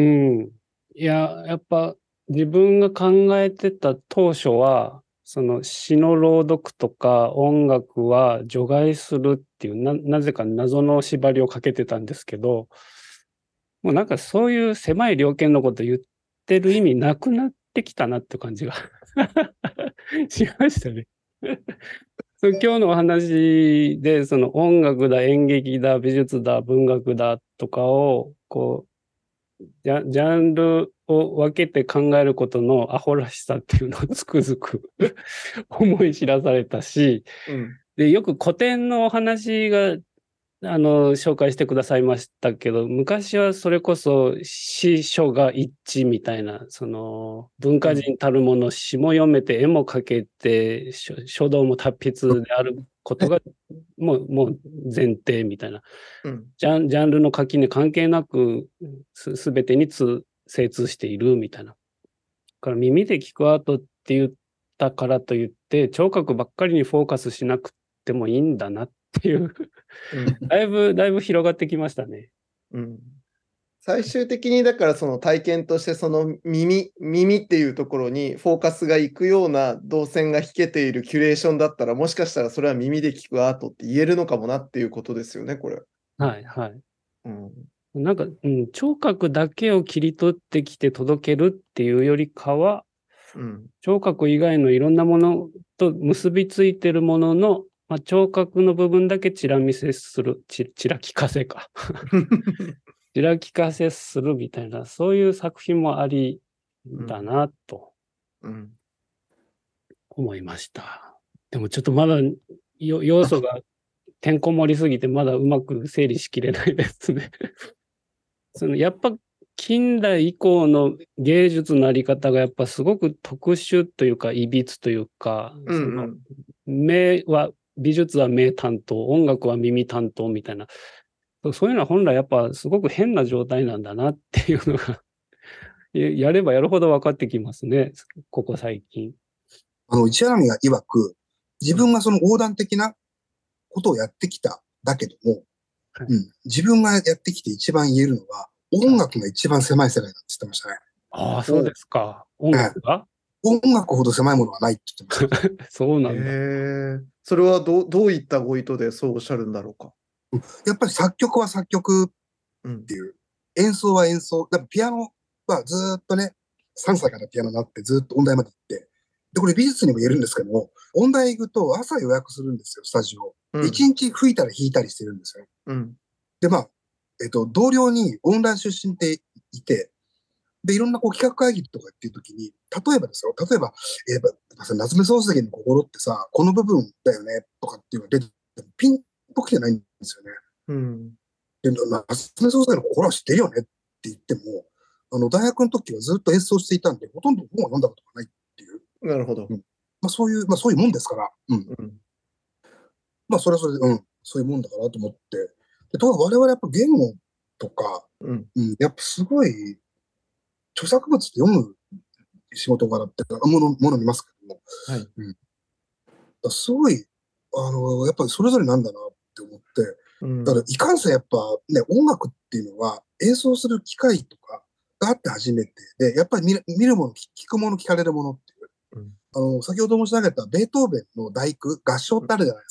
いや、やっぱ自分が考えてた当初は、その詩の朗読とか音楽は除外するっていう、な、なぜか謎の縛りをかけてたんですけど、もうなんかそういう狭い猟犬のこと言ってる意味なくなってきたなって感じがしましたね。そう今日のお話で、その音楽だ、演劇だ、美術だ、文学だとかを、こう、ジャジャンルを分けて考えることのアホらしさっていうのをつくづく思い知らされたし、 うん。 で、よく古典のお話があの、紹介してくださいましたけど、昔はそれこそ詩書が一致みたいな、その文化人たるもの詩も読めて絵も描けて書書道も達筆であることがもう、もう前提みたいな。 うん。 ジャンジャンルの垣根関係なくす、すべてに通精通しているみたいな。だから耳で聞くアートって言ったからといって、聴覚ばっかりにフォーカスしなくてもいいんだなっていううん。 だいぶ、だいぶ広がってきましたね。 うん。最終的にだからその体験としてその耳、耳っていうところにフォーカスがいくような動線が弾けているキュレーションだったらもしかしたらそれは耳で聞くアートって言えるのかもなっていうことですよね、これ。 はい、はい。 うん。 なんか、うん、聴覚だけを切り取ってきて届けるっていうよりかは、 うん。 聴覚以外のいろんなものと結びついてるものの、まあ、聴覚の部分だけちら見せする、ち、ちら聞かせか。ちら聞かせするみたいな、そういう作品もありだなとうん。 思いました。でもちょっとまだよ要素がてんこ盛りすぎてまだうまく整理しきれないですね。そのやっぱ近代以降の芸術のあり方がやっぱすごく特殊というか、いびつというか、 うんそのうん。 目は、美術は目担当、音楽は耳担当みたいな、そういうのは本来やっぱすごく変な状態なんだなっていうのがややればやるほど分かってきますね、ここ最近。 あの、一柳が曰く、自分がその横断的なことをやってきただけども、 はいうん、自分がやってきて一番言えるのは、音楽が一番狭い世界だって言ってましたね。 ああ、そうですか。音楽が、 音楽ほど狭いものはないって言ってました。 そうなんだ。 へえ。それはどう、どういったご意図でそうおっしゃるんだろうか。 やっぱり作曲は作曲うん。 っていう、演奏は演奏。だからピアノはずーっとね、さんさいからピアノになってずーっと音大まで行って、で、これ美術にも言えるんですけども、音大行くと朝予約するんですよ、スタジオ。 うん。 一日吹いたり弾いたりしてるんですよ。 うん。 で、まあ、えっと、同僚に音大出身っていて、で、いろんなこう企画会議とかっていう時に、例えばですよ、例えば、えー、夏目漱石の心ってさ、この部分だよね、とかっていうのが出て、ピンときてないんですよね。 うん。 で、夏目漱石の心は知ってるよねって言っても、あの、大学の時はずっと演奏していたんで、ほとんど本を読んだことがないっていう。 なるほど。 うん、まあそういう、まあそういうもんですから、うん。 うん。 まあそれはそれで、うん、そういうもんだからと思って。で、と我々やっぱ言語とか、 うん。 うん、やっぱすごい、著作物って読む仕事柄ってもの、もの見ますけども、 はい。 うん、だすごい、あの、やっぱりそれぞれなんだなって思って、 うん。 だからいかんせんやっぱね、音楽っていうのは演奏する機会とかがあって初めてで、やっぱり見る見るもの、聞くもの、聞かれるものっていう。 うん。 あの、先ほど申し上げたベートーベンの第九、合唱ってあるじゃないですか。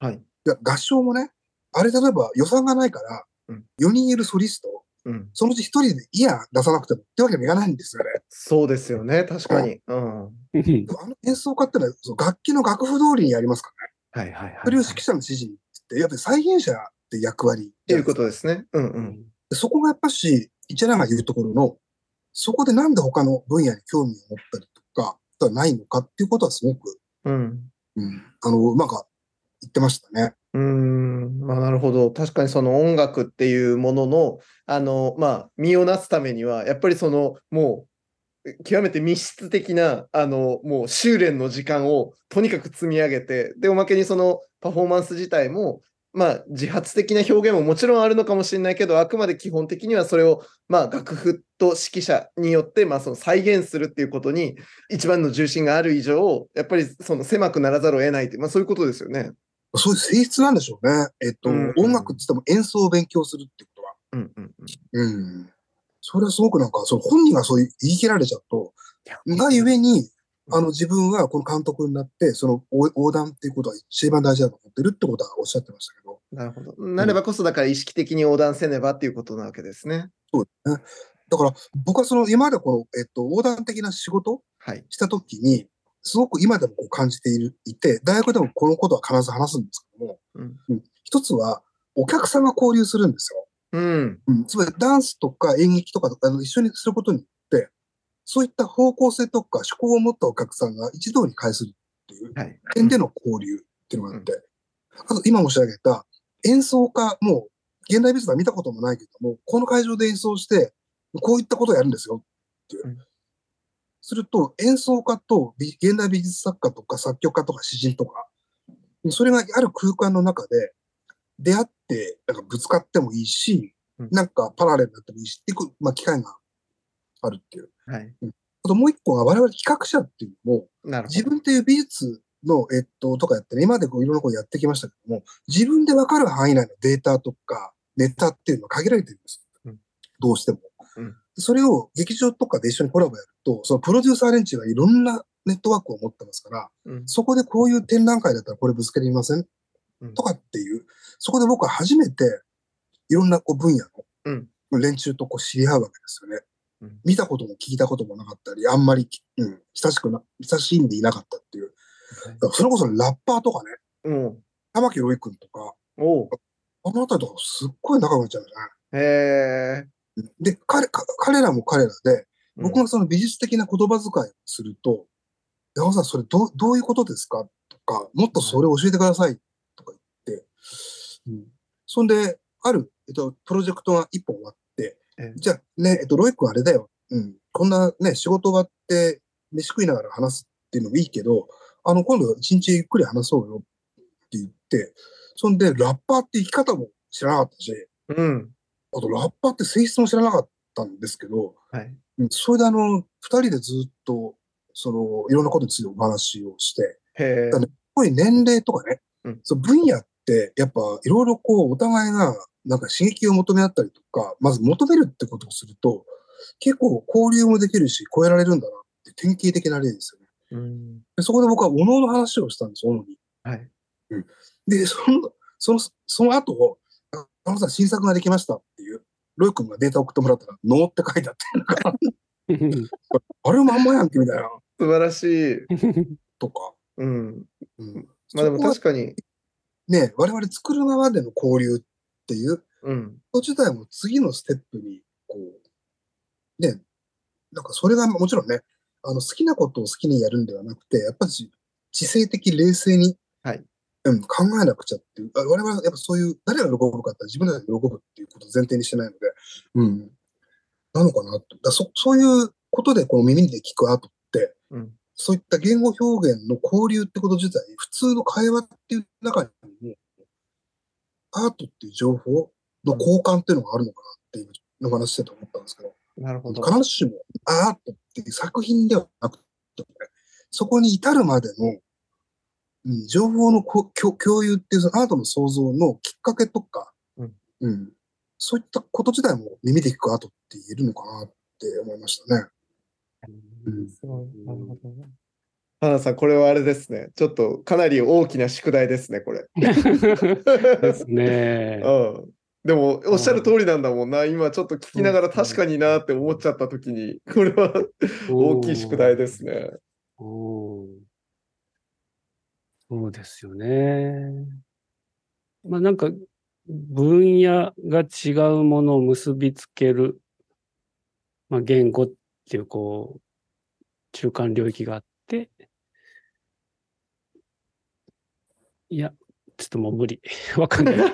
はい。 で合唱もね、あれ例えば予算がないから、 うん、 よにんいるソリスト、 うん、 そのうちひとりでイヤー出さなくてもってわけにもいかないんですよね。 そうですよね、確かに。うん。 うんでもあの演奏家ってのは、その楽器の楽譜通りにやりますからね。 はいはいはい、 それをはい。 指揮者の指示にって、やっぱり再現者って役割っていうじゃないですか。 ことですね。うんうん。 でそこがやっぱし、一蘭が言うところの、そこでなんで他の分野に興味を持ったりとか、はないのかっていうことはすごく、 うん。 うん、あの、なんか言ってましたね。 うーん、まあ、なるほど。確かにその音楽っていうものの、あの、まあ、身をなすためには、やっぱりその、もう、極めて密室的な、あの、もう修練の時間をとにかく積み上げて、で、おまけにそのパフォーマンス自体も、まあ、自発的な表現ももちろんあるのかもしれないけど、あくまで基本的にはそれを、まあ、楽譜と指揮者によって、まあ、その再現するっていうことに一番の重心がある以上、やっぱりその狭くならざるを得ないって、まあ、そういうことですよね。 そういう性質なんでしょうね。えっと、 うん、 音楽って言っても演奏を勉強するってことは。 うん、うん、うん。 うん。それはすごくなんか、その本人がそう言い切られちゃうと、がゆえに、あの自分はこの監督になって、その横断っていうことは一番大事だと思ってるってことはおっしゃってましたけど。 なるほど。なればこそ、だから意識的に横断せねばっていうことなわけですね。 そうですね。だから僕はその今までこの、えっと、横断的な仕事はい。 したときに、すごく今でもこう感じているいて、大学でもこのことは必ず話すんですけども、 うん。 うん、一つはお客さんが交流するんですよ。 うん。 うん、つまりダンスとか演劇とかあの一緒にすることによって、そういった方向性とか思考を持ったお客さんが一堂に会するっていうはい。 点での交流っていうのがあって、 うん、 あと今申し上げた演奏家も現代美術は見たこともないけども、この会場で演奏して、こういったことをやるんですよっていう。 うん、 すると演奏家と現代美術作家とか作曲家とか詩人とか、それがある空間の中で出会って、なんかぶつかってもいいし、 うん。 なんかパラレルになってもいいしっていう、まあ、機会があるっていう。 はい。 うん、あともう一個が我々企画者っていうのも、 なるほど。 自分っていう美術の、えっと、とかやってね、今までこういろんなことやってきましたけども、自分でわかる範囲内のデータとかネタっていうのは限られてるんです。 うん、 どうしても。 うん、 それを劇場とかで一緒にコラボやると、そのプロデューサー連中がいろんなネットワークを持ってますから、 うん、 そこでこういう展覧会だったらこれぶつけてみませんうん、 とかっていう、そこで僕は初めていろんなこう分野うん、 の連中とこう知り合うわけですよね。 うん。 見たことも聞いたこともなかったり、あんまり、うん、親しくな、親しんでいなかったっていう。 はい。 それこそラッパーとかね、 うん。 玉木ロイ君とか、 おう。 あのあたりとかすっごい仲良くなっちゃうんですへえ。 ね。で、彼、か彼らも彼らで、 うん、 僕がその美術的な言葉遣いをすると、山本さん、それどう、どういうことですかとか、もっとそれを教えてくださいとか言って、うん、そんで、ある、えっと、プロジェクトが一本終わって、 え、 じゃあね、えっと、ロイ君あれだよ。うん。こんなね、仕事終わって飯食いながら話すっていうのもいいけど、あの、今度一日ゆっくり話そうよって言って、そんで、ラッパーって生き方も知らなかったし、 うん。 あと、ラッパーって性質も知らなかったんですけど、 はい。 うん、それであの、二人でずっと、その、いろんなことについてお話をして、 へえ。 だね、やっぱり年齢とかね、 うん、 その分野って、やっぱいろいろこう、お互いが、なんか刺激を求め合ったりとか、まず求めるってことをすると、結構交流もできるし、超えられるんだなって典型的な例ですよね。 うん。 でそこで僕はお能の話をしたんです、主に。 はい。 うん、で、その、その、その後、あのさん新作ができましたっていう、ロイ君がデータ送ってもらったら、能って書いてあって、なんかあれまんまやんけみたいな、 素晴らしい。 とか。 うん。 うん、 まあでもそこが確かに、 ね、我々作る側での交流っていう、 うん。 こと自体も次のステップに、こう、ね、なんかそれがもちろんね、あの好きなことを好きにやるんではなくて、やっぱり知性的冷静に、 はい。 うん、考えなくちゃっていう、あ我々はやっぱそういう、誰が喜ぶかって自分たちが喜ぶっていうことを前提にしてないので、うん、なのかなと。だそそういうことでこの耳で聞くアートって、 うん。 そういった言語表現の交流ってこと自体、普通の会話っていう中にも、アートっていう情報の交換っていうのがあるのかなっていうのを話してて思ったんですけど、 なるほど。 必ずしもアートっていう作品ではなくて、そこに至るまでの、うん、情報のこ共共有っていうそのアートの創造のきっかけとか、 うん。 うん、そういったこと自体も耳で聞くアートって言えるのかなって思いましたね。 うん、すごい。なるほどね。 花さん、これはあれですね。ちょっとかなり大きな宿題ですね、これ。 ですね。 うん。でも、おっしゃる通りなんだもんな。今ちょっと聞きながらそう確かになって思っちゃった時に、これは大きい宿題そですね。 う。うん。そうですよね。まあなんか分野が違うものを結びつける、まあ、言語っていうこう中間領域があって、いや、ちょっともう無理。わかんない。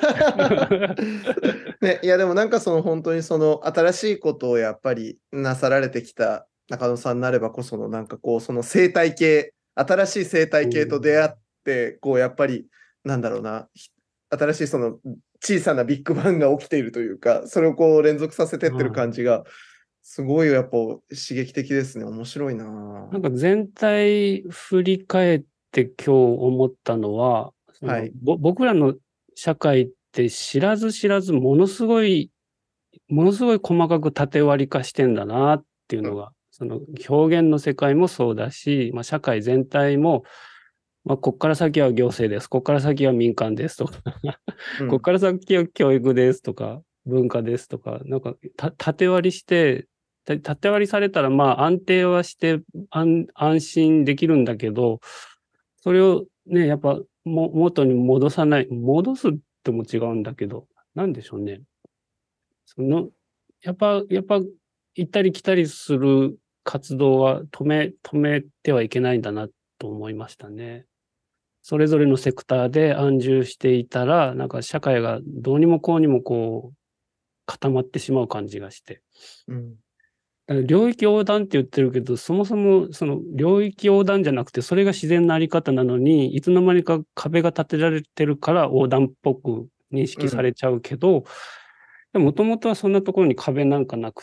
ね、いやでもなんかその本当にその新しいことをやっぱりなさられてきた中野さんになればこそのなんかこうその生態系、新しい生態系と出会ってこうやっぱりなんだろうな、ひ新しいその小さなビッグバンが起きているというか、それをこう連続させてってる感じがすごいやっぱ刺激的ですね。面白いな。 なんか全体振り返って今日思ったのは、そのはい。 ぼ僕らの社会って知らず知らずものすごい、ものすごい細かく縦割り化してんだなっていううん。 のが、その表現の世界もそうだし、まあ、社会全体も、まあ、こっから先は行政です。こっから先は民間ですとか、こっうん。 から先は教育ですとか、文化ですとか、なんかた縦割りして、た縦割りされたらまあ安定はして安安心できるんだけど、それをね、やっぱも元に戻さない、戻すっても違うんだけど、なんでしょうね。その、やっぱ、やっぱ行ったり来たりする活動は止め、止めてはいけないんだなと思いましたね。それぞれのセクターで安住していたら、なんか社会がどうにもこうにもこう固まってしまう感じがして。 うん。 だから領域横断って言ってるけど、そもそもその領域横断じゃなくて、それが自然なあり方なのに、いつの間にか壁が立てられてるから横断っぽく認識されちゃうけど、もともとはそんなところに壁なんかなくって、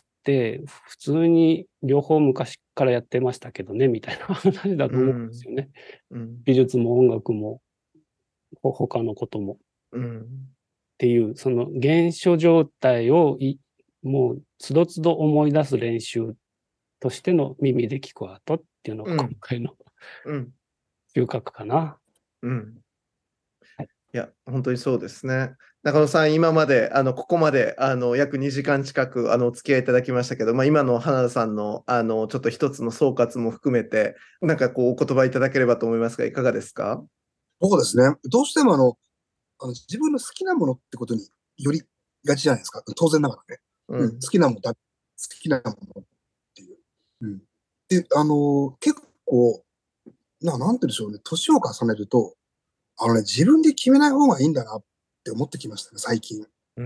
普通に両方昔からやってましたけどね、みたいな話だと思うんでうん。 すよね。 うん。 美術も音楽も、ほ他のことも。 うん。 っていう、その原初状態をいもうつどつど思い出す練習としての耳で聞くアートっていうのが今うん回のうん。 収穫かな。 うん。いや、本当にそうですね。中野さん、今まで、あの、ここまで、あの、約にじかん近く、あの、お付き合いいただきましたけど、まあ、今の花田さんの、あの、ちょっと一つの総括も含めて、なんかこう、お言葉いただければと思いますが、いかがですか？ そうですね。どうしてもあの、あの自分の好きなものってことによりがちじゃないですか。当然ながらね。うん、好うん。 きなものだ、好きなものっていう。うん。で、あの、結構、な、なんて言うんでしょうね。年を重ねると、あのね、自分で決めない方がいいんだなって思ってきましたね、最近。 うん。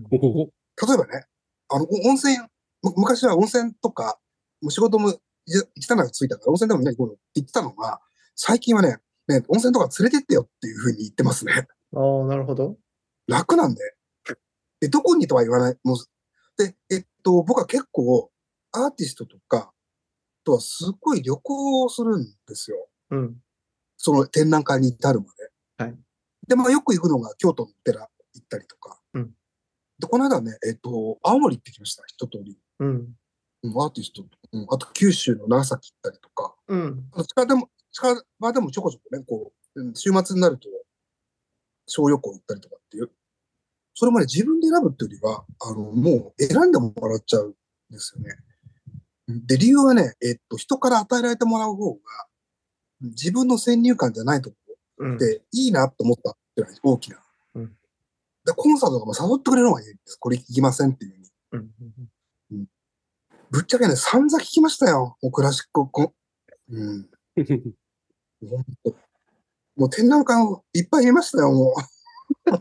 おお。 例えばね、あの、お温泉、む昔は温泉とか、もう仕事もい一段落ついたから温泉でもみんなに行こうよって言ってたのが、最近はね、ね、温泉とか連れてってよっていうふうに言ってますね。 ああ、なるほど。 楽なんで。で、どこにとは言わない。もう、で、えっと、僕は結構、アーティストとかとはすっごい旅行をするんですよ。 うん。 その展覧会に至るまで。 はい。 で、まあよく行くのが京都のお寺行ったりとか。 うん。 で、この間ね、えっと、青森行ってきました、一通り。 うん。 うん、アーティスト、うん、あと九州の長崎行ったりとか。 うん。 あと近でも、近場でもちょこちょこね、こう、うん週末になると小旅行行ったりとかっていう。それまで自分で選ぶっていうよりは、あの、もう選んでもらっちゃうんですよね。で、理由はね、えっと、人から与えられてもらう方が、自分の先入観じゃないとこうん。 ろでいいなと思ったっていうのが大きな。 うん。 で、コンサートとかも誘ってくれるのがいいんです。これ行きませんっていうふうに。 うん。 うん、ぶっちゃけね、散々聞きましたよ。もうクラシックこ、うん。ほんともう展覧会をいっぱい見ましたよ、もう。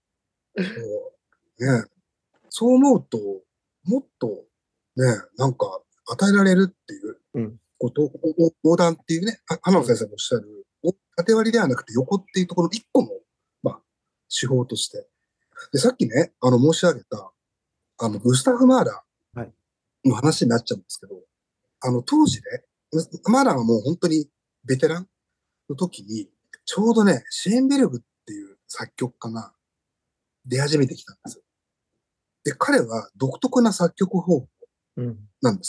そうね、そう思うと、もっとね、なんか与えられるっていううん。 こと、おお横断っていうね、は花野うん。 先生がおっしゃる、お縦割りではなくて横っていうところの一個の、まあ、手法として。で、さっきね、あの、申し上げた、あの、グスタフ・マーラはい。 ーの話になっちゃうんですけど、あの、当時ね、マーラーはもう本当にベテランの時に、ちょうどね、シェーンベルグっていう作曲家が出始めてきたんですよ。で、彼は独特な作曲方法うん。 なんですよ。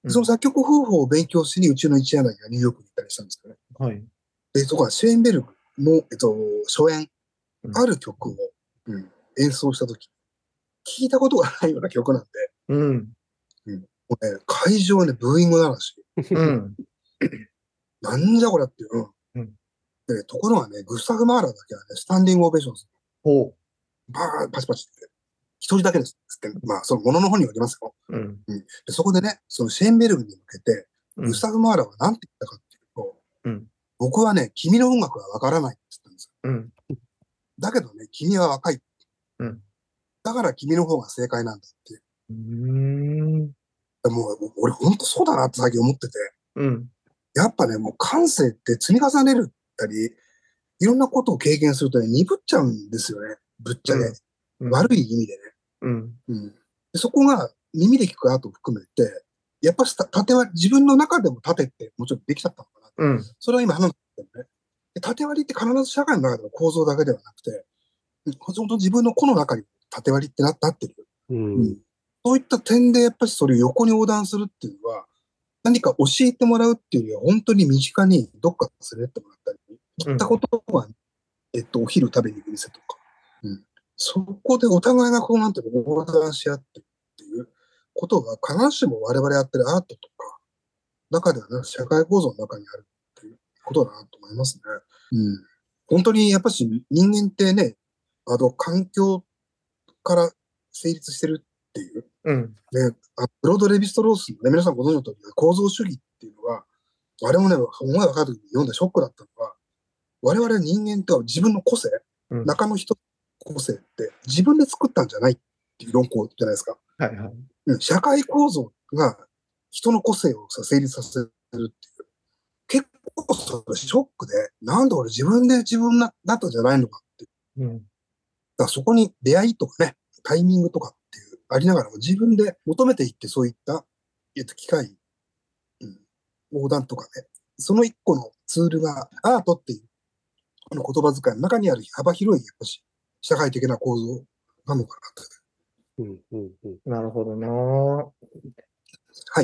その作曲方法を勉強しに、うちの一柳がニューヨークに行ったりしたんですよね。 はい。 で、そこはシェーンベルグの、えっと、初演、 うんある曲を、うん、演奏したとき、聞いたことがないような曲なんで、 うん。 うん、もうね、会場はね、ブーイングならしい。 うん。 なんじゃこれっていう。 うん。 で、ね、ところがね、グスタフ・マーラーだけはね、スタンディングオベーションする。 ほバーン、パチパチって。一人だけですって。まあ、そのものの方によりますよ。 う。うん。 うん、でそこでね、そのシェーンベルグに向けて、 うんグスタフ・マーラーは何て言ったかっていうと、 うん。 僕はね、君の音楽はわからないって言ったんですよ。 うん。 だけどね、君は若い。 うん。 だから君の方が正解なんだっていう。 うーん。 もう、俺ほんとそうだなって最近思ってて。 うん。 やっぱね、もう感性って積み重ねるったり、いろんなことを経験するとね、鈍っちゃうんですよね。ぶっちゃけ。 うん、 悪い意味でね。 うん。 うん。でそこが耳で聞くアートを含めて、やっぱし縦割り、自分の中でも縦ってもちろんできちゃったのかな。 うん。 それは今話してるね。で縦割りって必ず社会の中での構造だけではなくて、本当自分の個の中に縦割りってなってる。 うん。 うん。そういった点でやっぱりそれを横に横断するっていうのは、何か教えてもらうっていうよりは、本当に身近にどっか連れてってもらったり、行ったことは、えっと、お昼食べに行く店とか、うん、そこでお互いがこうなんていうの、横断し合ってっていうことが、必ずしも我々やってるアートとか、中ではね、社会構造の中にあるっていうことだなと思いますね。うん。本当にやっぱし人間ってね、あの、環境から成立してるっていう、 うん。 ね、あクロード・レヴィストロースのね、皆さんご存知の通り、構造主義っていうのは、あれもね、思いが若い時に読んでショックだったのは、我々人間とは自分の個性、 うん、 中の人の個性って自分で作ったんじゃないっていう論考じゃないですか。 はいはい。 うん、社会構造が人の個性をさ成立させるっていう。結構それショックで、なんで俺自分で自分ななったんじゃないのかっていう。うん、だからそこに出会いとかね、タイミングとかっていう、ありながらも自分で求めていってそういった、えっと、機会、うん、横断とかね、その一個のツールがアートっていうこの言葉遣いの中にある幅広いやっぱし社会的な構造なのかなと。 うんうんうん、なるほどな。 はい。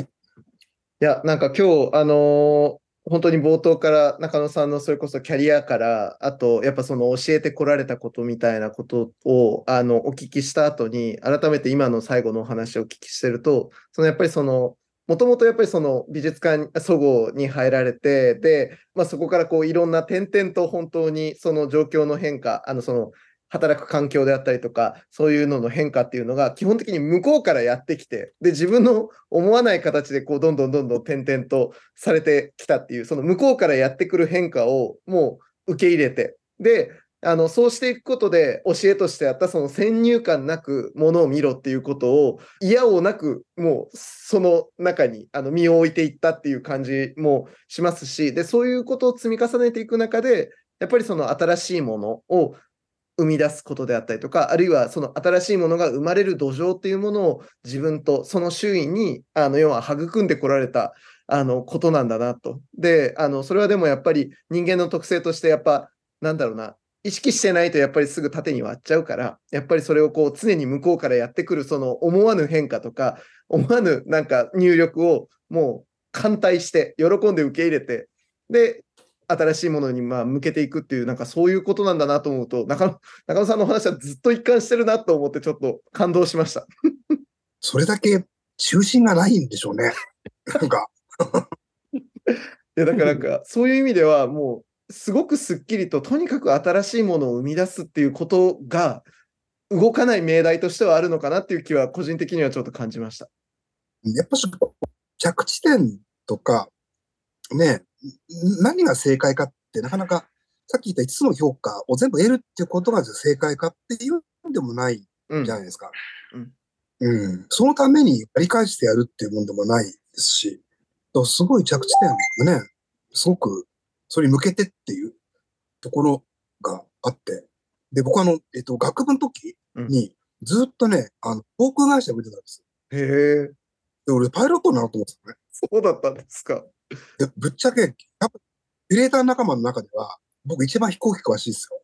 いや、なんか今日、あのー、本当に冒頭から中野さんのそれこそキャリアから、あとやっぱその教えてこられたことみたいなことをあのお聞きした後に、改めて今の最後のお話をお聞きしてると、そのやっぱりその、もともとやっぱりその美術館そごうに入られて、で、まあ、そこからこういろんな点々と本当にその状況の変化、あのその働く環境であったりとか、そういうのの変化っていうのが基本的に向こうからやってきて、で、自分の思わない形でこうどんどんどんどん点々とされてきたっていう、その向こうからやってくる変化をもう受け入れて、で、あのそうしていくことで教えとしてあったその先入観なくものを見ろっていうことを嫌をなくもうその中にあの身を置いていったっていう感じもしますし、でそういうことを積み重ねていく中でやっぱりその新しいものを生み出すことであったりとか、あるいはその新しいものが生まれる土壌っていうものを自分とその周囲にあの要は育んでこられたあのことなんだなと。で、あのそれはでもやっぱり人間の特性としてやっぱなんだろうな、意識してないとやっぱりすぐ縦に割っちゃうから、やっぱりそれをこう常に向こうからやってくるその思わぬ変化とか、思わぬなんか入力をもう歓待して喜んで受け入れて、で、新しいものにまあ向けていくっていう、なんかそういうことなんだなと思うと、中野、中野さんの話はずっと一貫してるなと思って、ちょっと感動しました。 それだけ中心がないんでしょうね。なんか。 いやだからなんか、そういう意味では、もう、すごくすっきりと、とにかく新しいものを生み出すっていうことが、動かない命題としてはあるのかなっていう気は、個人的にはちょっと感じました。 やっぱし、着地点とか、ね、何が正解かってなかなか、さっき言ったいつつの評価を全部得るっていうことが正解かっていうんでもないじゃないですか。うんうんうん、そのために繰り返してやるっていうもんでもないですし、すごい着地点がね、すごくそれに向けてっていうところがあって、で、僕はあの、えっと、学部の時にずっとね、あの、航空会社見てたんです。 へえ。 で、俺パイロットになろうと思ってたのね。 そうだったんですか。 でぶっちゃけ、やっぱ、キュレーター仲間の中では、僕一番飛行機詳しいですよ。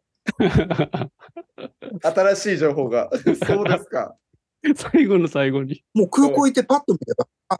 新しい情報が。そうですか。 最後の最後に。 もう空港行ってパッと見れば、あ、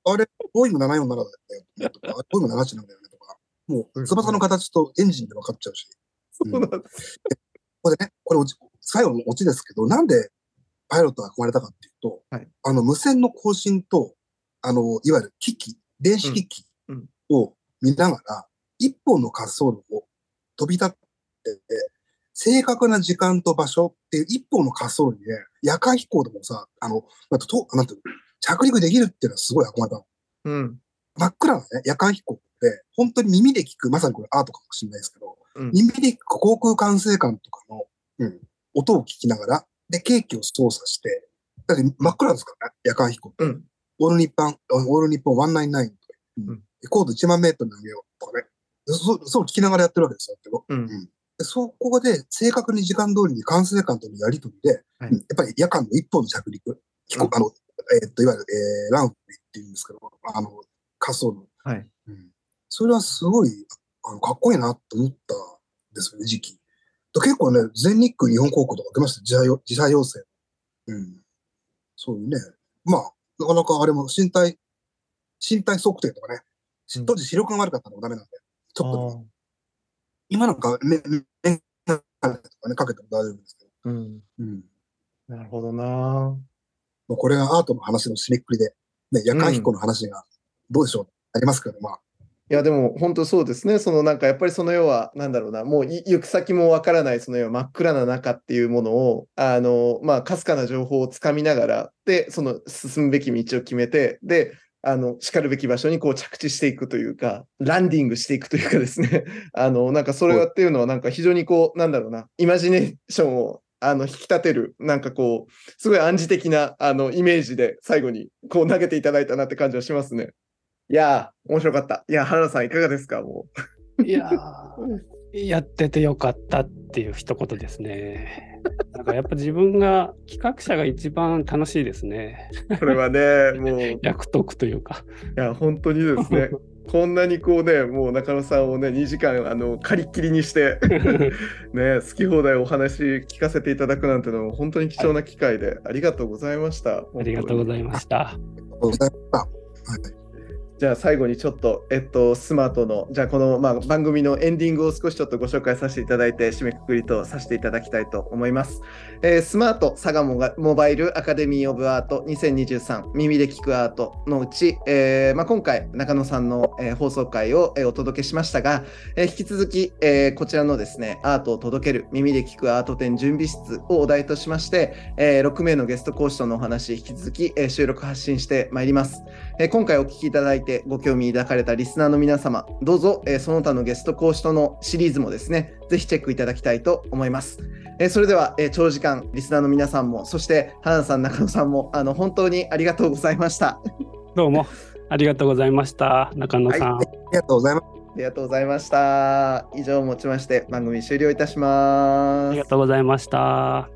あれ、ボーイングななよんななだったよとか、ボーイングななはちななだよねとか、もう翼の形とエンジンで分かっちゃうし。 そうなんです。 これね、これ最後のオチですけど、なんでパイロットが組まれたかっていうと、はい、あの無線の更新と、あの、いわゆる機器、電子機器を見ながら、一本の滑走路を飛び立ってて、正確な時間と場所っていう一本の滑走路にね、夜間飛行でもさ、あの、なんてなんていうの、着陸できるっていうのはすごい憧れたの。うん。真っ暗なね、夜間飛行って、本当に耳で聞く、まさにこれアートかもしれないですけど、うん、耳で聞く航空管制官とかの、うん、音を聞きながら、で、計器を操作して、だって真っ暗ですからね、夜間飛行って。うん、オール日本、オール日本いちきゅうきゅうとか、うん、高度いちまんメートル投げようとかね。そそう聞きながらやってるわけですよ。うんうん、でそこで正確に時間通りに管制官とのやり取りで、はい、やっぱり夜間の一本の着陸、飛行、うん、あの、えー、っと、いわゆる、えー、ランウェイっていうんですけど、あの、滑走路。はいうん。それはすごい、あのかっこいいなと思ったんですよね、時期。結構ね、全日空、日本航空とか出ました、時差時差要請。うん。そういうね。まあ、なかなかあれも身体、身体測定とかね、当時視力が悪かったのもダメなんで、ちょっと、ね、今なんか目、目、目とかね、かけても大丈夫ですけど。うん。うん、 なるほどな。 これがアートの話の締めくくりで、ね、夜間飛行の話がどうでしょう、うん、ありますけど、まあ。 いやでも本当そうですね。そのなんかやっぱりその要はなんだろうな、もう行く先もわからないその要は真っ暗な中っていうものをあのまあかすかな情報をつかみながらでその進むべき道を決めてであのしかるべき場所にこう着地していくというかランディングしていくというかですね。あのなんかそれっていうのはなんか非常にこうなんだろうなイマジネーションをあの引き立てるなんかこうすごい暗示的なあのイメージで最後にこう投げていただいたなって感じはしますね。いやー、面白かった。いや、原田さん、いかがですか、もう。いやー、やっててよかったっていう一言ですね。なんかやっぱ自分が企画者が一番楽しいですね。 これはね、もう。 役得というか。 いや、本当にですね。こんなにこうね、もう中野さんをね、にじかん、あの、借りっきりにして、ね、好き放題お話聞かせていただくなんてのは、本当に貴重な機会で、ありがとうございました。 ありがとうございました。 ありがとうございました。 じゃあ最後にちょっと、えっと、スマートの、じゃあこの、まあ、番組のエンディングを少しちょっとご紹介させていただいて、締めくくりとさせていただきたいと思います。えー、スマート佐賀モバイルアカデミーオブアートにせんにじゅうさん耳で聞くアートのうち、えーまあ、今回中野さんの、えー、放送回を、えー、お届けしましたが、えー、引き続き、えー、こちらのですね、アートを届ける耳で聞くアート展準備室をお題としまして、えー、ろくめいのゲスト講師とのお話、引き続き、えー、収録発信してまいります。えー、今回お聞きいただいてご興味抱かれたリスナーの皆様、どうぞ、えー、その他のゲスト講師とのシリーズもですね、ぜひチェックいただきたいと思います。えー、それでは、えー、長時間リスナーの皆さんも、そして原田さん、中野さんもあの本当にありがとうございました。 どうもありがとうございました。中野さん、はい、 ありがとうございます。 ありがとうございました。以上をもちまして番組終了いたします。 ありがとうございました。